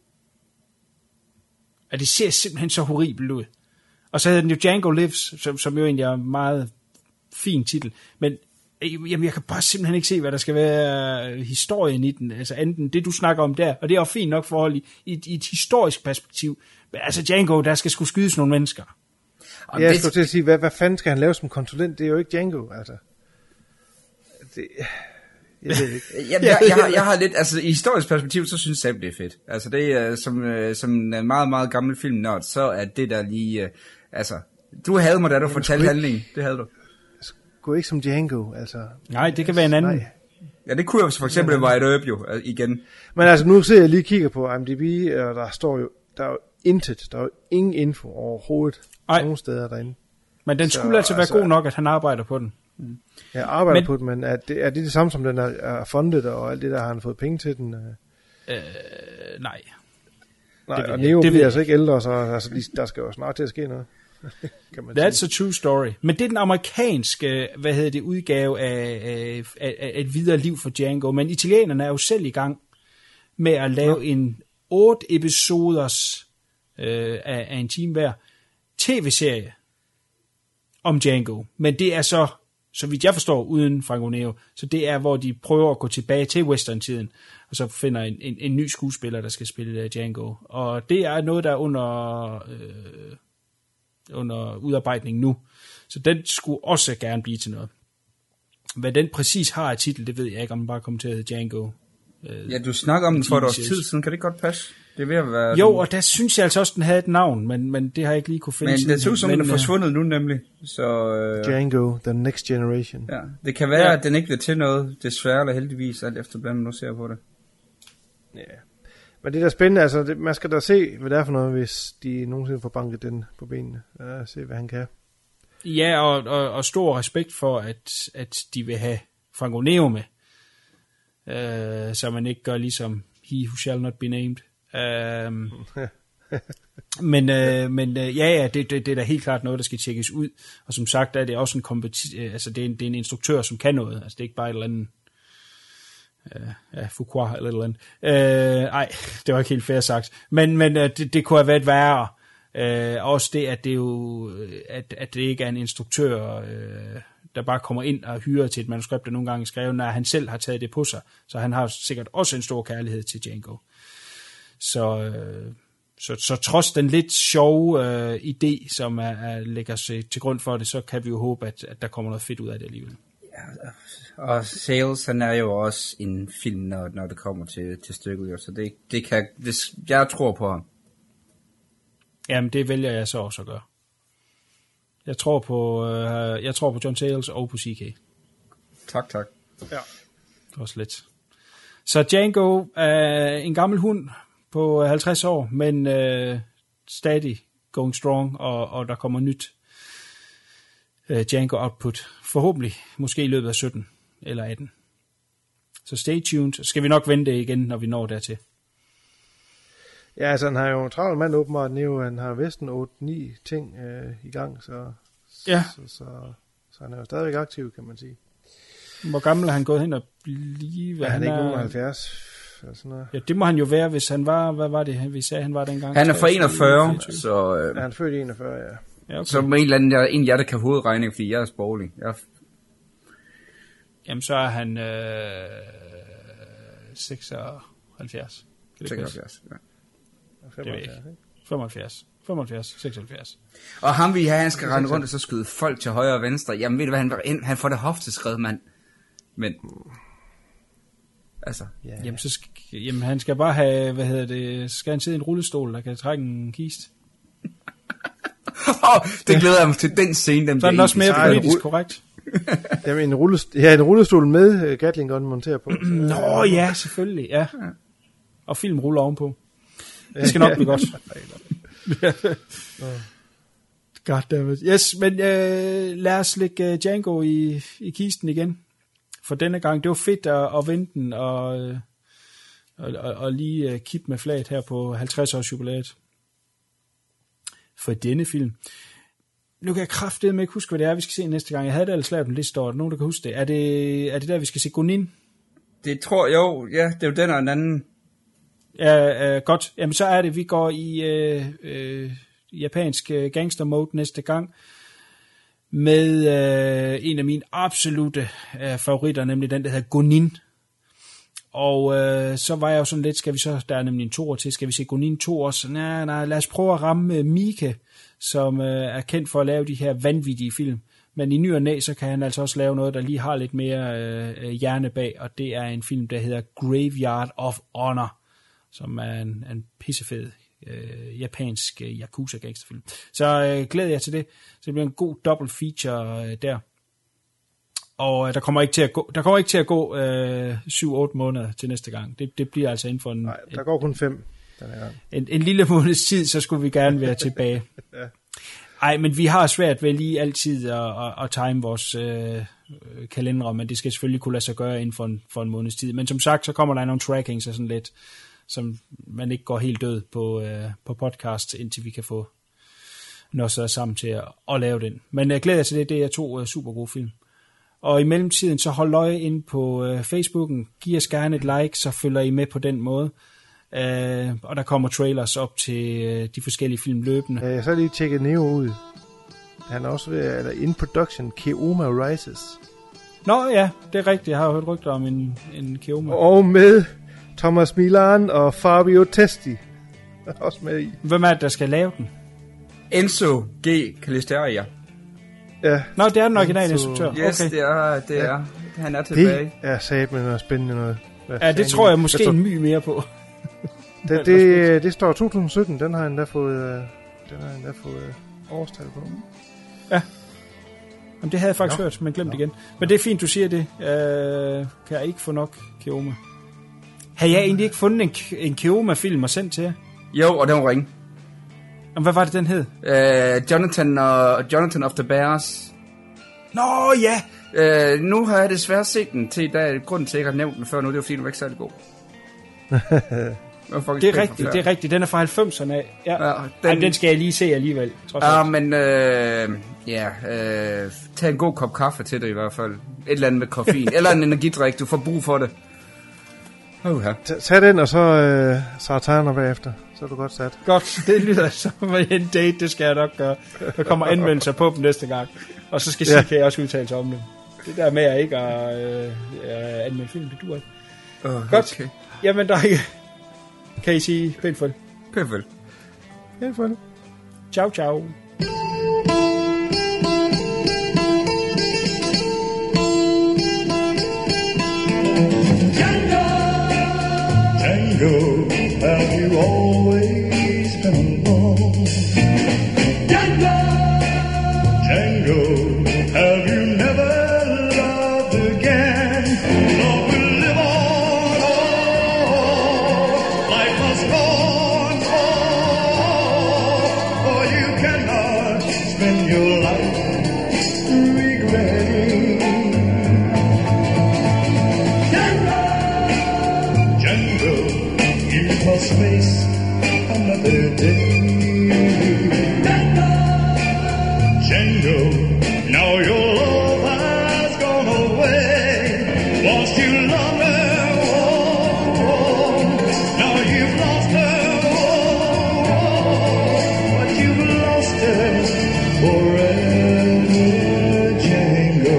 Speaker 8: Og det ser simpelthen så horribelt ud. Og så hedder den jo Django Lives, som, som jo egentlig er en meget fin titel, men øh, jamen, jeg kan bare simpelthen ikke se, hvad der skal være historien i den, altså enten det, du snakker om der, og det er jo fint nok forhold i, i, i et historisk perspektiv, men altså Django, der skal sgu skydes nogle mennesker.
Speaker 10: Og jeg det... skulle til at sige, hvad, hvad fanden skal han lave som konsulent? Det er jo ikke Django, altså. Det... Jeg ved ikke.
Speaker 9: jeg, jeg, jeg, har, jeg har lidt, altså i historisk perspektiv, så synes jeg, det er fedt. Altså det er som, som en meget, meget gammel filmnørd, så er det der lige, uh, altså, du havde mig, da du fortalte handlingen. Det havde du.
Speaker 10: Gå ikke som Django, altså.
Speaker 8: Nej, det kan være en anden. Nej.
Speaker 9: Ja, det kunne jo for eksempel ja, være et Earp jo, igen.
Speaker 10: Men altså, nu ser jeg lige kigger på I M D B, og der står jo, der er jo intet, der er jo ingen info overhovedet. Ej. Nogle steder derinde.
Speaker 8: Men den skulle så, altså være altså, god nok, at han arbejder på den.
Speaker 10: Mm. Jeg arbejder men, på den, men er det, er det det samme som den er, er fundet, og alt det der har han fået penge til den?
Speaker 8: Øh, nej.
Speaker 10: Nej, det og Neo det bliver altså ikke ældre, så altså, der skal jo snart til at ske noget. Kan man
Speaker 8: That's
Speaker 10: sige.
Speaker 8: a true story. Men det er den amerikanske, hvad hedder det, udgave af, af, af, af et videre liv for Django. Men italienerne er jo selv i gang med at lave ja. en otte episoders øh, af, af en time hver tv-serie om Django. Men det er så, så vidt jeg forstår, uden Franco Nero. Så det er, hvor de prøver at gå tilbage til western-tiden, og så finder en, en, en ny skuespiller, der skal spille Django. Og det er noget, der er under, øh, under udarbejdning nu. Så den skulle også gerne blive til noget. Hvad den præcis har af titel, det ved jeg ikke, om den bare kommer til at hedde Django. Øh,
Speaker 9: ja, du snakker om den for et års tid siden, kan det godt passe? Det er ved at være...
Speaker 8: Jo, og der synes jeg altså også, den havde et navn, men, men det har jeg ikke lige kunne finde.
Speaker 9: Men det ser ud som, den er forsvundet nu nemlig. Så,
Speaker 10: øh... Django, The Next Generation.
Speaker 9: Ja, det kan være, ja. at den ikke bliver til noget, desværre eller heldigvis, alt efter hvordan man nu ser på det.
Speaker 10: Ja, men det er da spændende, altså det, man skal da se, hvad det er for noget, hvis de nogensinde får banket den på benene. Ja, se, hvad han kan.
Speaker 8: Ja, og, og, og stor respekt for, at, at de vil have Franco Nero med. Uh, så man ikke gør ligesom He Who Shall Not Be Named. Um, men uh, men uh, ja, ja det, det, det er da helt klart noget, der skal tjekkes ud. Og som sagt er det også en kompeti- altså det er en, det er en instruktør, som kan noget. Altså det er ikke bare et eller andet uh, ja, Fuqua eller et eller andet. Uh, ej, det var ikke helt fair sagt. Men, men uh, det, det kunne have været værre. Uh, også det, at det jo at, at det ikke er en instruktør, uh, der bare kommer ind og hyrer til et manuskript, der nogle gange skrevet, når han selv har taget det på sig. Så han har sikkert også en stor kærlighed til Django. Så, øh, så, så trods den lidt sjove øh, idé, som er, er, lægger sig til grund for det, så kan vi jo håbe, at, at der kommer noget fedt ud af det alligevel.
Speaker 9: Ja, og Sales, han er jo også en film, når, når det kommer til, til stykket. Så det, det kan, det, jeg tror på ham.
Speaker 8: Jamen, det vælger jeg så også at gøre. Jeg tror på, øh, jeg tror på John Sayles og på C K.
Speaker 9: Tak, tak.
Speaker 10: Ja.
Speaker 8: Også lidt. Så Django er en gammel hund på halvtreds år, men øh, stadig going strong, og, og der kommer nyt øh, Django output. Forhåbentlig, måske i løbet af sytten eller atten. Så stay tuned. Så skal vi nok vente igen, når vi når dertil.
Speaker 10: Ja, altså han har jo en travl mand åbenbart nu, han har Vesten otte ni ting øh, i gang, så,
Speaker 8: ja.
Speaker 10: så, så, så han er jo stadigvæk aktiv, kan man sige.
Speaker 8: Hvor gammel er han gået hen og blive?
Speaker 10: Ja, han er ikke
Speaker 8: er...
Speaker 10: halvfjerds eller sådan noget.
Speaker 8: Ja, det må han jo være, hvis han var, hvad var det, vi sagde, han var dengang?
Speaker 9: Han er fra enogfyrre, så... Øh,
Speaker 10: ja, han er født i enogfyrre, ja.
Speaker 8: Ja, okay.
Speaker 9: Så med en eller anden, jeg, en af jer, der kan hovedregning, fordi jeg er sproglig. Jeg...
Speaker 8: Jamen, så er han øh, seksoghalvfjerds.
Speaker 9: seksoghalvfjerds, ja.
Speaker 8: femoghalvfjerds, femoghalvfjerds, femoghalvfjerds, seksoghalvfjerds.
Speaker 9: Og ham vi have, han skal rende rundt og så skyde folk til højre og venstre. Jamen ved du hvad, han, han får det hofteskred, mand. Men, altså.
Speaker 8: Yeah. Jamen, så skal, jamen, han skal bare have, hvad hedder det, skal han sidde i en rullestol, der kan trække en kist.
Speaker 9: oh, det glæder jeg mig til, den scene. Den
Speaker 8: så er den også mere politisk korrekt.
Speaker 10: Jamen, en, rullestol, ja, en rullestol med uh, Gatling Gun monteret på.
Speaker 8: Nå ja, selvfølgelig, ja. Og film ruller ovenpå. Det skal nok blive godt. Goddammit. Yes, men øh, lad os lægge uh, Django i, i kisten igen. For denne gang, det var fedt at, at vente den og, og, og, og lige uh, kippe med flaget her på halvtreds års jubilæet for denne film. Nu kan jeg kraftedeme ikke huske, hvad det er, vi skal se næste gang. Jeg havde det ellers lavet en liste over det. Nogen, der kan huske det. Er det, er det der, vi skal se Gunin?
Speaker 9: Det tror jeg jo. Ja, det er jo den og en anden.
Speaker 8: Ja, øh, godt. Jamen, så er det, vi går i øh, øh, japansk gangster mode næste gang med øh, en af mine absolute øh, favoritter, nemlig den, der hedder Gunin. Og øh, så var jeg jo sådan lidt, skal vi så, der er nemlig en toer til, skal vi se Gunin to også? Nej, nej, lad os prøve at ramme Mika, som øh, er kendt for at lave de her vanvittige film. Men i ny og næ, så kan han altså også lave noget, der lige har lidt mere øh, hjerne bag, og det er en film, der hedder Graveyard of Honor, som er en, en pissefed øh, japansk øh, Yakuza-gangsterfilm. Så øh, glæder jeg til det. Så det bliver en god double feature øh, der. Og øh, der kommer ikke til at gå, der kommer ikke til at gå øh, syv otte måneder til næste gang. Det, det bliver altså inden for en...
Speaker 10: Nej, der går kun fem den her gang.
Speaker 8: En, en lille måneds tid, så skulle vi gerne være tilbage. Ja. Ej, men vi har svært ved lige altid at, at, at time vores øh, kalendere, men det skal selvfølgelig kunne lade sig gøre inden for en, for en måneds tid. Men som sagt, så kommer der nogle trackings og sådan lidt, som man ikke går helt død på, øh, på podcast, indtil vi kan få noget så sammen til at, at lave den. Men jeg glæder til det, det er to uh, super gode film. Og i mellemtiden, så hold øje ind på uh, Facebooken, giv os gerne et like, så følger I med på den måde. Uh, og der kommer trailers op til uh, de forskellige film løbende.
Speaker 10: Ja, jeg så lige tjekket Neo ud. Han er også ved, eller in production, Keoma Rises.
Speaker 8: Nå ja, det er rigtigt, jeg har hørt rygter om en, en Keoma.
Speaker 10: Og med Thomas Milan og Fabio Testi. Også med i.
Speaker 8: Hvem er det, der skal lave den?
Speaker 9: Enzo G. Calisteria.
Speaker 10: Ja.
Speaker 8: Nå, det er den originale instruktør.
Speaker 9: Yes,
Speaker 8: okay.
Speaker 9: det er, det er. Ja. Han er tilbage.
Speaker 10: Det er sat med noget spændende noget. Hvad
Speaker 8: ja, det tror jeg måske står... en my mere på.
Speaker 10: det, det, det står to tusind sytten, den har han da fået, den har han da fået årstal på.
Speaker 8: Ja. Jamen, det havde jeg faktisk Nå. hørt, men glemt Nå. igen. Men det er fint, du siger det. Øh, kan jeg ikke få nok Keoma? Har jeg egentlig ikke fundet en, en Keoma-film og sendt til jer?
Speaker 9: Jo, og den var ringe.
Speaker 8: Og hvad var det, den hed?
Speaker 9: Uh, Jonathan og uh, Jonathan of the Bears.
Speaker 8: Nå, ja!
Speaker 9: Uh, nu har jeg desværre set den til, der er grunden til, at jeg ikke har nævnt den før nu, det var fordi, den var ikke særlig god.
Speaker 8: det er rigtigt, det er rigtigt. Den er fra halvfemserne af. Ja. Ja, den... Ej, den skal jeg lige se alligevel.
Speaker 9: Ja, uh, men uh, ja, uh, tag en god kop kaffe til det i hvert fald. Et eller andet med koffein. Eller en energidrik, du får brug for det.
Speaker 10: Uh-huh. Tag den, og så øh, sartaner bagefter. Så er du godt sat.
Speaker 8: Godt, det lyder som en date, det skal jeg nok gøre. Der kommer anmeldelser på dem næste gang. Og så skal ja. C K også udtale sig om dem. Det der med at ikke at øh, anmelde film, det duer ikke.
Speaker 9: Uh,
Speaker 8: godt,
Speaker 9: okay.
Speaker 8: Jamen der kan I sige pænt farvel.
Speaker 9: Pænt farvel.
Speaker 10: Pænt farvel.
Speaker 8: Ciao, ciao.
Speaker 1: Django, have you always been alone? Django, Django, have you never loved again? Love will live on, oh, life must go on, oh, for you cannot spend your life regretting. Django, Django, you must face another day. Django, now your love has gone away. Lost you longer, oh, oh. Now you've lost her, oh, oh. But you've lost her forever, Django.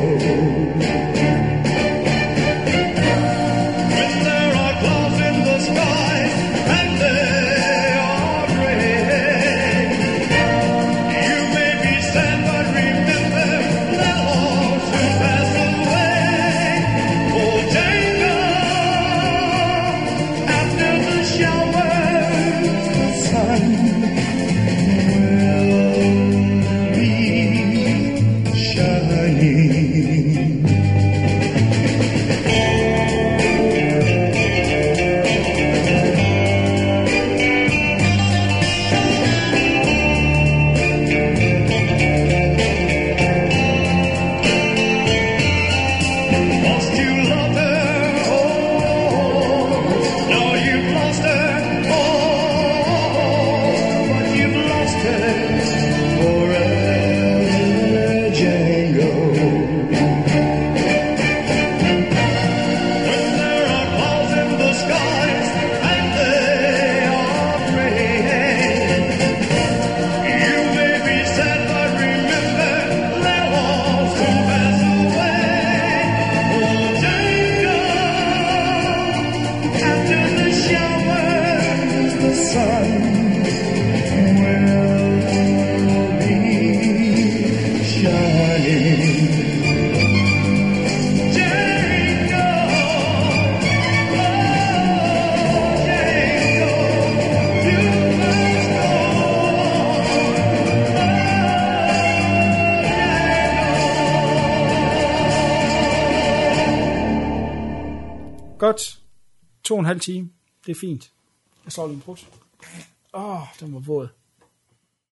Speaker 1: When there are clouds in the sky and they are gray, you may be sad, but remember they'll all soon pass away. Oh, Django, after the showers, the sun will be shining. Lost you loved her, oh, now you've lost her, oh, but you've lost her forever, Django. When there are clouds in the skies and they are gray, you may be sad, but remember they'll all soon pass away. Oh, Django, after the showers, the sun will be shining. Django, oh, Django, you must go.
Speaker 8: Godt. To og en halv time. Det er fint. Jeg slår lige en brus. Åh, oh, den var våd.